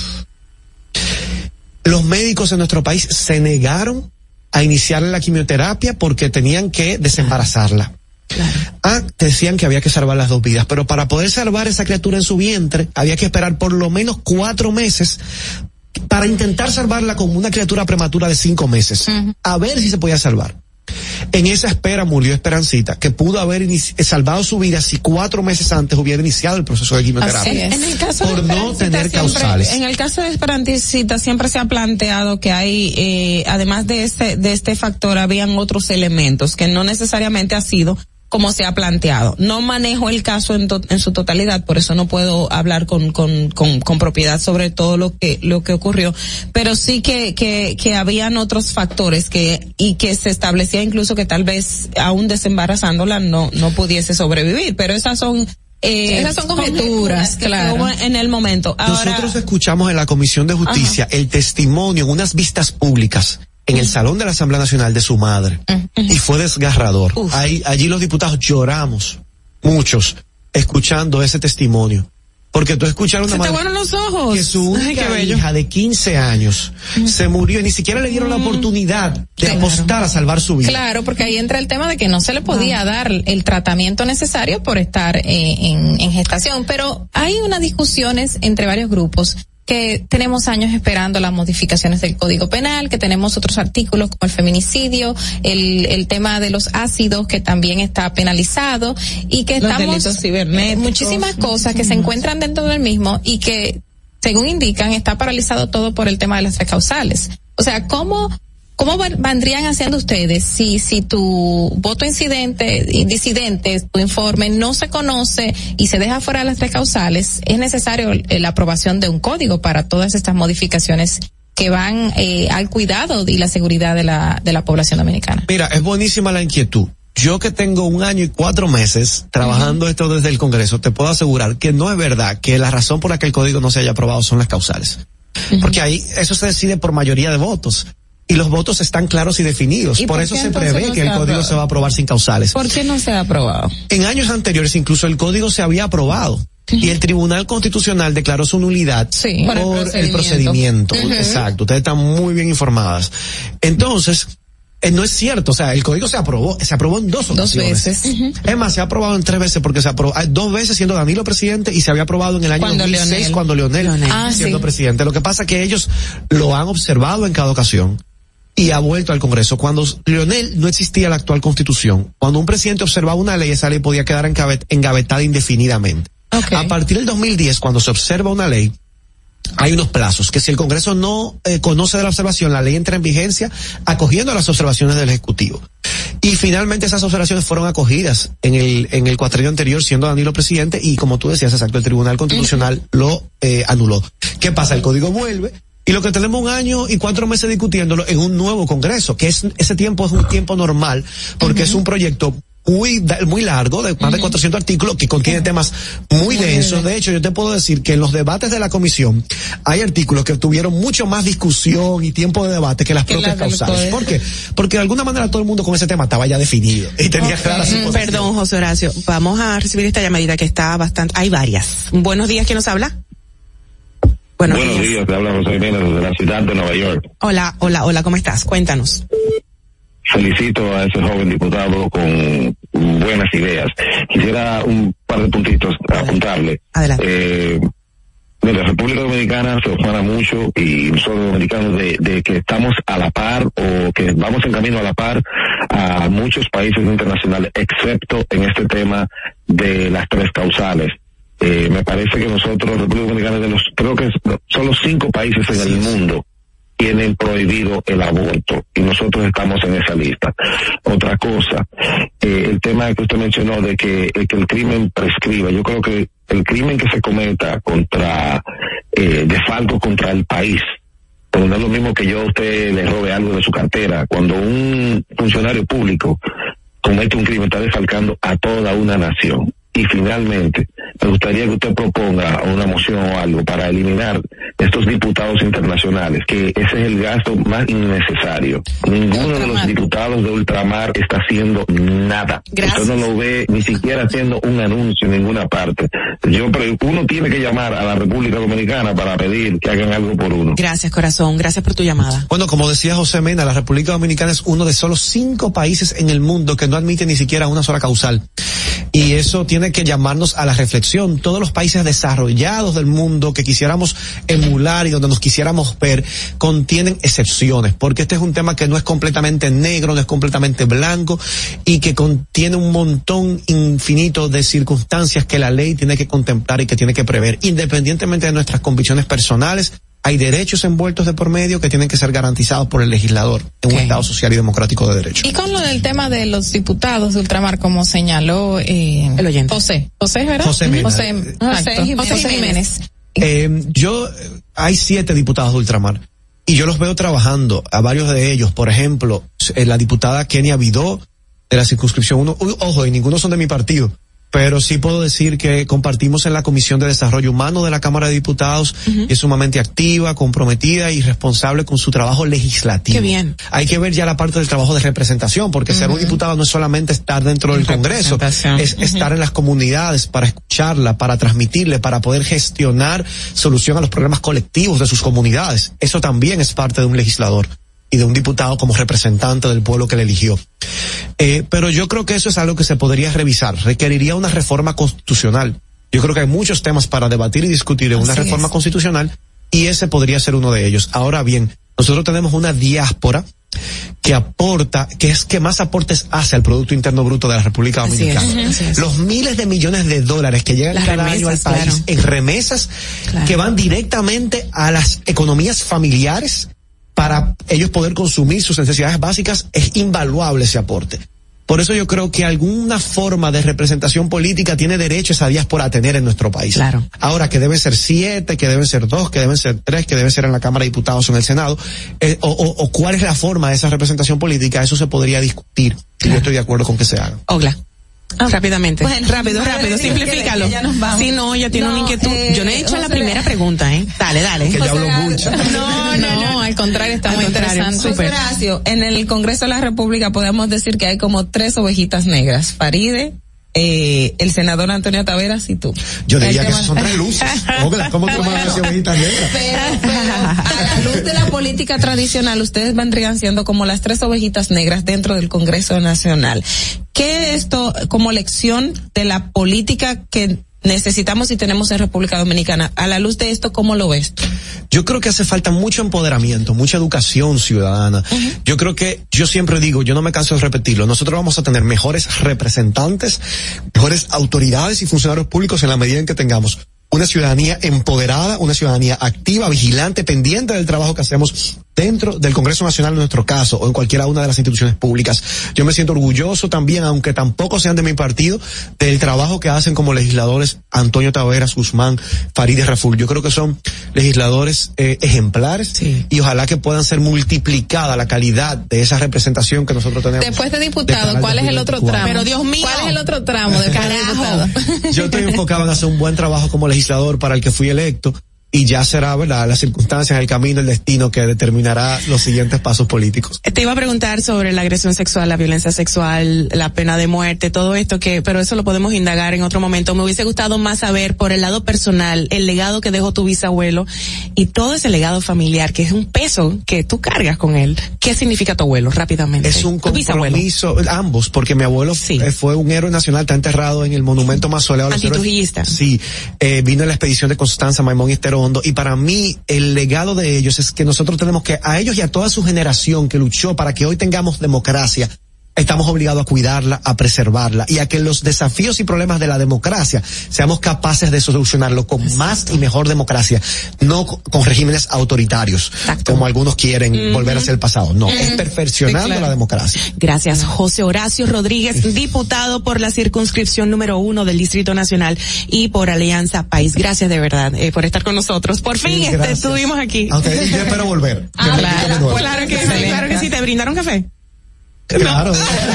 Los médicos en nuestro país se negaron a iniciarle la quimioterapia porque tenían que desembarazarla. Claro. Ah, decían que había que salvar las dos vidas, pero para poder salvar esa criatura en su vientre, había que esperar por lo menos cuatro meses para intentar salvarla como una criatura prematura de cinco meses. Uh-huh. A ver si se podía salvar. En esa espera murió Esperancita, que pudo haber inici- salvado su vida si cuatro meses antes hubiera iniciado el proceso de quimioterapia. En el caso por de no tener siempre, causales. En el caso de Esperancita siempre se ha planteado que hay, eh, además de este, de este factor, habían otros elementos que no necesariamente ha sido como se ha planteado. No manejo el caso en, to- en su totalidad, por eso no puedo hablar con, con, con, con propiedad sobre todo lo que, lo que ocurrió, pero sí que, que, que habían otros factores que, y que se establecía incluso que tal vez aún desembarazándola no, no pudiese sobrevivir, pero esas son, Eh, sí, esas son conjeturas, claro. En el momento. Ahora, nosotros escuchamos en la Comisión de Justicia ajá. el testimonio en unas vistas públicas en el Salón de la Asamblea Nacional de su madre. Uh-huh. Y fue desgarrador. Ahí, allí los diputados lloramos, muchos, escuchando ese testimonio. Porque tú escuchas una madre los ojos. que su única Ay, hija de quince años uh-huh. se murió y ni siquiera le dieron uh-huh. la oportunidad de claro. apostar a salvar su vida. Claro, porque ahí entra el tema de que no se le podía uh-huh. dar el tratamiento necesario por estar eh, en, en gestación. Pero hay unas discusiones entre varios grupos que tenemos años esperando las modificaciones del Código Penal, que tenemos otros artículos como el feminicidio, el, el tema de los ácidos que también está penalizado y que los estamos delitos cibernéticos, muchísimas cosas que se encuentran dentro del mismo y que según indican está paralizado todo por el tema de las tres causales. O sea, ¿cómo ¿Cómo vendrían haciendo ustedes si si tu voto incidente, disidente, tu informe no se conoce y se deja fuera de las tres causales? Es necesario la aprobación de un código para todas estas modificaciones que van eh, al cuidado y la seguridad de la de la población dominicana. Mira, es buenísima la inquietud. Yo que tengo un año y cuatro meses trabajando uh-huh. esto desde el Congreso, te puedo asegurar que no es verdad que la razón por la que el código no se haya aprobado son las causales. Uh-huh. Porque ahí eso se decide por mayoría de votos. Y los votos están claros y definidos. ¿Y por, por eso se prevé no que el código se va a aprobar sin causales. ¿Por qué no se ha aprobado? En años anteriores incluso el código se había aprobado. Uh-huh. Y el Tribunal Constitucional declaró su nulidad sí, por, por el procedimiento. El procedimiento. Uh-huh. Exacto. Ustedes están muy bien informadas. Entonces, eh, no es cierto. O sea, el código se aprobó. Se aprobó en dos ocasiones. Dos veces. Uh-huh. Es más, se ha aprobado en tres veces porque se aprobó dos veces siendo Danilo presidente y se había aprobado en el año cuando dos mil seis Leonel. cuando Leonel, Leonel. Ah, siendo sí. presidente. Lo que pasa es que ellos lo han observado en cada ocasión. y ha vuelto al Congreso. Cuando Lionel no existía la actual Constitución, cuando un presidente observaba una ley, esa ley podía quedar engavetada indefinidamente. Okay. A partir del dos mil diez, cuando se observa una ley, hay unos plazos, que si el Congreso no eh, conoce de la observación, la ley entra en vigencia acogiendo las observaciones del Ejecutivo. Y finalmente esas observaciones fueron acogidas en el en el cuatrenio anterior, siendo Danilo presidente, y como tú decías, exacto, el Tribunal Constitucional uh-huh. lo eh, anuló. ¿Qué pasa? El código vuelve, y lo que tenemos un año y cuatro meses discutiéndolo en un nuevo Congreso, que es ese tiempo es un tiempo normal, porque uh-huh. es un proyecto muy muy largo, de más de cuatrocientos artículos, que contiene temas muy densos. De hecho, yo te puedo decir que en los debates de la comisión hay artículos que tuvieron mucho más discusión y tiempo de debate que las que propias la causales. ¿Por qué? Porque de alguna manera todo el mundo con ese tema estaba ya definido y tenía okay. claras sus posiciones. Perdón, José Horacio, vamos a recibir esta llamadita que está bastante, hay varias. Buenos días, ¿quién nos habla? Buenos, Buenos días. días, te habla José Jiménez desde la ciudad de Nueva York. Hola, hola, hola, ¿cómo estás? Cuéntanos. Felicito a ese joven diputado con buenas ideas. Quisiera un par de puntitos a apuntarle. Adelante. Eh, mira, República Dominicana se ofana mucho, y nosotros dominicanos, de, de que estamos a la par, o que vamos en camino a la par a muchos países internacionales, excepto en este tema de las tres causales. Eh, me parece que nosotros, República Dominicana, de los, creo que son los cinco países en el mundo tienen prohibido el aborto, y nosotros estamos en esa lista. Otra cosa, eh, el tema que usted mencionó de que, eh, que el crimen prescriba, yo creo que el crimen que se cometa contra, eh, de falco contra el país, pero no es lo mismo que yo a usted le robe algo de su cartera. Cuando un funcionario público comete un crimen, está defalcando a toda una nación. Y finalmente, me gustaría que usted proponga una moción o algo para eliminar estos diputados internacionales, que ese es el gasto más innecesario. Ninguno de los diputados de ultramar está haciendo nada. Gracias. Usted no lo ve ni siquiera haciendo un anuncio en ninguna parte. Yo, pero uno tiene que llamar a la República Dominicana para pedir que hagan algo por uno. Gracias, corazón. Gracias por tu llamada. Bueno, como decía José Mena, la República Dominicana es uno de solo cinco países en el mundo que no admite ni siquiera una sola causal. Y eso tiene que llamarnos a la reflexión. Todos los países desarrollados del mundo que quisiéramos emular y donde nos quisiéramos ver, contienen excepciones, porque este es un tema que no es completamente negro, no es completamente blanco, y que contiene un montón infinito de circunstancias que la ley tiene que contemplar y que tiene que prever. Independientemente de nuestras convicciones personales, hay derechos envueltos de por medio que tienen que ser garantizados por el legislador en okay. un Estado social y democrático de derecho. Y con lo del tema de los diputados de ultramar, como señaló eh, el oyente José, José, ¿verdad? José Mena. José, José Jiménez. José Jiménez. Eh, yo, hay siete diputados de ultramar y yo los veo trabajando, a varios de ellos. Por ejemplo, eh, la diputada Kenia Vidó de la circunscripción uno, ojo, y ninguno son de mi partido, pero sí puedo decir que compartimos en la Comisión de Desarrollo Humano de la Cámara de Diputados, uh-huh. y es sumamente activa, comprometida y responsable con su trabajo legislativo. Qué bien. Hay que ver ya la parte del trabajo de representación, porque uh-huh. ser un diputado no es solamente estar dentro del Congreso, es uh-huh. estar en las comunidades para escucharla, para transmitirle, para poder gestionar solución a los problemas colectivos de sus comunidades. Eso también es parte de un legislador y de un diputado como representante del pueblo que le eligió. Eh, pero yo creo que eso es algo que se podría revisar, requeriría una reforma constitucional. Yo creo que hay muchos temas para debatir y discutir en una Así reforma es. constitucional, y ese podría ser uno de ellos. Ahora bien, nosotros tenemos una diáspora que aporta, que es que más aportes hace al Producto Interno Bruto de la República Dominicana. Así es, así es. Los miles de millones de dólares que llegan Las cada remesas, año al país claro. en remesas claro. que van directamente a las economías familiares, para ellos poder consumir sus necesidades básicas, es invaluable ese aporte. Por eso yo creo que alguna forma de representación política tiene derecho esa diáspora a tener en nuestro país. Claro. Ahora, que deben ser siete, que deben ser dos, que deben ser tres, que deben ser en la Cámara de Diputados o en el Senado, eh, o, o, o cuál es la forma de esa representación política, eso se podría discutir. Claro. Y yo estoy de acuerdo con que se haga. Ogla. Ah, rápidamente. Bueno, rápido, rápido, simplifícalo. Sí, no, ella tiene no, una inquietud. Eh, Yo no he hecho José la primera pregunta, ¿eh? Dale, dale. Que ya hablo mucho. No, no, no, al contrario, está al muy contrario, interesante. José Horacio, en el Congreso de la República podemos decir que hay como tres ovejitas negras. Faride, eh, el senador Antonio Taveras y tú. Yo diría que son tres luces. Ogla, ¿cómo tú vas a decir ovejitas negras? Pero, pero, a la luz de la política tradicional, ustedes vendrían siendo como las tres ovejitas negras dentro del Congreso Nacional. ¿Qué esto como lección de la política que necesitamos y tenemos en República Dominicana. A la luz de esto, ¿cómo lo ves tú? Yo creo que hace falta mucho empoderamiento, mucha educación ciudadana. Uh-huh. Yo creo que, yo siempre digo, yo no me canso de repetirlo, nosotros vamos a tener mejores representantes, mejores autoridades y funcionarios públicos en la medida en que tengamos una ciudadanía empoderada, una ciudadanía activa, vigilante, pendiente del trabajo que hacemos dentro del Congreso Nacional en nuestro caso, o en cualquiera una de las instituciones públicas. Yo me siento orgulloso también, aunque tampoco sean de mi partido, del trabajo que hacen como legisladores Antonio Taveras, Guzmán, Farideh Raful. Yo creo que son legisladores eh, ejemplares, sí, y ojalá que puedan ser multiplicada la calidad de esa representación que nosotros tenemos. Después de diputado, de ¿cuál es el otro tramo? Pero Dios mío, ¿cuál es el otro tramo de diputado? Yo estoy enfocado en hacer un buen trabajo como legislador para el que fui electo. Y ya será, ¿verdad?, las circunstancias, el camino, el destino que determinará los siguientes pasos políticos. Te iba a preguntar sobre la agresión sexual, la violencia sexual, la pena de muerte, todo esto que, pero eso lo podemos indagar en otro momento. Me hubiese gustado más saber por el lado personal, el legado que dejó tu bisabuelo y todo ese legado familiar, que es un peso que tú cargas con él. ¿Qué significa tu abuelo, rápidamente? Es un compromiso, ambos, porque mi abuelo sí. fue un héroe nacional, está enterrado en el monumento mausoleo a los héroes. Antitrujillista. Sí, eh, vino en la expedición de Constanza, Maimón y Estero. Y para mí el legado de ellos es que nosotros tenemos que, a ellos y a toda su generación que luchó para que hoy tengamos democracia, estamos obligados a cuidarla, a preservarla y a que los desafíos y problemas de la democracia seamos capaces de solucionarlo con Exacto. más y mejor democracia, no con regímenes autoritarios, Exacto. como algunos quieren uh-huh. volver a ser el pasado. No, uh-huh. es perfeccionando sí, claro. la democracia. Gracias, José Horacio Rodríguez, diputado por la circunscripción número uno del Distrito Nacional y por Alianza País. Gracias de verdad eh, por estar con nosotros. Por fin sí, te estuvimos aquí. Aunque yo espero volver. Ah, claro, claro que sí, claro que sí. ¿Te brindaron café? Claro.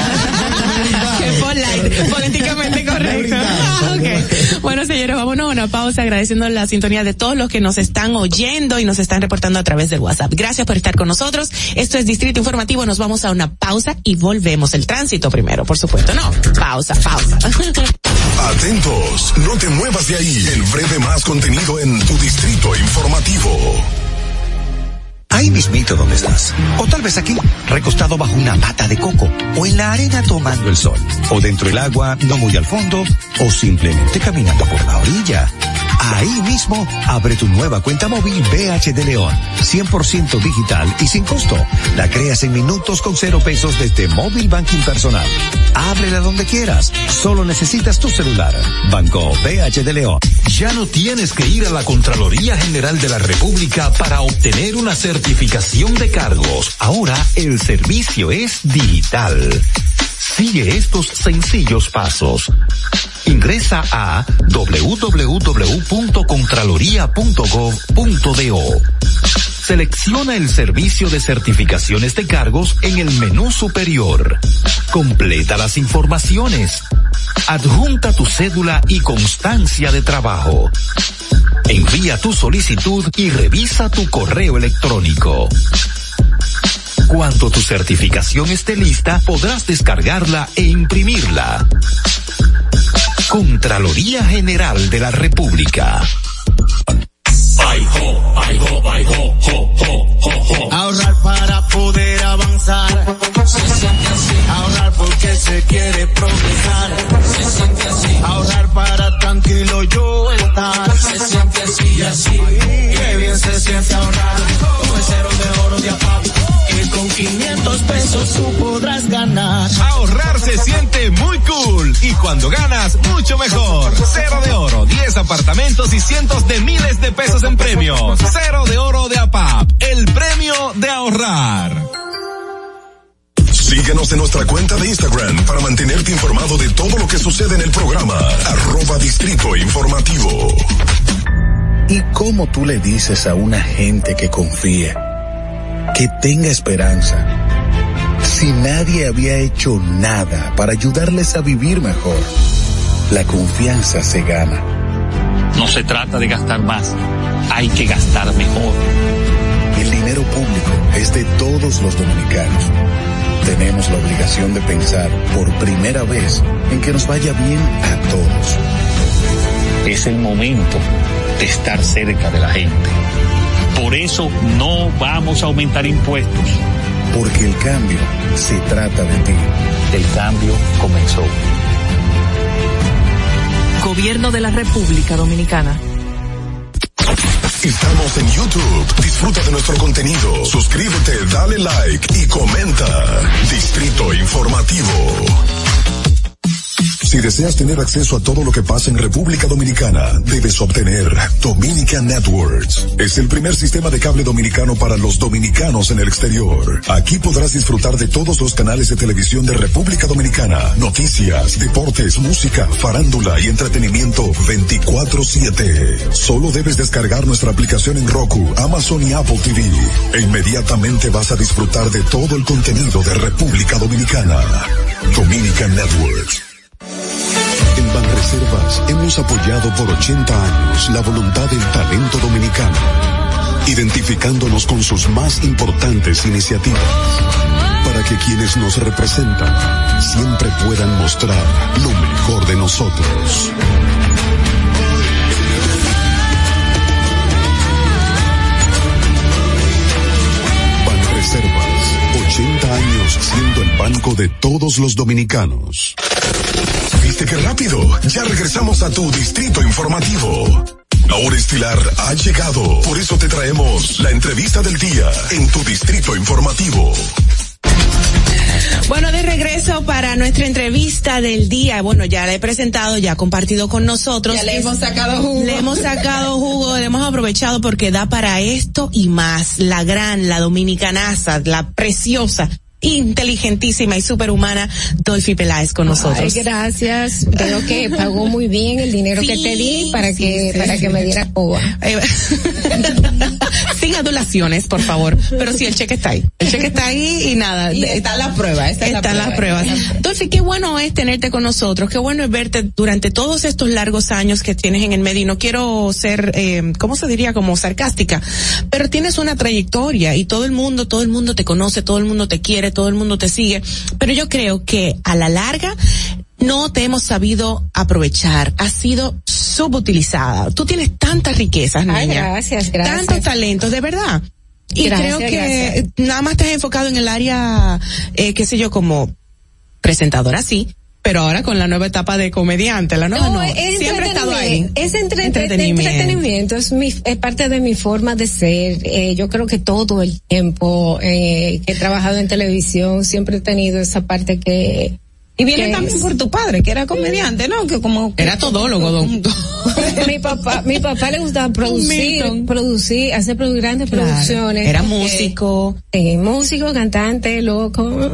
Qué polite, políticamente correcto. Ah, okay. Bueno, señores, vámonos a una pausa agradeciendo la sintonía de todos los que nos están oyendo y nos están reportando a través del WhatsApp. Gracias por estar con nosotros. Esto es Distrito Informativo. Nos vamos a una pausa y volvemos. El tránsito primero, por supuesto. No, pausa, pausa. Atentos, no te muevas de ahí. El breve más contenido en tu Distrito Informativo. Ahí mismito donde estás. O tal vez aquí, recostado bajo una mata de coco. O en la arena tomando el sol. O dentro del agua, no muy al fondo. O simplemente caminando por la orilla. Ahí mismo, abre tu nueva cuenta móvil B H de León. cien por ciento digital y sin costo. La creas en minutos con cero pesos desde Móvil Banking Personal. Ábrela donde quieras. Solo necesitas tu celular. Banco B H de León. Ya no tienes que ir a la Contraloría General de la República para obtener una certificación de cargos. Ahora el servicio es digital. Sigue estos sencillos pasos. Ingresa a doble u doble u doble u punto contraloría punto gov punto do. Selecciona el servicio de certificaciones de cargos en el menú superior. Completa las informaciones. Adjunta tu cédula y constancia de trabajo. Envía tu solicitud y revisa tu correo electrónico. Cuando tu certificación esté lista, podrás descargarla e imprimirla. Contraloría General de la República. Ay, ho, ay, ho, ay, ho, ho, ho, ho, ho. Ahorrar para poder avanzar. Se siente así. Ahorrar porque se quiere progresar. Se siente así. Ahorrar para tranquilo yo estar. Se siente así y así. Qué bien se siente ahorrar. Con el cero de oro de APAP. Que con quinientos pesos tú podrás ganar. Ahorrar se siente muy cool. Y cuando ganas, mucho mejor. Cero de oro, diez apartamentos y cientos de miles de pesos en premios. Cero de oro de APAP. El premio de ahorrar. Síguenos en nuestra cuenta de Instagram para mantenerte informado de todo lo que sucede en el programa. Arroba Distrito Informativo. ¿Y cómo tú le dices a una gente que confíe, que tenga esperanza, si nadie había hecho nada para ayudarles a vivir mejor? La confianza se gana. No se trata de gastar más, hay que gastar mejor. El dinero público es de todos los dominicanos. Tenemos la obligación de pensar por primera vez en que nos vaya bien a todos. Es el momento de estar cerca de la gente. Por eso no vamos a aumentar impuestos. Porque el cambio se trata de ti. El cambio comenzó. Gobierno de la República Dominicana. Estamos en YouTube. Disfruta de nuestro contenido. Suscríbete, dale like y comenta. Distrito Informativo. Si deseas tener acceso a todo lo que pasa en República Dominicana, debes obtener Dominican Networks. Es el primer sistema de cable dominicano para los dominicanos en el exterior. Aquí podrás disfrutar de todos los canales de televisión de República Dominicana, noticias, deportes, música, farándula y entretenimiento veinticuatro siete. Solo debes descargar nuestra aplicación en Roku, Amazon y Apple T V. E inmediatamente vas a disfrutar de todo el contenido de República Dominicana. Dominican Networks. En Banreservas hemos apoyado por ochenta años la voluntad del talento dominicano, identificándonos con sus más importantes iniciativas, para que quienes nos representan siempre puedan mostrar lo mejor de nosotros. Banreservas, ochenta años siendo el banco de todos los dominicanos. ¿Viste qué rápido? Ya regresamos a tu Distrito Informativo. La hora estilar ha llegado, por eso te traemos la entrevista del día en tu Distrito Informativo. Bueno, de regreso para nuestra entrevista del día. Bueno, ya la he presentado, ya ha compartido con nosotros. Ya le hemos sacado jugo. Le hemos sacado jugo, le hemos aprovechado porque da para esto y más. La gran, la dominicanaza, la preciosa, inteligentísima y superhumana Dolphy Peláez con nosotros. Ay, gracias. Creo que pagó muy bien el dinero sí, que te di para sí, que sí, para sí. que me diera Cuba. Sin adulaciones, por favor. Pero sí, el cheque está ahí. El cheque está ahí y nada. Y está la prueba. Está Están la las pruebas. Dolphy, qué bueno es tenerte con nosotros. Qué bueno es verte durante todos estos largos años que tienes en el medio. Y no quiero ser, eh, ¿cómo se diría? Como sarcástica. Pero tienes una trayectoria y todo el mundo, todo el mundo te conoce, todo el mundo te quiere, todo el mundo te sigue. Pero yo creo que a la larga no te hemos sabido aprovechar. Has sido subutilizada. Tú tienes tantas riquezas, niña. Ay, gracias, gracias. Tantos talentos, de verdad. Y Gracias, creo que gracias. nada más te has enfocado en el área, eh, qué sé yo, como presentadora, sí, pero ahora con la nueva etapa de comediante, la nueva no, es siempre he estado ahí. Es entre, Entretenimiento. entretenimiento, es mi, es parte de mi forma de ser. Eh, yo creo que todo el tiempo eh, que he trabajado en televisión siempre he tenido esa parte que Y viene que también es- por tu padre, que era comediante, ¿no? Que como Era todólogo, don. mi papá, mi papá le gustaba producir, Milton. producir, hacer produ- grandes Claro. producciones. Era Eh, músico. Sí, músico, cantante, loco,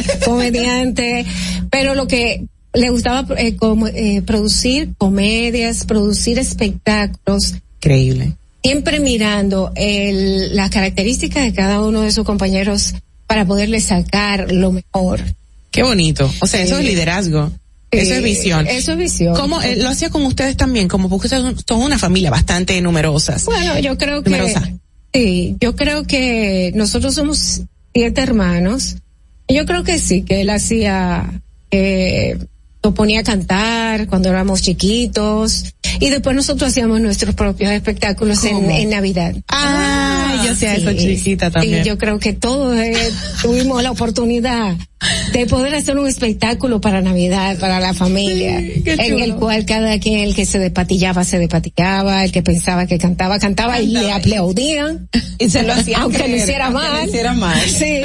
comediante, pero lo que le gustaba eh, como, eh, producir comedias, producir espectáculos, Increíble. siempre mirando el, las características de cada uno de sus compañeros para poderle sacar lo mejor. Qué bonito. O sea, Sí. eso es liderazgo. Eso Eh, es visión. Eso es visión. ¿Cómo eh, lo hacía con ustedes también? Como porque ustedes son- son una familia bastante numerosas. Bueno, yo creo que Numerosa. sí, yo creo que nosotros somos siete hermanos. Y yo creo que sí, que él hacía, eh, nos ponía a cantar cuando éramos chiquitos y después nosotros hacíamos nuestros propios espectáculos en, ¿Cómo? en Navidad. Ah, yo hacía eso chiquita también. Y yo creo que todos eh, tuvimos la oportunidad de poder hacer un espectáculo para Navidad, para la familia, Sí, qué en chulo. el cual cada quien, el que se despatillaba, se despatillaba, el que pensaba que cantaba, cantaba, y le aplaudían. Y se lo hacían aunque lo creer, hiciera aunque mal. lo hiciera mal. Sí.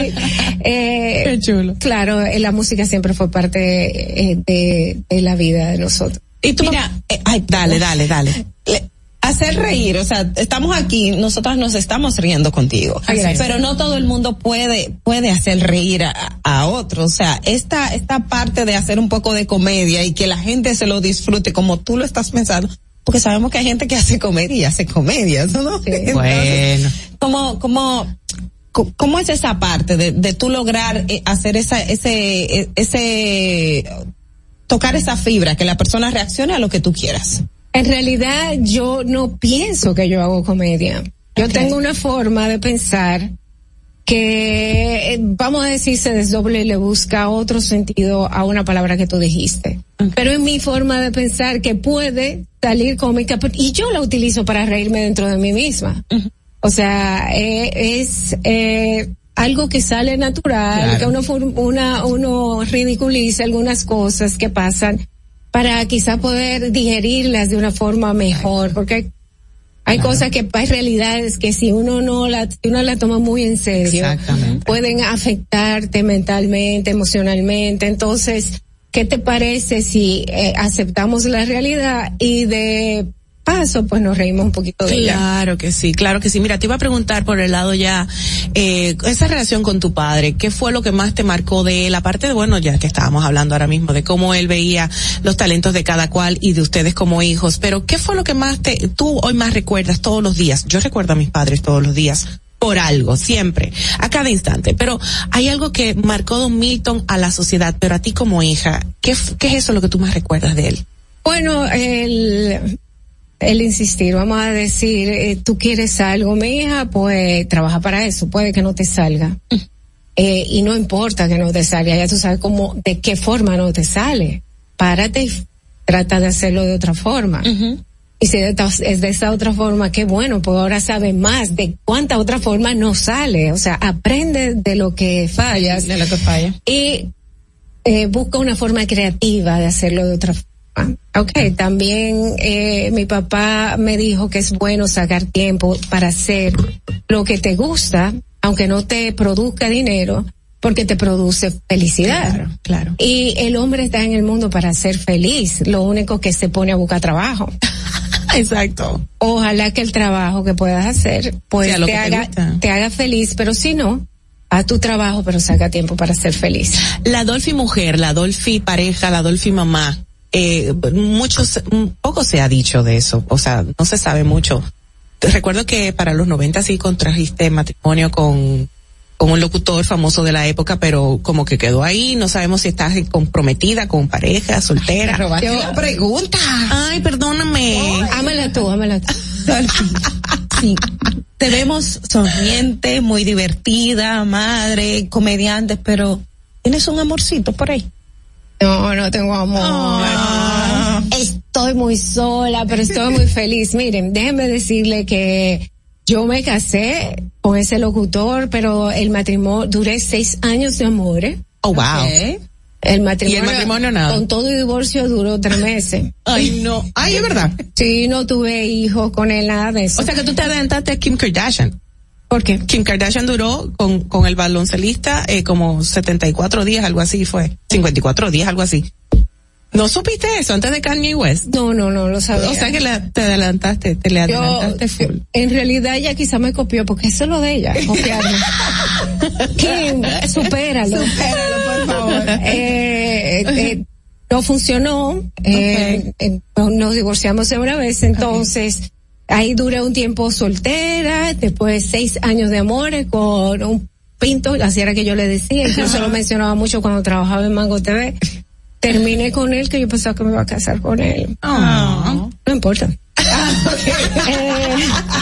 Eh, Qué chulo. Claro, eh, la música siempre fue parte eh, de, de la vida de nosotros. Y tú, Mira, eh, ay, dale, dale, dale. le- hacer reír, o sea, estamos aquí, nosotras nos estamos riendo contigo, Ay, gracias. pero no todo el mundo puede puede hacer reír a, a otro, o sea, esta esta parte de hacer un poco de comedia y que la gente se lo disfrute como tú lo estás pensando, porque sabemos que hay gente que hace comedia y hace comedias, ¿no? Entonces, Bueno. ¿cómo, cómo, co- cómo es esa parte de, de tú lograr eh, hacer esa, ese, eh, ese, tocar esa fibra, que la persona reaccione a lo que tú quieras? En realidad yo no pienso que yo hago comedia. Yo Ok. tengo una forma de pensar que, eh, vamos a decir, se desdoble y le busca otro sentido a una palabra que tú dijiste. Pero es mi forma de pensar que puede salir cómica pero- y yo la utilizo para reírme dentro de mí misma. O sea, eh, es eh, algo que sale natural, Claro. que uno, for- una, uno ridiculiza algunas cosas que pasan para quizá poder digerirlas de una forma mejor, porque hay, hay claro. cosas que, hay realidades que si uno no la, si uno la toma muy en serio, pueden afectarte mentalmente, emocionalmente. Entonces, ¿qué te parece si eh, aceptamos la realidad y de paso, pues nos reímos un poquito de ella? Claro que sí, claro que sí. Mira, te iba a preguntar por el lado ya, eh, esa relación con tu padre, ¿qué fue lo que más te marcó de él? Aparte de, bueno, ya que estábamos hablando ahora mismo de cómo él veía los talentos de cada cual y de ustedes como hijos, pero ¿qué fue lo que más te, tú hoy más recuerdas todos los días? Yo recuerdo a mis padres todos los días, por algo, siempre, a cada instante, pero hay algo que marcó Don Milton a la sociedad, pero a ti como hija, ¿qué, qué es eso lo que tú más recuerdas de él? Bueno, el... el insistir, vamos a decir, eh, tú quieres algo, mi hija, pues trabaja para eso, puede que no te salga. Mm. Eh, y no importa que no te salga, ya tú sabes cómo, de qué forma no te sale. Párate y trata de hacerlo de otra forma. Uh-huh. Y si es de esa otra forma, qué bueno, pues ahora sabes más de cuánta otra forma no sale. O sea, aprende de lo que fallas. De lo que falla. Y eh, busca una forma creativa de hacerlo de otra forma. Okay, también eh, mi papá me dijo que es bueno sacar tiempo para hacer lo que te gusta, aunque no te produzca dinero, porque te produce felicidad. Claro, claro. Y el hombre está en el mundo para ser feliz, lo único que se pone a buscar trabajo. Exacto. Ojalá que el trabajo que puedas hacer, pues te, te haga, te haga feliz, pero si no, haz tu trabajo, pero saca tiempo para ser feliz. La Dolphy mujer, la Dolphy pareja, la Dolphy mamá, eh, muchos, poco se ha dicho de eso, o sea, no se sabe mucho. Recuerdo que para los noventa sí contrajiste matrimonio con, con un locutor famoso de la época, pero como que quedó ahí, no sabemos si estás comprometida con pareja, soltera. Ay, yo, pregunta. Ay, perdóname. Ámala tú, ámala tú. Sí. Te vemos sonriente, muy divertida, madre, comediante, pero ¿tienes un amorcito por ahí? No, no tengo amor. Oh. Estoy muy sola, pero estoy muy feliz. Miren, déjenme decirle que yo me casé con ese locutor, pero el matrimonio, duré seis años de amor. ¿eh? Oh, wow. Okay. El matrimonio, ¿Y el matrimonio nada? Con todo y divorcio duró tres meses. Ay, no. Ay, es verdad. Sí, no tuve hijos con él, nada de eso. O sea que tú te adelantaste a Kim Kardashian. ¿Por qué? Kim Kardashian duró con, con el baloncelista eh, como setenta y cuatro días, algo así fue. cincuenta y cuatro días, algo así. ¿No supiste eso antes de Kanye West? No, no, no lo sabía. O sea que la, te adelantaste, te le adelantaste Yo, full. En realidad ella quizá me copió, porque eso es lo de ella, copiarme. Kim, supéralo. Supéralo, por favor. eh, eh, no funcionó, eh, okay. eh, nos divorciamos de una vez, entonces... Okay. Ahí duré un tiempo soltera, después seis años de amor con un pinto, así era que yo le decía, incluso lo mencionaba mucho cuando trabajaba en Mango T V. Terminé con él, que yo pensaba que me iba a casar con él. Oh. No importa. eh,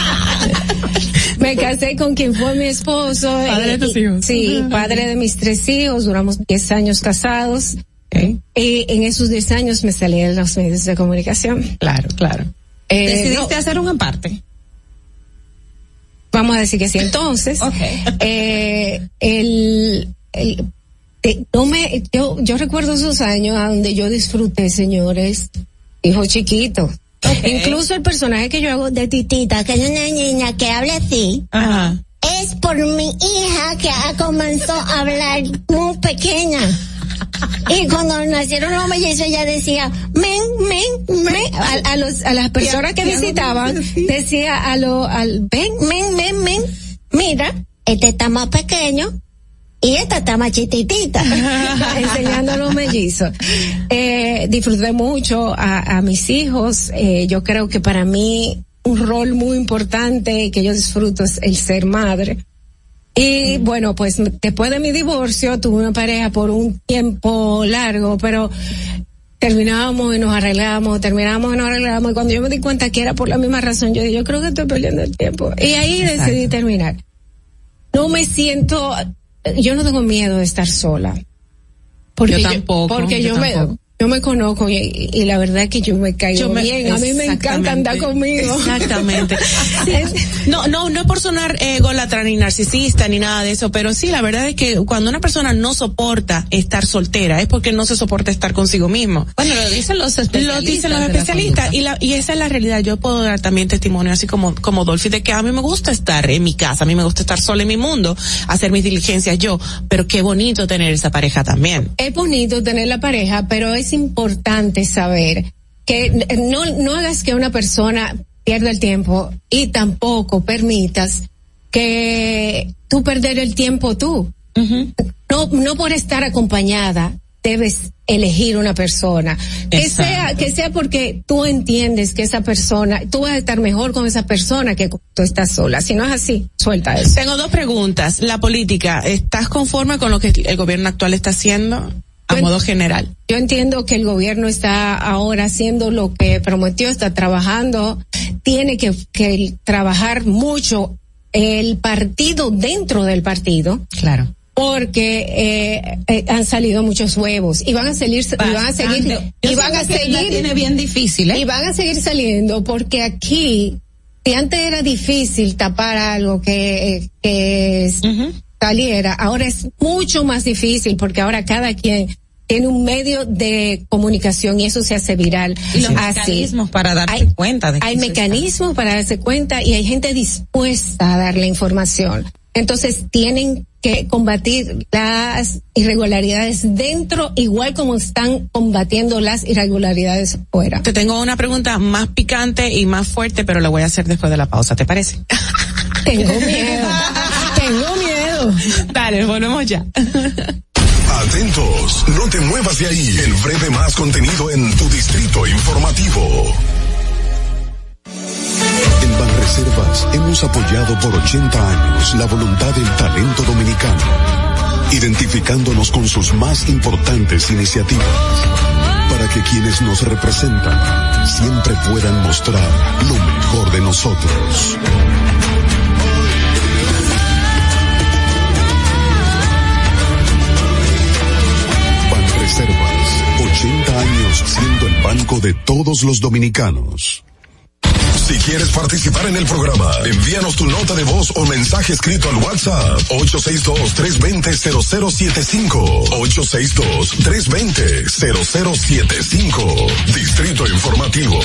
me casé con quien fue mi esposo. Padre de tus hijos. Sí, padre de mis tres hijos, duramos diez años casados. Okay. Y en esos diez años me salí de los medios de comunicación. Claro, claro. Eh, ¿Decidiste no, hacer un aparte? Vamos a decir que sí. Entonces, okay. eh, el, el eh, no me, yo, yo recuerdo esos años a donde yo disfruté, señores, hijos chiquitos. Okay. Incluso el personaje que yo hago de Titita, que es una niña que habla así, ajá, es por mi hija que comenzó a hablar muy pequeña. Y cuando nacieron los mellizos ella decía men, men, men a, a los a las personas que visitaban decía a lo al ven, men, men, men, mira, este está más pequeño y esta está más chiquitita. Enseñando a los mellizos. Eh, disfruté mucho a, a mis hijos. Eh, yo creo que para mí un rol muy importante que yo disfruto es el ser madre. Y bueno, pues después de mi divorcio tuve una pareja por un tiempo largo, pero terminábamos y nos arreglábamos, terminábamos y nos arreglábamos, y cuando yo me di cuenta que era por la misma razón, yo dije, yo creo que estoy perdiendo el tiempo. Y ahí Exacto. decidí terminar. No me siento, yo no tengo miedo de estar sola. Porque yo tampoco. Yo, porque yo, yo tampoco. yo me conozco y, y la verdad es que yo me caigo yo me, bien. A mí me encanta andar conmigo. Exactamente. Sí. No, no, no es por sonar ególatra ni narcisista ni nada de eso, pero sí, la verdad es que cuando una persona no soporta estar soltera es porque no se soporta estar consigo mismo. Bueno, lo dicen los especialistas. Lo dicen los especialistas y la, y esa es la realidad. Yo puedo dar también testimonio así como, como Dolphy de que a mí me gusta estar en mi casa, a mí me gusta estar sola en mi mundo, hacer mis diligencias yo, pero qué bonito tener esa pareja también. Es bonito tener la pareja, pero es importante saber que no, no hagas que una persona pierda el tiempo y tampoco permitas que tú perder el tiempo tú. Uh-huh. No, no por estar acompañada debes elegir una persona. Que Exacto. sea, que sea porque tú entiendes que esa persona, tú vas a estar mejor con esa persona que cuando tú estás sola. Si no es así, suelta eso. Tengo dos preguntas. La política, ¿estás conforme con lo que el gobierno actual está haciendo? A yo modo general. Yo entiendo que el gobierno está ahora haciendo lo que prometió, está trabajando, tiene que, que trabajar mucho el partido dentro del partido. Claro. Porque eh, eh, han salido muchos huevos y van a salir y van a seguir y van a seguir tiene bien difícil, ¿eh? Y van a seguir saliendo porque aquí si antes era difícil tapar algo que que uh-huh. saliera, ahora es mucho más difícil porque ahora cada quien tiene un medio de comunicación y eso se hace viral. Y los Así. mecanismos para darse hay, cuenta de que hay mecanismos para darse cuenta y hay gente dispuesta a darle información. Entonces tienen que combatir las irregularidades dentro, igual como están combatiendo las irregularidades fuera. Te tengo una pregunta más picante y más fuerte, pero la voy a hacer después de la pausa, ¿te parece? Tengo miedo, tengo miedo. Dale, volvemos ya. Atentos, no te muevas de ahí. El breve más contenido en tu distrito informativo. En Banreservas hemos apoyado por ochenta años la voluntad del talento dominicano, identificándonos con sus más importantes iniciativas, para que quienes nos representan siempre puedan mostrar lo mejor de nosotros. Banreservas, ochenta años siendo el banco de todos los dominicanos. Si quieres participar en el programa, envíanos tu nota de voz o mensaje escrito al WhatsApp ocho seis dos, tres dos cero, cero cero siete cinco, ocho seis dos, tres dos cero, cero cero siete cinco. Distrito Informativo.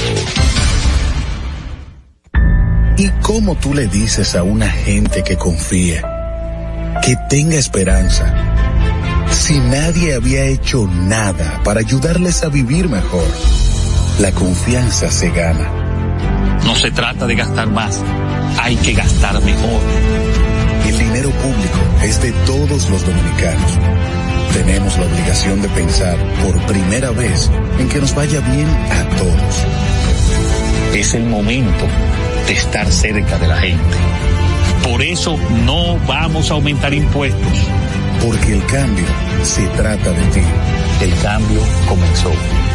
¿Y cómo tú le dices a una gente que confía, que tenga esperanza, si nadie había hecho nada para ayudarles a vivir mejor? La confianza se gana. No se trata de gastar más, hay que gastar mejor. El dinero público es de todos los dominicanos. Tenemos la obligación de pensar por primera vez en que nos vaya bien a todos. Es el momento de estar cerca de la gente. Por eso no vamos a aumentar impuestos. Porque el cambio se trata de ti. El cambio comenzó.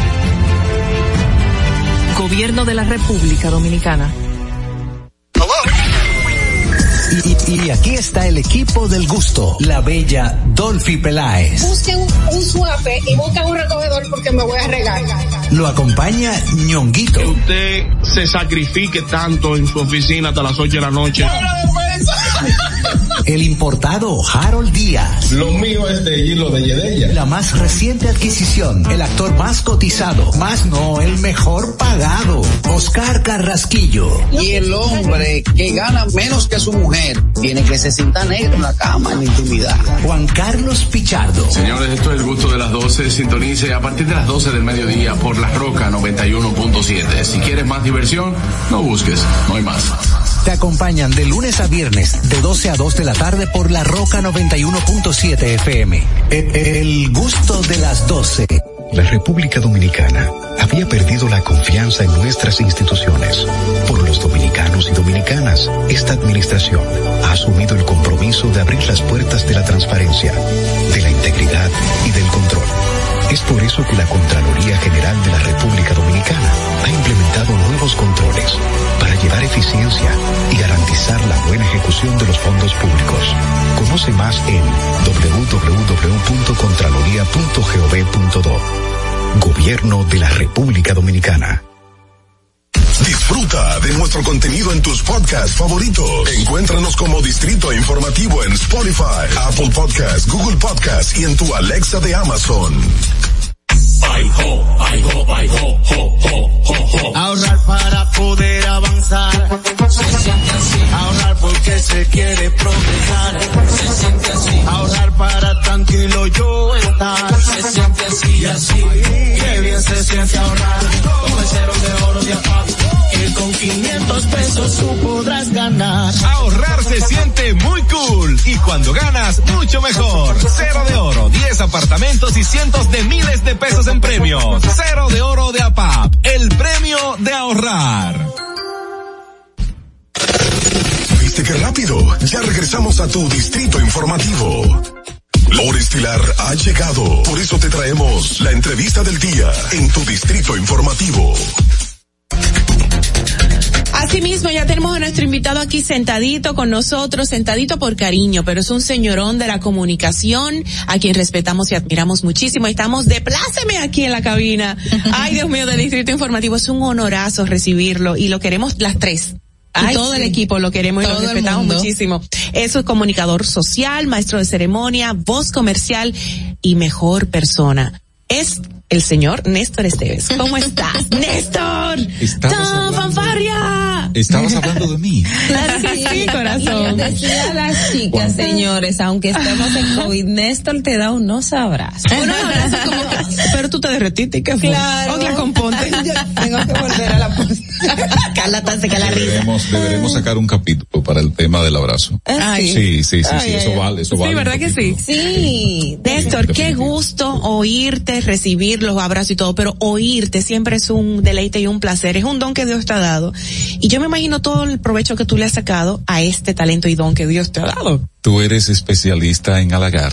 Gobierno de la República Dominicana. Y, y, y aquí está el equipo del gusto, la bella Dolphy Peláez. Busque un, un suape y busca un recogedor porque me voy a regar. Lo acompaña Ñonguito. Que usted se sacrifique tanto en su oficina hasta las ocho de la noche. El importado Harold Díaz. Lo mío es de Hilo de Yedella. La más reciente adquisición, el actor más cotizado, más no, el mejor pagado, Oscar Carrasquillo. Y el hombre que gana menos que su mujer tiene que se sienta negro en la cama, en la intimidad. Juan Carlos Pichardo. Señores, esto es el gusto de las doce. Sintonice a partir de las doce del mediodía por La Roca noventa y uno punto siete. Si quieres más diversión, no busques, no hay más. Te acompañan de lunes a viernes, de doce a dos de la tarde por La Roca noventa y uno punto siete F M. El, el gusto de las doce. La República Dominicana había perdido la confianza en nuestras instituciones. Por los dominicanos y dominicanas, esta administración ha asumido el compromiso de abrir las puertas de la transparencia, de la integridad y del control. Es por eso que la Contraloría General de la República Dominicana ha implementado nuevos controles para llevar eficiencia y garantizar la buena ejecución de los fondos públicos. Conoce más en doble u doble u doble u punto contraloría punto gov punto do. Gobierno de la República Dominicana. Disfruta de nuestro contenido en tus podcasts favoritos. Encuéntranos como Distrito Informativo en Spotify, Apple Podcasts, Google Podcasts y en tu Alexa de Amazon. Ay, ho, ay, ho, ay, ho, ho, ho, ho, ho. Ahorrar para poder avanzar. Se siente así. Ahorrar porque se quiere progresar. Se siente así. Ahorrar para tranquilo yo estar. Se siente así y así. Qué bien se siente ahorrar. Con el cero de oro de APAP. Que con quinientos pesos tú podrás ganar. Ahorrar se siente muy cool. Y cuando ganas, mucho mejor. Cero de oro, diez apartamentos y cientos de miles de pesos en premios. Cero de oro de APAP. El premio de ahorrar. ¿Viste qué rápido? Ya regresamos a tu Distrito Informativo. La hora estilar ha llegado. Por eso te traemos la entrevista del día en tu Distrito Informativo. Asimismo, ya tenemos a nuestro invitado aquí sentadito con nosotros, sentadito por cariño, pero es un señorón de la comunicación, a quien respetamos y admiramos muchísimo. Estamos de pláceme aquí en la cabina. Ay, Dios mío, del Distrito Informativo, es un honorazo recibirlo y lo queremos las tres. Ay, y todo sí. El equipo lo queremos todo y lo respetamos muchísimo. Es un comunicador social, maestro de ceremonia, voz comercial y mejor persona. Es el señor Néstor Esteves. ¿Cómo estás, Néstor? ¡Tan fanfarria! Estabas hablando de mí. Claro que sí, corazón. Decía a las chicas, señores, aunque estemos en COVID, Néstor te da unos abrazos. Unos abrazos como que, pero tú te derretiste, ¿qué fue? Claro. Otra componte. Tengo que volver a la posta. Carla tan seca la risa. Deberemos, deberemos sacar un capítulo para el tema del abrazo. Ay. Sí, sí, sí, ay, sí, ay, eso ay. vale, eso sí, vale. Sí, ¿verdad que sí? Sí. Néstor, qué gusto oírte, recibir los abrazos y todo, pero oírte siempre es un deleite y un placer, es un don que Dios te ha dado. Y yo me imagino todo el provecho que tú le has sacado a este talento y don que Dios te ha dado. Tú eres especialista en halagar.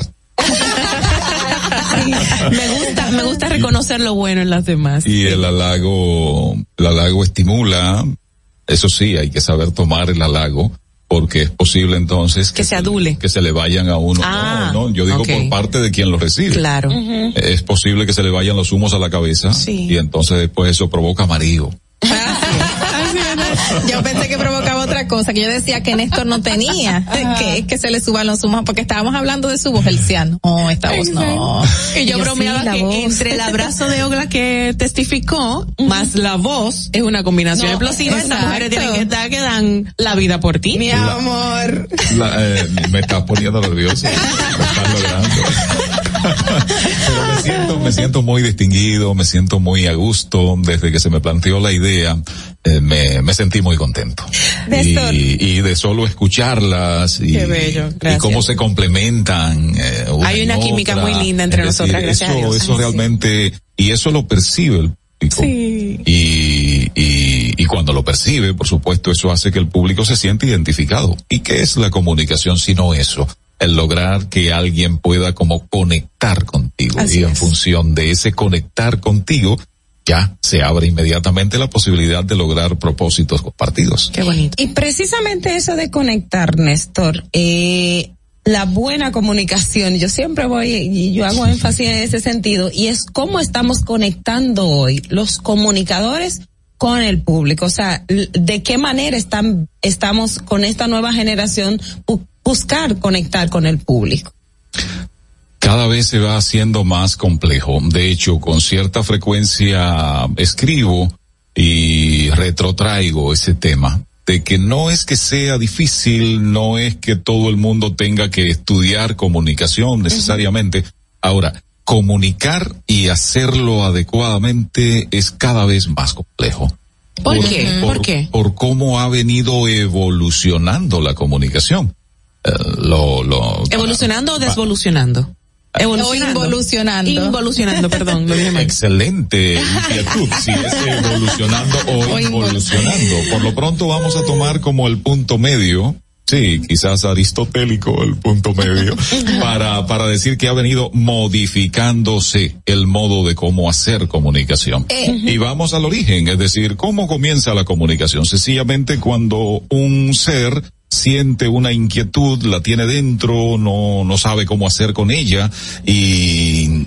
Sí, me gusta, me gusta reconocer lo bueno en las demás. Y el halago, el halago estimula, eso sí, hay que saber tomar el halago, porque es posible entonces que, que se adule, que se le vayan a uno. Ah, no, no, yo digo okay. Por parte de quien lo recibe. Claro. Uh-huh. Es posible que se le vayan los humos a la cabeza, sí. Y entonces después eso provoca mareo. Yo pensé que provocaba otra cosa, que yo decía que Néstor no tenía, que, que se le suban los humos, porque estábamos hablando de su voz, él decía, no, esta voz no. Y yo, yo bromeaba sí, que voz. Entre el abrazo de Ogla que testificó, uh-huh. más la voz, es una combinación no, explosiva. Estas mujeres tienen que estar que dan la vida por ti. Mi la, amor. La, eh, me estás poniendo nervioso. Me estás logrando. Pero me siento, me siento muy distinguido, me siento muy a gusto. Desde que se me planteó la idea, eh, me, me sentí muy contento. Y, y de solo escucharlas y, qué bello, y cómo se complementan. Eh, una Hay una química otra. muy linda entre Es nosotras, decir, gracias eso, a Dios. Eso Ay, realmente, sí. Y eso lo percibe el público. Sí. Y, y, y cuando lo percibe, por supuesto, eso hace que el público se siente identificado. ¿Y qué es la comunicación sino eso? El lograr que alguien pueda como conectar contigo. Así y en es. función de ese conectar contigo, ya se abre inmediatamente la posibilidad de lograr propósitos compartidos. Qué bonito. Y precisamente eso de conectar, Néstor, eh, la buena comunicación, yo siempre voy y yo hago énfasis en ese sentido, y es cómo estamos conectando hoy los comunicadores con el público. O sea, de qué manera están, estamos con esta nueva generación buscar conectar con el público. Cada vez se va haciendo más complejo. De hecho, con cierta frecuencia escribo y retrotraigo ese tema de que no es que sea difícil, no es que todo el mundo tenga que estudiar comunicación necesariamente. Uh-huh. Ahora, comunicar y hacerlo adecuadamente es cada vez más complejo. ¿Por, ¿Por qué? Por, ¿Por qué? Por cómo ha venido evolucionando la comunicación. Uh, lo, lo, ¿Evolucionando para, o desvolucionando? Evolucionando. O involucionando. Involucionando, perdón. Lo dije mal. Excelente inquietud, si es evolucionando o, o involucionando. Por lo pronto vamos a tomar como el punto medio, sí, quizás aristotélico el punto medio, para, para decir que ha venido modificándose el modo de cómo hacer comunicación. Eh. Y vamos al origen, es decir, ¿cómo comienza la comunicación? Sencillamente cuando un ser siente una inquietud, la tiene dentro, no, no sabe cómo hacer con ella y, y, y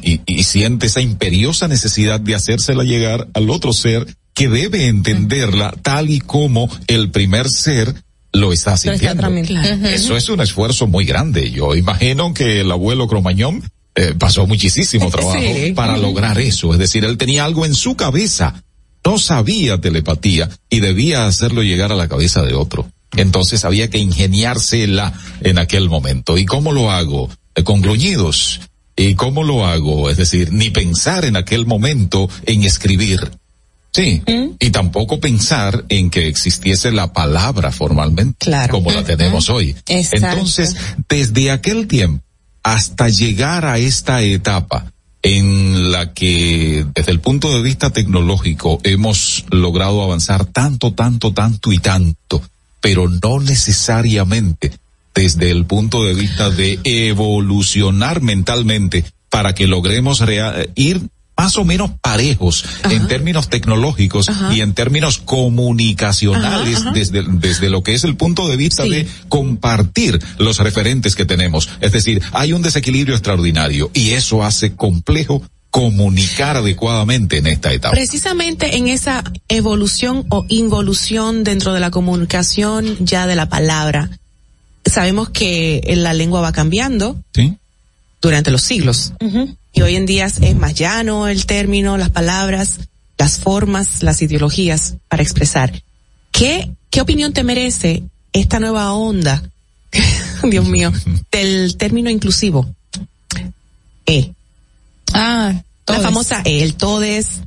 siente esa imperiosa necesidad de hacérsela llegar al otro ser que debe entenderla tal y como el primer ser lo está sintiendo. Claro. Eso es un esfuerzo muy grande. Yo imagino que el abuelo Cromañón eh, pasó muchísimo trabajo sí. para lograr eso. Es decir, él tenía algo en su cabeza, no sabía telepatía y debía hacerlo llegar a la cabeza de otro. Entonces había que ingeniársela en aquel momento. ¿Y cómo lo hago? Eh, con gruñidos. ¿Y cómo lo hago? Es decir, ni pensar en aquel momento en escribir. Sí, ¿Mm? y tampoco pensar en que existiese la palabra formalmente, claro. como la tenemos uh-huh. hoy. Exacto. Entonces, desde aquel tiempo hasta llegar a esta etapa en la que, desde el punto de vista tecnológico, hemos logrado avanzar tanto, tanto, tanto y tanto, pero no necesariamente desde el punto de vista de evolucionar mentalmente para que logremos rea- ir más o menos parejos ajá. en términos tecnológicos ajá. y en términos comunicacionales ajá, ajá. desde desde lo que es el punto de vista sí. de compartir los referentes que tenemos. Es decir, hay un desequilibrio extraordinario y eso hace complejo comunicar adecuadamente en esta etapa. Precisamente en esa evolución o involución dentro de la comunicación ya de la palabra, sabemos que la lengua va cambiando ¿sí? durante los siglos. Uh-huh. Y hoy en día es más llano el término, las palabras, las formas, las ideologías para expresar. ¿Qué, qué opinión te merece esta nueva onda, Dios mío, del término inclusivo? E. Ah, todes. La famosa E, el todes.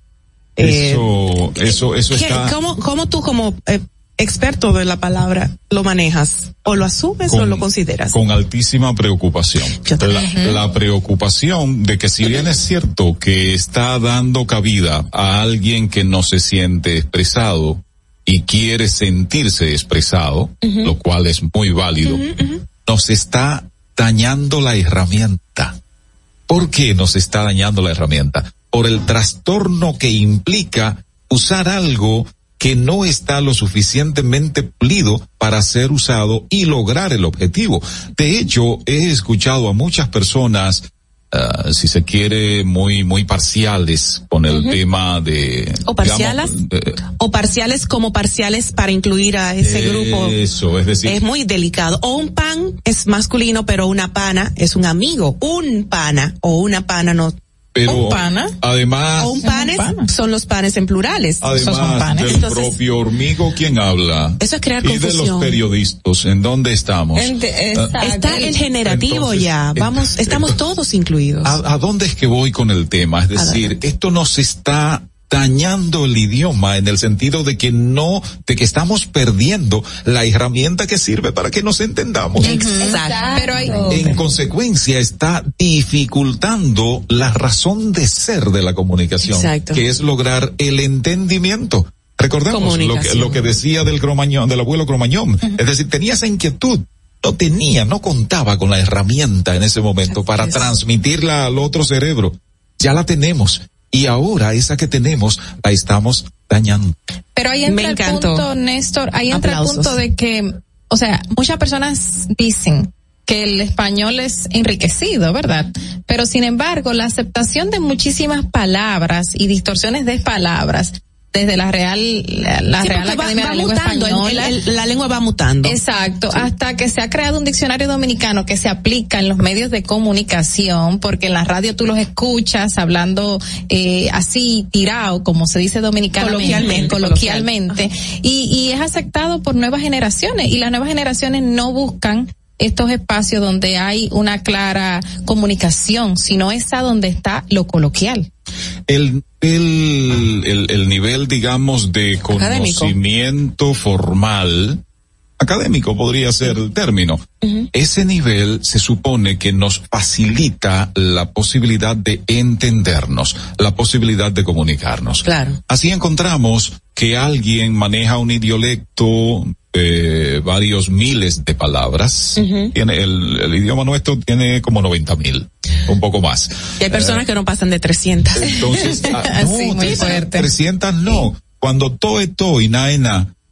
Eso, eh, eso, eso ¿qué, está. ¿Cómo, cómo tú como eh, experto de la palabra lo manejas? ¿O lo asumes con, o lo consideras? Con altísima preocupación. La, la preocupación de que si bien es cierto que está dando cabida a alguien que no se siente expresado y quiere sentirse expresado, uh-huh. lo cual es muy válido, uh-huh, uh-huh. nos está dañando la herramienta. ¿Por qué nos está dañando la herramienta? Por el trastorno que implica usar algo que no está lo suficientemente pulido para ser usado y lograr el objetivo. De hecho, he escuchado a muchas personas, uh, si se quiere, muy muy parciales con el uh-huh. tema de... ¿O parciales? Digamos, de, o parciales como parciales para incluir a ese eh, grupo. Eso, es decir... Es muy delicado. O un pan es masculino, pero una pana es un amigo. Un pana o una pana no... Pero ¿Un pana? Además, o un panes un son los panes en plurales. Además son panes. del Entonces, propio hormigo, ¿quién habla? Eso es crear y confusión. Y de los periodistas, ¿en dónde estamos? Ente, está el generativo entonces, ya. Vamos, estamos entonces, todos incluidos. ¿a, ¿A dónde es que voy con el tema? Es decir, esto nos está dañando el idioma en el sentido de que no, de que estamos perdiendo la herramienta que sirve para que nos entendamos. Exacto. Pero hay... En consecuencia está dificultando la razón de ser de la comunicación, Exacto. que es lograr el entendimiento. Recordemos lo que, lo que decía del Cromañón, del abuelo Cromañón. Uh-huh. Es decir, tenía esa inquietud. No tenía, no contaba con la herramienta en ese momento para es. transmitirla al otro cerebro. Ya la tenemos. Y ahora esa que tenemos la estamos dañando. Pero ahí entra el punto, Néstor, ahí entra Aplausos. el punto de que, o sea, muchas personas dicen que el español es enriquecido, ¿verdad? Pero sin embargo, la aceptación de muchísimas palabras y distorsiones de palabras desde la Real, la, la sí, Real va, Academia va de la Lengua mutando, Española. El, el, la lengua va mutando. Exacto, sí. hasta que se ha creado un diccionario dominicano que se aplica en los medios de comunicación, porque en la radio tú los escuchas hablando eh, así, tirado, como se dice dominicanamente, coloquialmente, coloquialmente, coloquial. y, y es aceptado por nuevas generaciones, y las nuevas generaciones no buscan estos espacios donde hay una clara comunicación, sino esa donde está lo coloquial. El, el, el, el nivel, digamos, de conocimiento académico. formal, académico podría ser el término, uh-huh. ese nivel se supone que nos facilita la posibilidad de entendernos, la posibilidad de comunicarnos. Claro. Así encontramos que alguien maneja un idiolecto eh, varios miles de palabras. Uh-huh. Tiene el, el idioma nuestro tiene como noventa mil, un poco más. Y hay personas eh, que no pasan de trescientas. Entonces, ah, no, sí, muy fuerte. trescientas no. Cuando toe to y naena,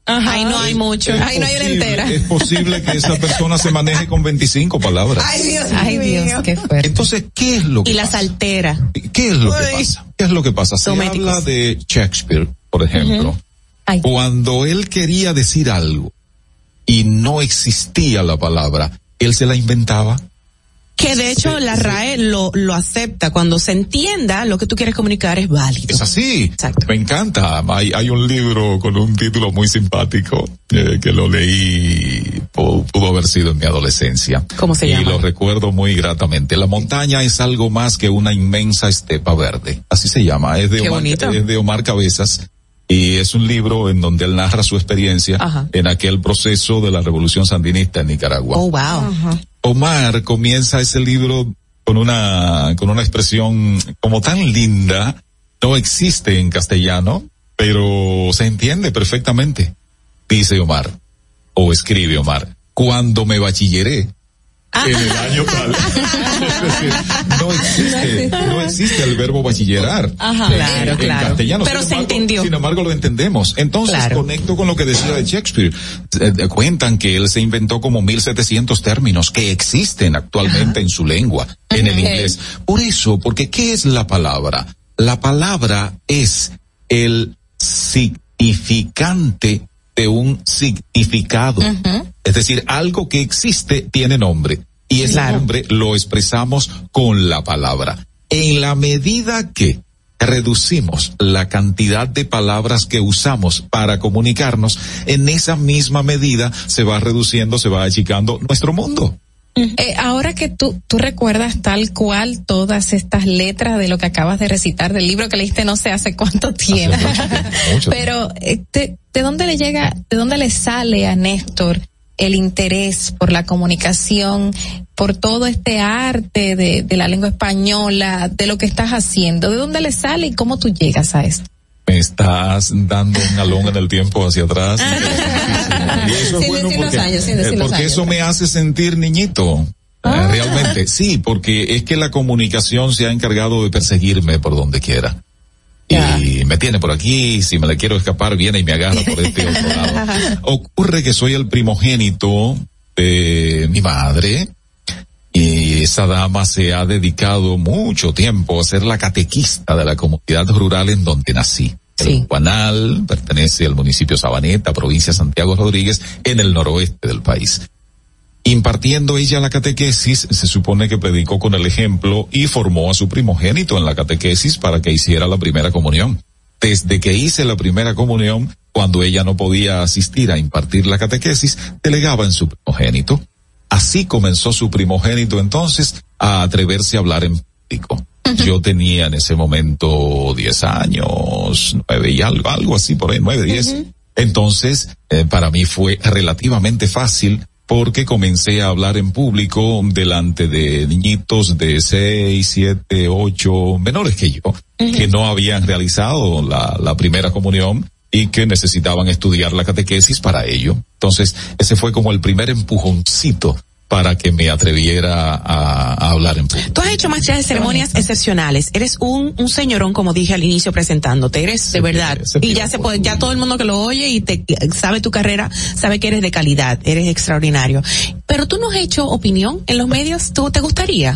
Ajá. Ahí no hay mucho. Es Ahí no hay la entera. Es posible que esa persona se maneje con veinticinco palabras. Ay, Dios, Ay, Dios, qué fuerte. Entonces, ¿qué es lo que Y pasa? las altera. ¿Qué es lo Ay. que pasa? ¿Qué es lo que pasa? Se Dométicos. habla de Shakespeare, por ejemplo. Uh-huh. Cuando él quería decir algo y no existía la palabra, él se la inventaba. Que de hecho Sí, la sí. R A E lo, lo acepta. Cuando se entienda lo que tú quieres comunicar es válido. Es así. Exacto. Me encanta. Hay, hay un libro con un título muy simpático eh, que lo leí, pudo, pudo haber sido en mi adolescencia. ¿Cómo se y llama? Y lo recuerdo muy gratamente. La montaña es algo más que una inmensa estepa verde. Así se llama. Es de, Qué Omar, bonito. es de Omar Cabezas. Y es un libro en donde él narra su experiencia Ajá. en aquel proceso de la revolución sandinista en Nicaragua. Oh, wow. Ajá. Omar comienza ese libro con una, con una expresión como tan linda, no existe en castellano, pero se entiende perfectamente. Dice Omar, o escribe Omar, cuando me bachilleré en el año tal. Es decir, no existe, no existe el verbo bachillerar. Ajá. en, Claro, en claro. castellano. Pero Sin se embargo- entendió. Sin embargo, lo entendemos. Entonces, Claro. conecto con lo que decía de Shakespeare. Eh, eh, cuentan que él se inventó como mil setecientos términos que existen actualmente en su lengua, en el Ok. inglés. Por eso, porque ¿qué es la palabra? La palabra es el significante de un significado. Es decir, algo que existe tiene nombre y ese Claro. nombre lo expresamos con la palabra. En la medida que reducimos la cantidad de palabras que usamos para comunicarnos, en esa misma medida se va reduciendo, se va achicando nuestro mundo. Eh, ahora que tú, tú recuerdas tal cual todas estas letras de lo que acabas de recitar del libro que leíste no sé hace cuánto tiempo, Mucho. pero eh, te- ¿de dónde le llega, de dónde le sale a Néstor el interés por la comunicación, por todo este arte de, de la lengua española, de lo que estás haciendo? ¿De dónde le sale y cómo tú llegas a esto? Me estás dando un galón en el tiempo hacia atrás. Y eso es Sin bueno decir los porque, años, sin decir eh, los porque años. eso me hace sentir niñito. Eh, realmente, sí, porque es que la comunicación se ha encargado de perseguirme por donde quiera. Y me tiene por aquí, si me le quiero escapar, viene y me agarra por este otro lado. Ocurre que soy el primogénito de mi madre, y esa dama se ha dedicado mucho tiempo a ser la catequista de la comunidad rural en donde nací. El Guanal pertenece al municipio Sabaneta, provincia de Santiago Rodríguez, en el noroeste del país. Impartiendo ella la catequesis, se supone que predicó con el ejemplo y formó a su primogénito en la catequesis para que hiciera la primera comunión. Desde que hice la primera comunión, cuando ella no podía asistir a impartir la catequesis, delegaba en su primogénito. Así comenzó su primogénito entonces a atreverse a hablar en público. Yo tenía en ese momento diez años, nueve y algo, algo así por ahí, nueve, diez. Entonces, eh, para mí fue relativamente fácil porque comencé a hablar en público delante de niñitos de seis, siete, ocho, menores que yo, que no habían realizado la, la primera comunión y que necesitaban estudiar la catequesis para ello. Entonces, ese fue como el primer empujoncito para que me atreviera a, a hablar en público. Tú has hecho más de ceremonias excepcionales. Eres un, un señorón, como dije al inicio presentándote. Eres de verdad. Y ya se puede, ya todo el mundo que lo oye y te sabe tu carrera, sabe que eres de calidad, eres extraordinario. Pero tú no has hecho opinión en los medios. ¿Tú te gustaría?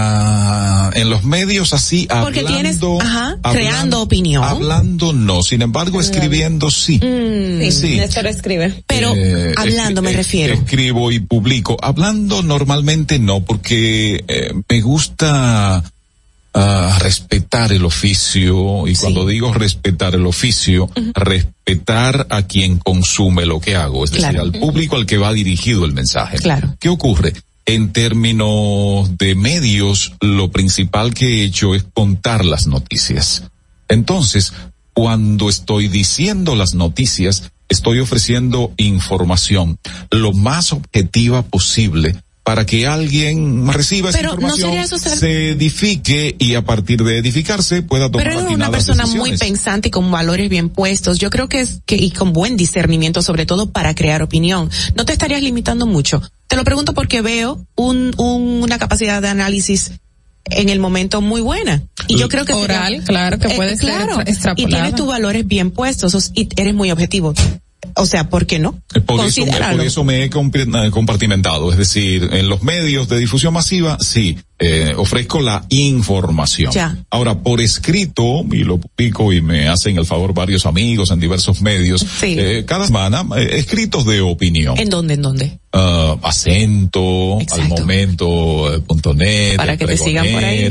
Ah, en los medios así, Porque hablando, tienes, ajá, hablan- creando opinión. Hablando no, sin embargo escribiendo sí. Mm, Sí. Néstor escribe. Pero Eh, hablando escri- me eh, refiero. Escribo y publico. Hablando normalmente no, porque eh, me gusta ah, respetar el oficio, y cuando digo respetar el oficio, respetar a quien consume lo que hago, es decir, Claro. al público al que va dirigido el mensaje. Claro. ¿Qué ocurre? En términos de medios, lo principal que he hecho es contar las noticias. Entonces, cuando estoy diciendo las noticias, estoy ofreciendo información lo más objetiva posible para que alguien reciba esa Pero, ¿no información, sería eso ser- se edifique y a partir de edificarse pueda tomar Pero eres una atinadas persona muy decisiones. pensante y con valores bien puestos. Yo creo que es que, y con buen discernimiento, sobre todo para crear opinión. No te estarías limitando mucho. Te lo pregunto porque veo un, un- una capacidad de análisis en el momento muy buena. Y yo creo que Oral, sería- claro, que eh, puede ser claro, extra- extrapolada. y tienes tus valores bien puestos os- y eres muy objetivo. o sea, ¿por qué no? Por eso, por eso me he compartimentado, es decir, en los medios de difusión masiva, sí, eh, ofrezco la información. Ya. Ahora, por escrito, y lo publico y me hacen el favor varios amigos en diversos medios, sí. eh, cada semana, eh, escritos de opinión. ¿En dónde, en dónde? Uh, acento, Exacto. al momento, eh, punto net, para que te sigan por ahí.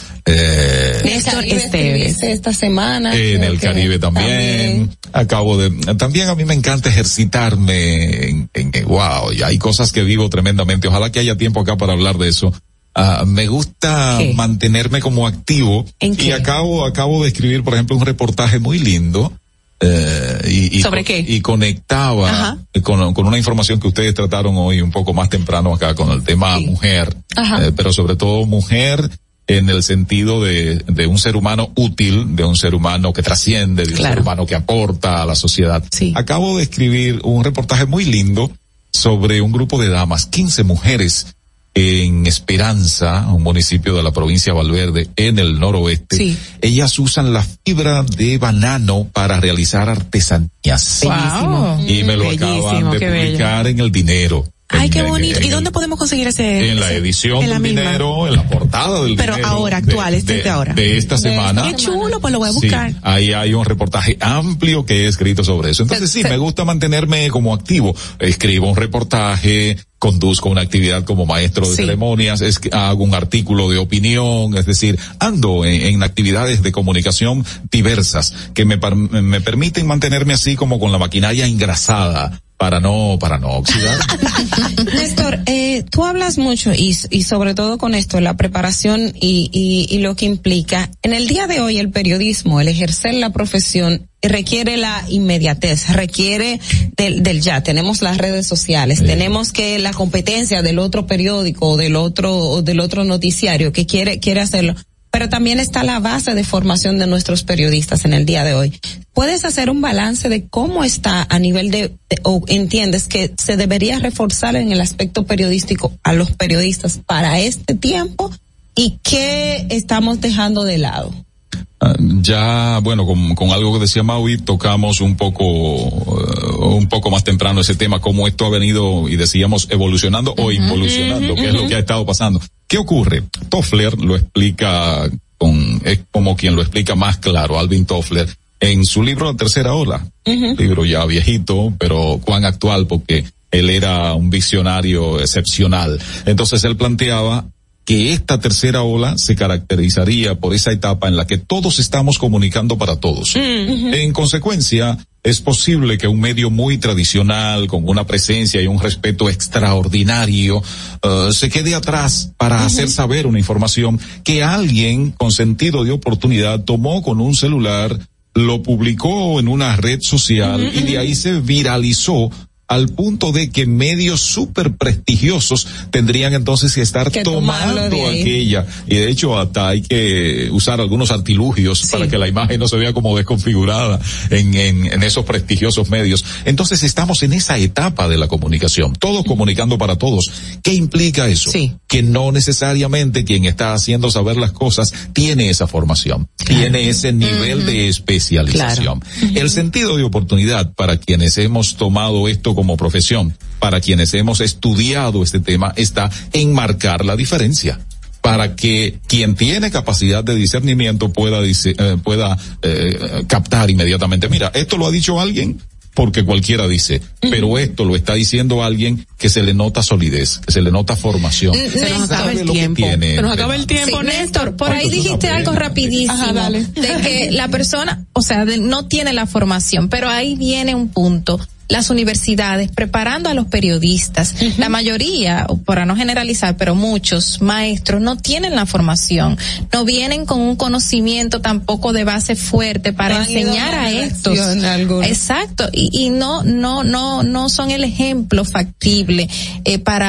Eh, Néstor Esteves esta semana. En el Caribe también. también. Acabo de, también a mí me encanta ejercitarme en, en, en wow, y hay cosas que vivo tremendamente. Ojalá que haya tiempo acá para hablar de eso. Uh, me gusta ¿Qué? mantenerme como activo. ¿En qué? Y acabo, acabo de escribir, por ejemplo, un reportaje muy lindo. Eh, y, y, ¿Sobre qué? Y conectaba con, con una información que ustedes trataron hoy un poco más temprano acá con el tema sí. mujer, eh, pero sobre todo mujer en el sentido de, de un ser humano útil, de un ser humano que trasciende, de un claro. ser humano que aporta a la sociedad. Sí. Acabo de escribir un reportaje muy lindo sobre un grupo de damas, quince mujeres, en Esperanza, un municipio de la provincia de Valverde, en el noroeste. Sí. Ellas usan la fibra de banano para realizar artesanías. Wow. Y me lo Bellísimo, acaban de publicar bello. en El Dinero. Ay, en, qué bonito. En, en ¿Y dónde el, podemos conseguir ese? En la edición en la del misma. Dinero, en la portada del Pero Dinero. Pero ahora, actual, de, este de, de ahora. De esta semana. Qué chulo, pues lo voy a buscar. Sí, ahí hay un reportaje amplio que he escrito sobre eso. Entonces sí, me gusta mantenerme como activo. Escribo un reportaje, conduzco una actividad como maestro de sí. ceremonias, es, hago un artículo de opinión, es decir, ando en, en actividades de comunicación diversas que me, me permiten mantenerme así como con la maquinaria engrasada. Para no, para no oxidar. Néstor, eh, tú hablas mucho y, y sobre todo con esto, la preparación y, y, y lo que implica. En el día de hoy el periodismo, el ejercer la profesión, requiere la inmediatez, requiere del, del ya. Tenemos las redes sociales, sí. tenemos que la competencia del otro periódico o del otro, o del otro noticiario que quiere, quiere hacerlo. Pero también está la base de formación de nuestros periodistas en el día de hoy. ¿Puedes hacer un balance de cómo está a nivel de, de o entiendes que se debería reforzar en el aspecto periodístico a los periodistas para este tiempo y qué estamos dejando de lado? Uh, ya, bueno, con, con algo que decía Maui, tocamos un poco, uh, un poco más temprano ese tema, cómo esto ha venido, y decíamos, evolucionando uh-huh, o involucionando, uh-huh, que uh-huh. es lo que ha estado pasando. ¿Qué ocurre? Toffler lo explica con, es como quien lo explica más claro, Alvin Toffler, en su libro La Tercera Ola, uh-huh. libro ya viejito, pero cuán actual, porque él era un visionario excepcional. Entonces él planteaba que esta tercera ola se caracterizaría por esa etapa en la que todos estamos comunicando para todos. Uh-huh. En consecuencia, es posible que un medio muy tradicional, con una presencia y un respeto extraordinario, uh, se quede atrás para uh-huh. hacer saber una información que alguien con sentido de oportunidad tomó con un celular, lo publicó en una red social uh-huh. y de ahí se viralizó al punto de que medios súper prestigiosos tendrían entonces que estar que tomando aquella, y de hecho hasta hay que usar algunos artilugios sí. para que la imagen no se vea como desconfigurada en, en, en esos prestigiosos medios. Entonces estamos en esa etapa de la comunicación, todos comunicando para todos. ¿Qué implica eso? Sí. Que no necesariamente quien está haciendo saber las cosas tiene esa formación, claro. tiene ese nivel uh-huh. de especialización. Claro. Uh-huh. El sentido de oportunidad para quienes hemos tomado esto como profesión, para quienes hemos estudiado este tema, está en marcar la diferencia, para que quien tiene capacidad de discernimiento pueda dice, eh, pueda eh, captar inmediatamente, mira, esto lo ha dicho alguien, porque cualquiera dice, pero esto lo está diciendo alguien que se le nota solidez, que se le nota formación. Se nos acaba el tiempo. Se nos acaba el tiempo, sí, Néstor. Por ahí dijiste algo rapidísimo. Ajá, dale. De que la persona, o sea, de, no tiene la formación, pero ahí viene un punto. Las universidades preparando a los periodistas, uh-huh. la mayoría, para no generalizar, pero muchos maestros no tienen la formación, no vienen con un conocimiento tampoco de base fuerte para no enseñar a estos. Exacto, y, y no, no, no, no son el ejemplo factible eh, para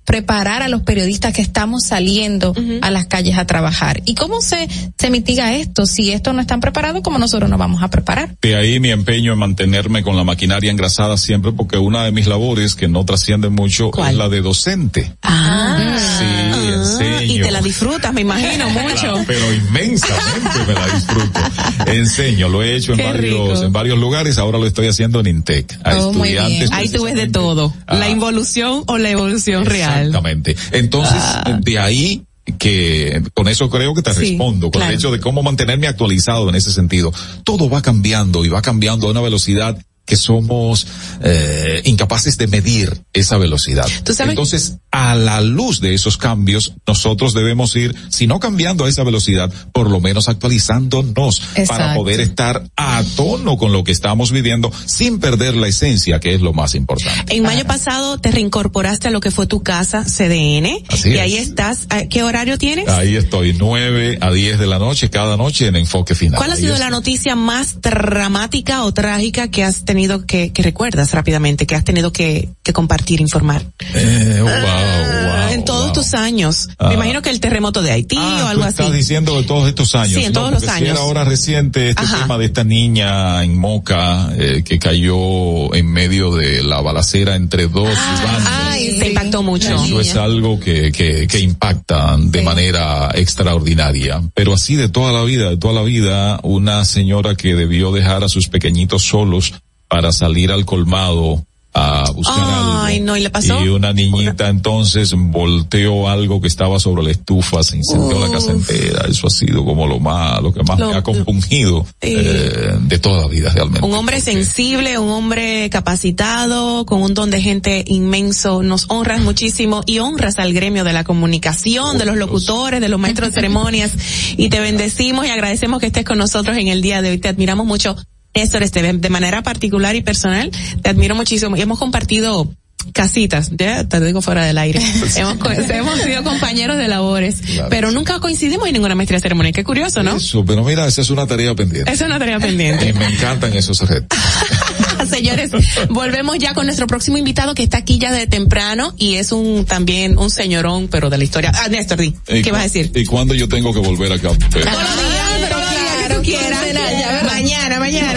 preparar a los periodistas que estamos saliendo uh-huh. a las calles a trabajar. ¿Y cómo se, se mitiga esto? Si estos no están preparados, ¿cómo nosotros nos vamos a preparar? De ahí mi empeño en mantenerme con la maquinaria engrasada siempre, porque una de mis labores que no trasciende mucho ¿Cuál? Es la de docente. Ah, sí, enseño. Y te la disfrutas, me imagino, mucho. Claro, pero inmensamente me la disfruto. Enseño, lo he hecho en Qué varios, rico. en varios lugares, ahora lo estoy haciendo en INTEC. A oh, estudiantes. Ahí tú ves de todo, ah, la involución o la evolución real. Exactamente. Entonces, ah. de ahí que con eso creo que te sí, respondo, con claro. el hecho de cómo mantenerme actualizado en ese sentido. Todo va cambiando y va cambiando a una velocidad que somos eh, incapaces de medir esa velocidad. Entonces, a la luz de esos cambios, nosotros debemos ir, si no cambiando a esa velocidad, por lo menos actualizándonos Exacto. para poder estar a tono con lo que estamos viviendo sin perder la esencia, que es lo más importante. En mayo pasado te reincorporaste a lo que fue tu casa, C D N, Así y es. ahí estás. ¿Qué horario tienes? Ahí estoy, nueve a diez de la noche, cada noche en Enfoque Final. ¿Cuál ha sido la noticia más dramática o trágica que has tenido que, que recuerdas rápidamente, que has tenido que, que compartir, informar? Eh, wow, ah, wow, en todos wow. tus años. Ah. Me imagino que el terremoto de Haití ah, o algo tú así. Estás diciendo de todos estos años. Sí, en ¿no? todos Porque los si años. era ahora reciente este Ajá. tema de esta niña en Moca eh, que cayó en medio de la balacera entre dos ah, bandos. Ay, te impactó mucho. Eso es algo que, que, que impacta de sí. manera extraordinaria. Pero así de toda la vida, de toda la vida, una señora que debió dejar a sus pequeñitos solos para salir al colmado a buscar Ay, algo. No, ¿y le pasó? Y una niñita entonces volteó algo que estaba sobre la estufa, se incendió Uf. la casa entera. Eso ha sido como lo más, lo que más lo, me ha compungido sí. eh, de toda la vida realmente. Un hombre porque... sensible, un hombre capacitado, con un don de gente inmenso. Nos honras muchísimo y honras al gremio de la comunicación, oh, de los locutores, de los maestros de ceremonias, y te bendecimos y agradecemos que estés con nosotros en el día de hoy. Te admiramos mucho. Néstor, este, de manera particular y personal, te admiro muchísimo. Y hemos compartido casitas, ya te lo digo fuera del aire. hemos, hemos sido compañeros de labores, claro, pero sí. nunca coincidimos en ninguna maestría ceremonial. Qué curioso, ¿no? Eso, pero mira, esa es una tarea pendiente. Esa es una tarea pendiente. Y me encantan esos retos. Señores, volvemos ya con nuestro próximo invitado que está aquí ya de temprano y es un también un señorón, pero de la historia. Ah, Néstor, di, ¿qué vas a decir? ¿Y cuándo yo tengo que volver acá? Pero... Todos los días, pero claro, que tú quieras. Mañana, mañana.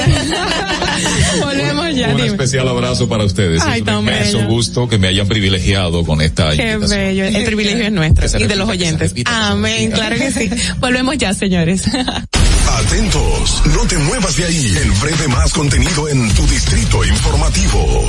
Volvemos ya. Un dime. especial abrazo para ustedes. Ay, es un inmenso bello. gusto que me hayan privilegiado con esta Qué invitación. bello. El privilegio es nuestro y repita, de los oyentes. Repita, Amén, claro que sí. Volvemos ya, señores. Atentos, no te muevas de ahí. El breve más contenido en tu distrito informativo.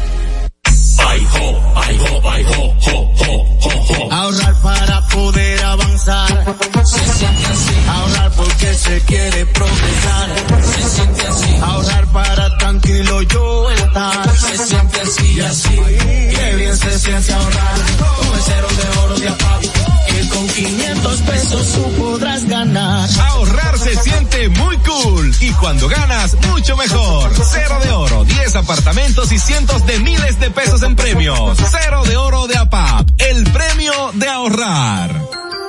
Ay, ho, ay, ho, ay, ho, ho, ho, ho, ho. Ahorrar para poder avanzar. Se siente así. Ahorrar porque se quiere progresar. Se siente así. Ahorrar para tranquilo yo estar. Se siente así y así. Qué bien se siente ahorrar. Con el cero de oro de APAP. Que con quinientos pesos tú podrás ganar. Ahorrar se siente muy cool. Y cuando ganas, mucho mejor. Cero de oro, diez apartamentos y cientos de miles de pesos en premios. Cero de oro de APAP. El premio de ahorrar.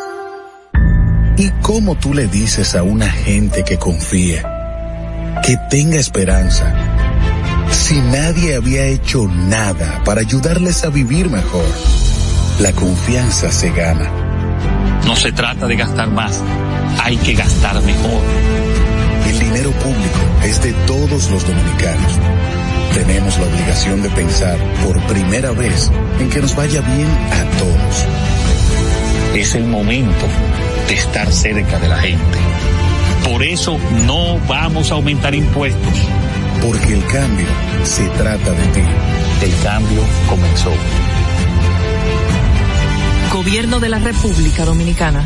¿Y cómo tú le dices a una gente que confía, que tenga esperanza, si nadie había hecho nada para ayudarles a vivir mejor? La confianza se gana. No se trata de gastar más, hay que gastar mejor. El dinero público es de todos los dominicanos. Tenemos la obligación de pensar por primera vez en que nos vaya bien a todos. Es el momento de estar cerca de la gente. Por eso no vamos a aumentar impuestos. Porque el cambio se trata de ti. El cambio comenzó. Gobierno de la República Dominicana.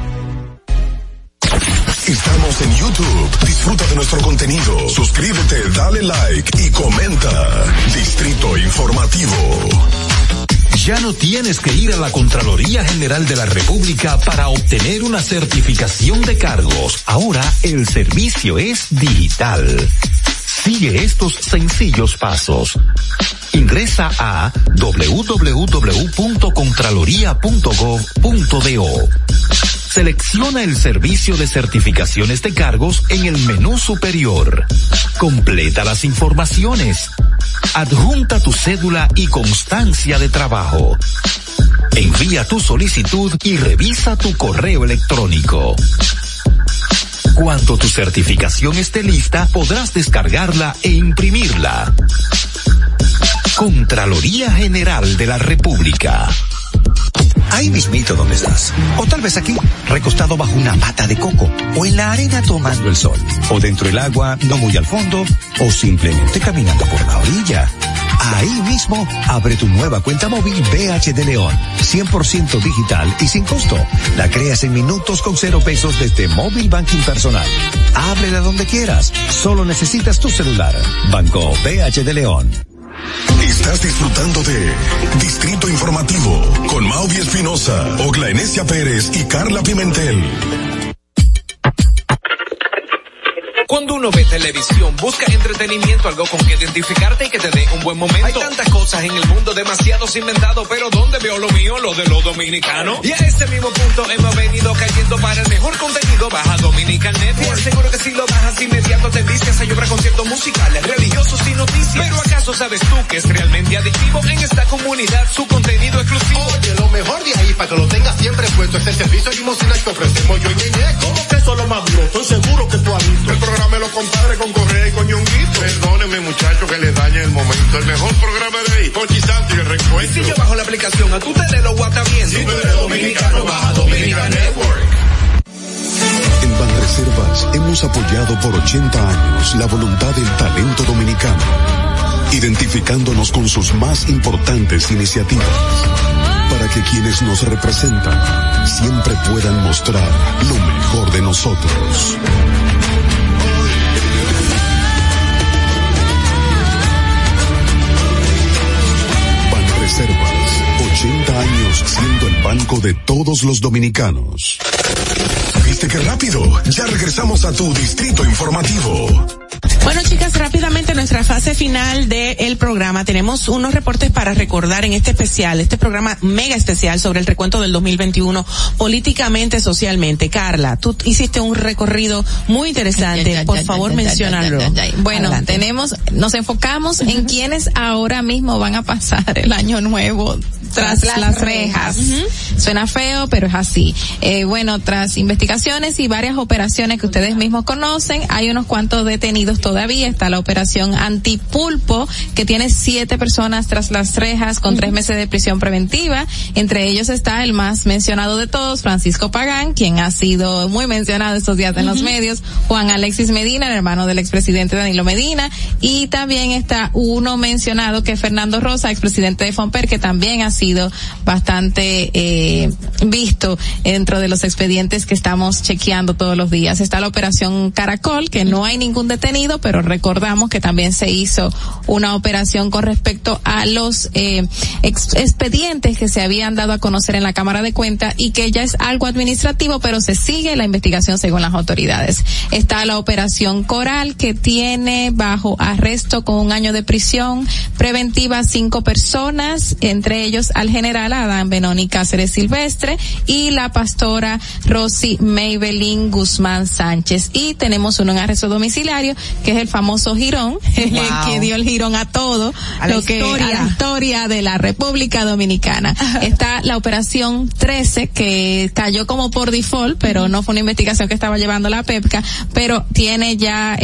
Estamos en YouTube. Disfruta de nuestro contenido. Suscríbete, dale like y comenta. Distrito Informativo. Ya no tienes que ir a la Contraloría General de la República para obtener una certificación de cargos. Ahora el servicio es digital. Sigue estos sencillos pasos. Ingresa a doble u doble u doble u punto contraloría punto gov punto do. Selecciona el servicio de certificaciones de cargos en el menú superior. Completa las informaciones. Adjunta tu cédula y constancia de trabajo. Envía tu solicitud y revisa tu correo electrónico. Cuando tu certificación esté lista, podrás descargarla e imprimirla. Contraloría General de la República. Ahí mismito donde estás. O tal vez aquí, recostado bajo una mata de coco. O en la arena tomando el sol. O dentro del agua, no muy al fondo. O simplemente caminando por la orilla. Ahí mismo, abre tu nueva cuenta móvil B H de León. cien por ciento digital y sin costo. La creas en minutos con cero pesos desde Móvil Banking Personal. Ábrela donde quieras. Solo necesitas tu celular. Banco B H de León. Estás disfrutando de Distrito Informativo con Maudi Espinosa, Ogla Enesia Pérez y Carla Pimentel. Cuando uno ve televisión, busca entretenimiento, algo con que identificarte y que te dé un buen momento. Hay tantas cosas en el mundo, demasiados inventados, pero ¿dónde veo lo mío? Lo de los dominicanos. Y a este mismo punto hemos venido cayendo para el mejor contenido. Baja Dominican Network. Seguro que si lo bajas inmediato te vicias. Hay obras, conciertos musicales, religiosos y noticias. Pero ¿acaso sabes tú que es realmente adictivo en esta comunidad su contenido exclusivo? Oye, lo mejor de ahí para que lo tengas siempre puesto es el servicio limosina que ofrecemos yo y Ñeñeco. ¿Cómo que eso es lo más duro? Estoy seguro que tú has visto el programa de los compadres con Correa y con Ñonguito. Perdónenme, muchachos, que les dañe el momento. El mejor programa de ahí, Pochi Santo y el reencuentro. Y si yo bajo la aplicación, a tú te lo guata bien. Si tú eres dominicano, baja Dominican Network. En Banreservas hemos apoyado por ochenta años la voluntad del talento dominicano, identificándonos con sus más importantes iniciativas, para que quienes nos representan siempre puedan mostrar lo mejor de nosotros. Banreservas, ochenta años siendo el banco de todos los dominicanos. ¿Viste qué rápido? Ya regresamos a tu Distrito Informativo. Bueno, chicas, rápidamente nuestra fase final del programa. Tenemos unos reportes para recordar en este especial, este programa mega especial sobre el recuento del dos mil veintiuno políticamente, socialmente. Carla, tú hiciste un recorrido muy interesante. Ya, ya, Por ya, favor, ya, menciónalo. Ya, ya, ya. Bueno, Adelante. tenemos, nos enfocamos uh-huh. en quienes ahora mismo van a pasar el año nuevo tras las, las rejas. Uh-huh. Suena feo, pero es así. Eh, bueno, tras investigaciones y varias operaciones que ustedes mismos conocen, hay unos cuantos detenidos todavía. Está la operación Antipulpo, que tiene siete personas tras las rejas con uh-huh. tres meses de prisión preventiva. Entre ellos está el más mencionado de todos, Francisco Pagán, quien ha sido muy mencionado estos días en uh-huh. los medios, Juan Alexis Medina, el hermano del expresidente Danilo Medina, y también está uno mencionado que es Fernando Rosa, expresidente de Fomper, que también ha sido bastante eh, visto dentro de los expedientes que estamos chequeando todos los días. Está la operación Caracol, que no hay ningún detenido, pero recordamos que también se hizo una operación con respecto a los eh, ex- expedientes que se habían dado a conocer en la Cámara de Cuentas y que ya es algo administrativo, pero se sigue la investigación según las autoridades. Está la operación Coral, que tiene bajo arresto con un año de prisión preventiva cinco personas, entre ellos al general Adán Benoni Cáceres Silvestre y la pastora Rosy Maybelline Guzmán Sánchez. Y tenemos uno en arresto domiciliario, que es el famoso Girón, wow. que dio el girón a todo, a lo que historia. a la historia de la República Dominicana. Está la operación trece, que cayó como por default, pero uh-huh. no fue una investigación que estaba llevando la PEPCA, pero tiene ya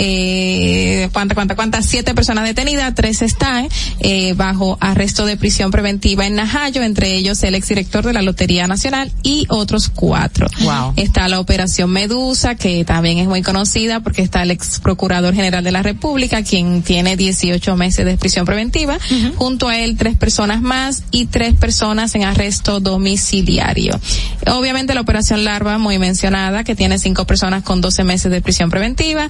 eh cuántas cuántas cuántas siete personas detenidas, tres están eh, bajo arresto de prisión preventiva en Najayo, entre ellos el exdirector de la Lotería Nacional y otros cuatro. Wow. Está la operación Medusa, que también es muy conocida porque está el ex procurador general de la República, quien tiene dieciocho meses de prisión preventiva, uh-huh. junto a él tres personas más y tres personas en arresto domiciliario. Obviamente la operación Larva, muy mencionada, que tiene cinco personas con doce meses de prisión preventiva,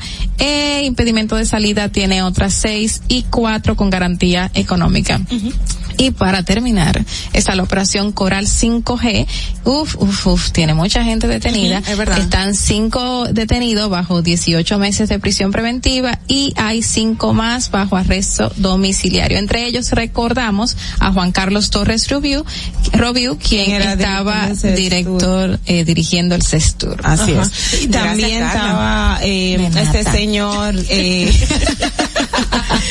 e impedimento de salida tiene otras seis y cuatro con garantía económica. Uh-huh. Y para terminar, está la operación Coral cinco G. Uf, uf, uf, tiene mucha gente detenida. Uh-huh, es verdad. Están cinco detenidos bajo dieciocho meses de prisión preventiva y hay cinco más bajo arresto domiciliario. Entre ellos recordamos a Juan Carlos Torres Robiu, Robiu quien estaba director eh, dirigiendo el CESTUR. Así uh-huh. es. Y también estaba eh, este señor eh,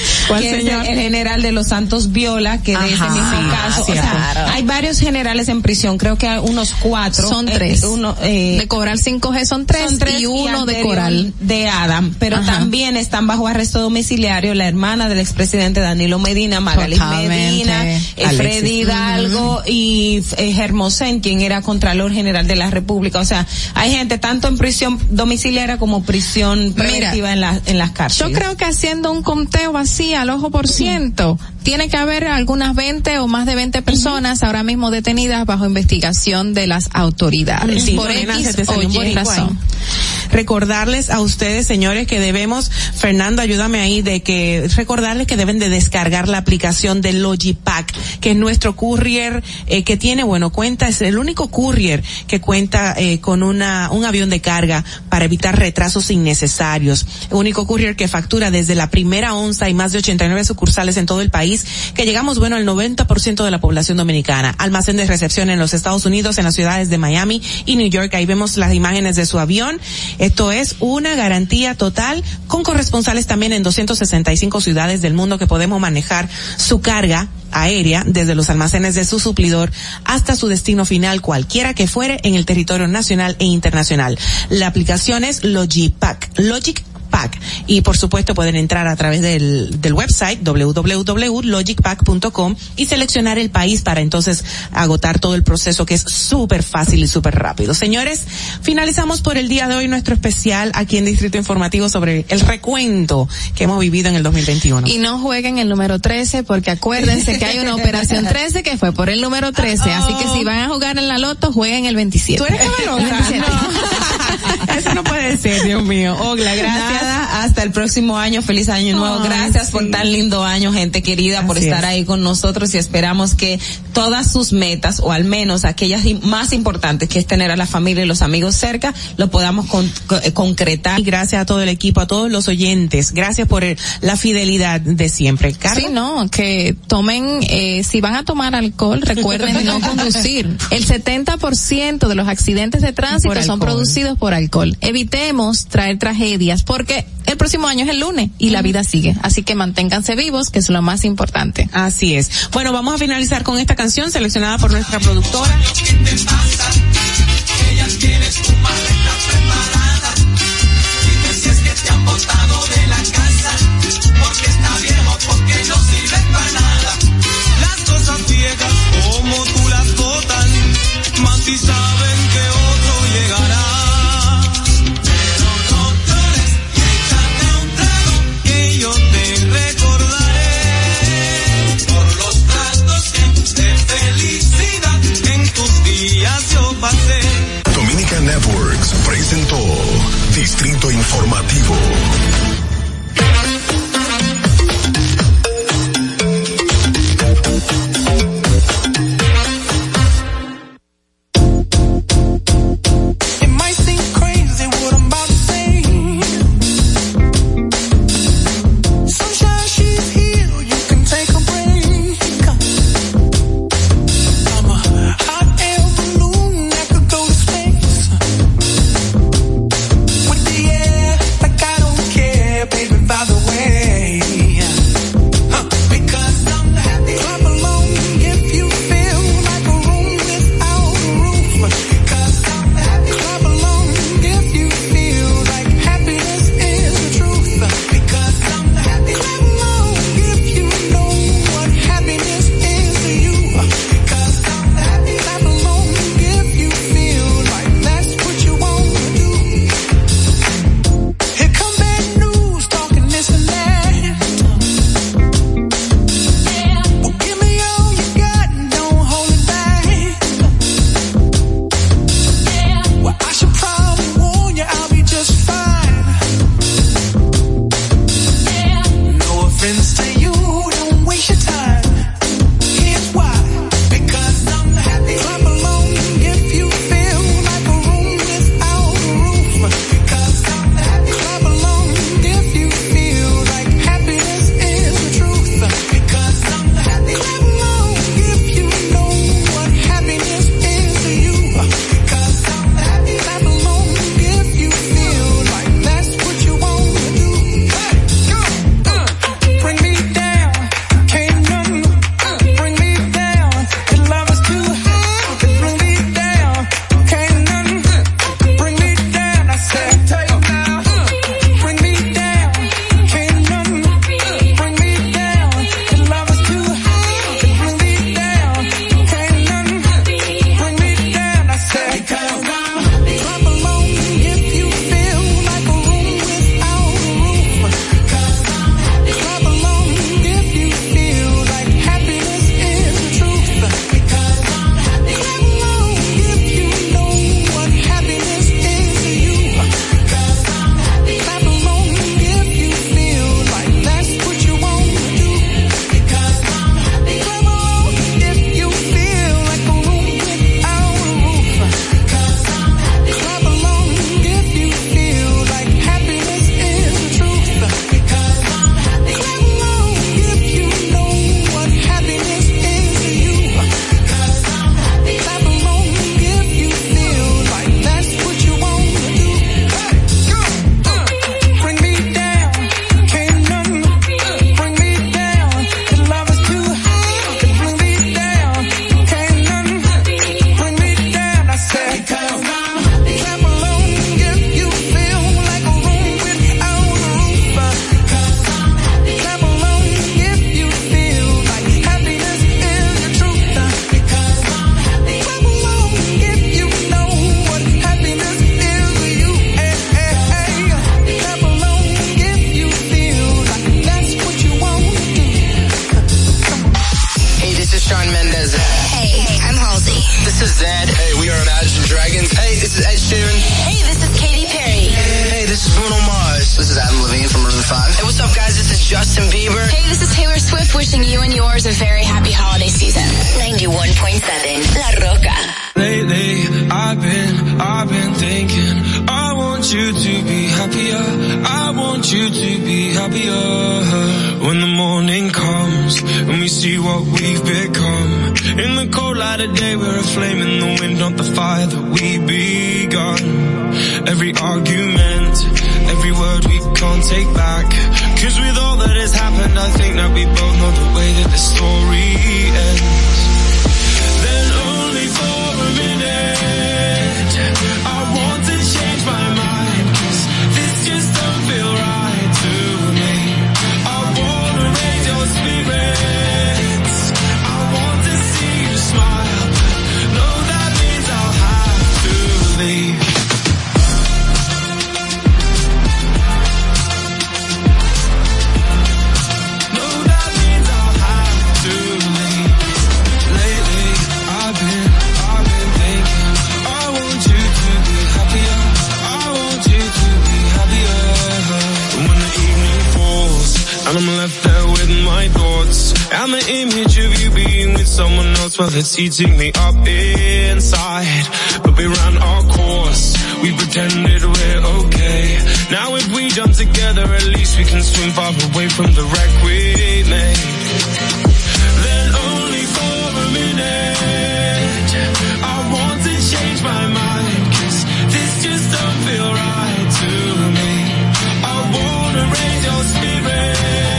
¿Cuál que señor? Es el, el general de los Santos Viola, que Ajá, de ese mismo sí, caso. Sí, o sea, claro. Hay varios generales en prisión, creo que hay unos cuatro. Son tres. Eh, uno, eh, de Coral cinco G son tres, son tres y uno y de Coral. De Adam, pero Ajá. también están bajo arresto domiciliario la hermana del expresidente Danilo Medina, Magali Medina, eh, Freddy Hidalgo uh-huh. y eh, Hermosén, quien era Contralor General de la República. O sea, hay gente tanto en prisión domiciliaria como prisión preventiva Mira, en, la, en las cárceles. Yo creo que haciendo un conteo así al ojo por ciento, uh-huh. tiene que haber algunas veinte o más de veinte personas uh-huh. ahora mismo detenidas bajo investigación de las autoridades. Sí, por X o Y razón. Recordarles a ustedes, señores, que debemos, Fernando, ayúdame ahí, de que recordarles que deben de descargar la aplicación de Logipack, que es nuestro courier eh, que tiene, bueno, cuenta, es el único courier que cuenta eh, con una un avión de carga para evitar retrasos innecesarios. El único courier que factura desde la primera onza y más de ochenta y nueve sucursales en todo el país, que llegamos, bueno, al noventa por ciento de la población dominicana. Almacén de recepción en los Estados Unidos, en las ciudades de Miami y New York. Ahí vemos las imágenes de su avión. Esto es una garantía total, con corresponsales también en doscientas sesenta y cinco ciudades del mundo, que podemos manejar su carga aérea desde los almacenes de su suplidor hasta su destino final, cualquiera que fuere, en el territorio nacional e internacional. La aplicación es Logipack. Logic Pack. Y por supuesto pueden entrar a través del, del website doble u doble u doble u punto logicpack punto com y seleccionar el país para entonces agotar todo el proceso, que es súper fácil y súper rápido. Señores, finalizamos por el día de hoy nuestro especial aquí en Distrito Informativo sobre el recuento que hemos vivido en el dos mil veintiuno. Y no jueguen el número trece, porque acuérdense que hay una operación trece que fue por el número trece, oh. así que si van a jugar en la loto, jueguen el veintisiete. ¿Tú eres cabalota? No. Eso no puede ser, Dios mío. Ogla, gracias. Nada, hasta el próximo año, feliz año nuevo. Oh, gracias sí. por tan lindo año, gente querida, Así por estar es. ahí con nosotros, y esperamos que todas sus metas, o al menos aquellas más importantes, que es tener a la familia y los amigos cerca, lo podamos con, con, concretar. Y gracias a todo el equipo, a todos los oyentes, gracias por el, la fidelidad de siempre. ¿Carlos? Sí, no, que tomen, eh, si van a tomar alcohol, recuerden no conducir. El setenta por ciento de los accidentes de tránsito son producidos por alcohol. Evitemos traer tragedias, porque el próximo año es el lunes y la vida sigue. Así que manténganse vivos, que es lo más importante. Así es. Bueno, vamos a finalizar con esta canción seleccionada por nuestra productora. ¿Qué te pasa? Que ya tienes tu maleta preparada. Dime si es que te han botado de la casa, porque está viejo, porque no sirve para nada. Las cosas viejas como tú las botan, más si saben que otro llegará. Dominica Networks presentó Distrito Informativo. This is Adam Levine from Maroon five. Hey, what's up, guys? This is Justin Bieber. Hey, this is Taylor Swift wishing you and yours a very happy holiday season. ninety-one point seven La Roca. Lately, I've been, I've been thinking, I want you to be happier. I want you to be happier. When the morning comes and we see what we've become. In the cold light of day, we're a flame in the wind, not the fire that we begun. Every argument, every word we can't take back. Cause with all that has happened, I think that we both know the way that the story ends. Then only for a minute, I want to change my mind. Cause this just don't feel right to me. I wanna raise your spirits. I want to see you smile. But no, that means I'll have to leave. And I'm left there with my thoughts and the image of you being with someone else. Well, it's eating me up inside. But we ran our course, we pretended we're okay. Now if we jump together, at least we can swim far away from the wreck we made. Then only for a minute, I want to change my mind. Cause this just don't feel right to me. I wanna raise your spirit.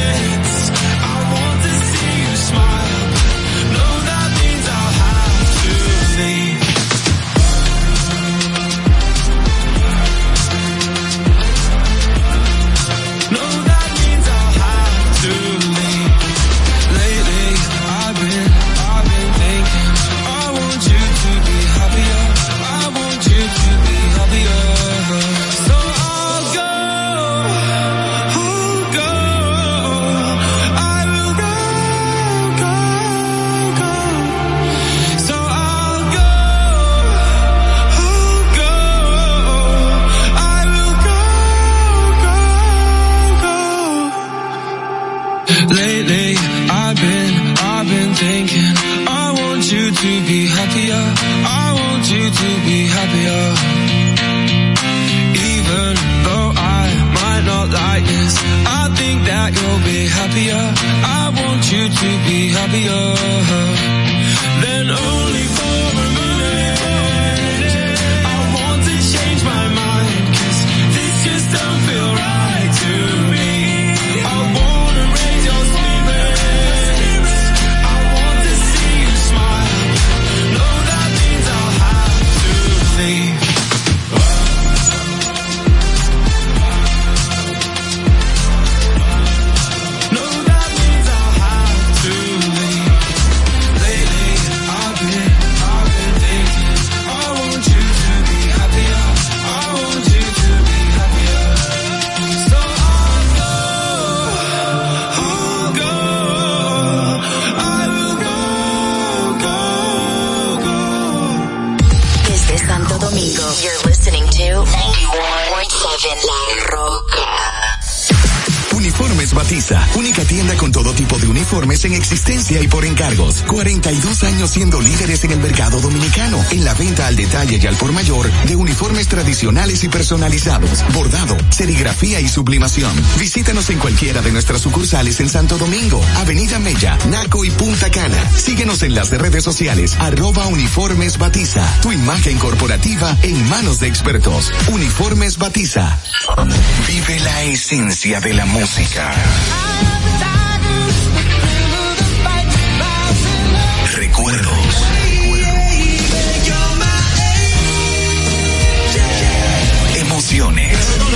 Única tienda con todo tipo de uniformes en existencia y por encargos. cuarenta y dos años siendo líderes en el mercado dominicano. En la venta al detalle y al por mayor de uniformes tradicionales y personalizados, bordado, serigrafía y sublimación. Visítanos en cualquiera de nuestras sucursales en Santo Domingo, Avenida Mella, Naco y Punta Cana. Síguenos en las redes sociales, arroba Uniformes Batiza. Tu imagen corporativa en manos de expertos. Uniformes Batiza. Vive la esencia de la música. Recuerdos. Emociones.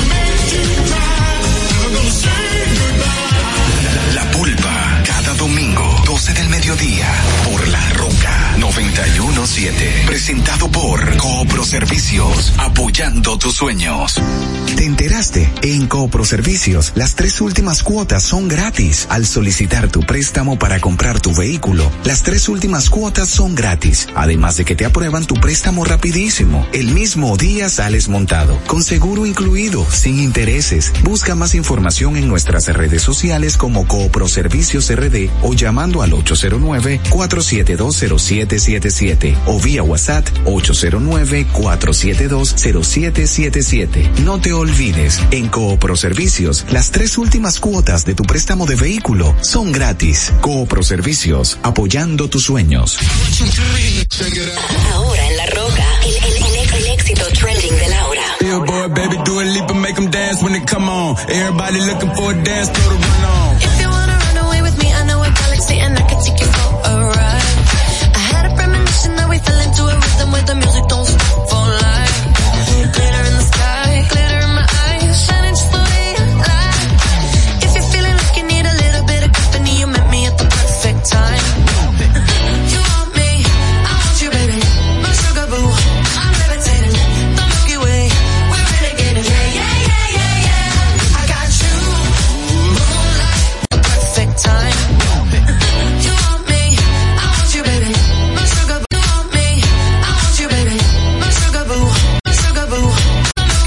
La Pulpa, cada domingo, doce del mediodía, por La Roca noventa y uno punto siete. Presentado por Coopro Servicios, apoyando apoyando tus sueños. ¿Te enteraste? En Coopro Servicios, las tres últimas cuotas son gratis. Al solicitar tu préstamo para comprar tu vehículo, las tres últimas cuotas son gratis. Además de que te aprueban tu préstamo rapidísimo. El mismo día sales montado, con seguro incluido, sin intereses. Busca más información en nuestras redes sociales como Coopro Servicios R D o llamando al ocho cero nueve, cuatro siete dos, cero siete siete siete o vía WhatsApp ocho cero nueve, cuatro siete dos, cero siete siete siete. No te olvides, en Coopro Servicios, las tres últimas cuotas de tu préstamo de vehículo son gratis. Coopro Servicios, apoyando tus sueños. Ahora en La Roca, el, el, el, el éxito trending de la hora. Billboard, baby, do a leap and make them dance when they come on. Everybody looking for a dance, throw the run on.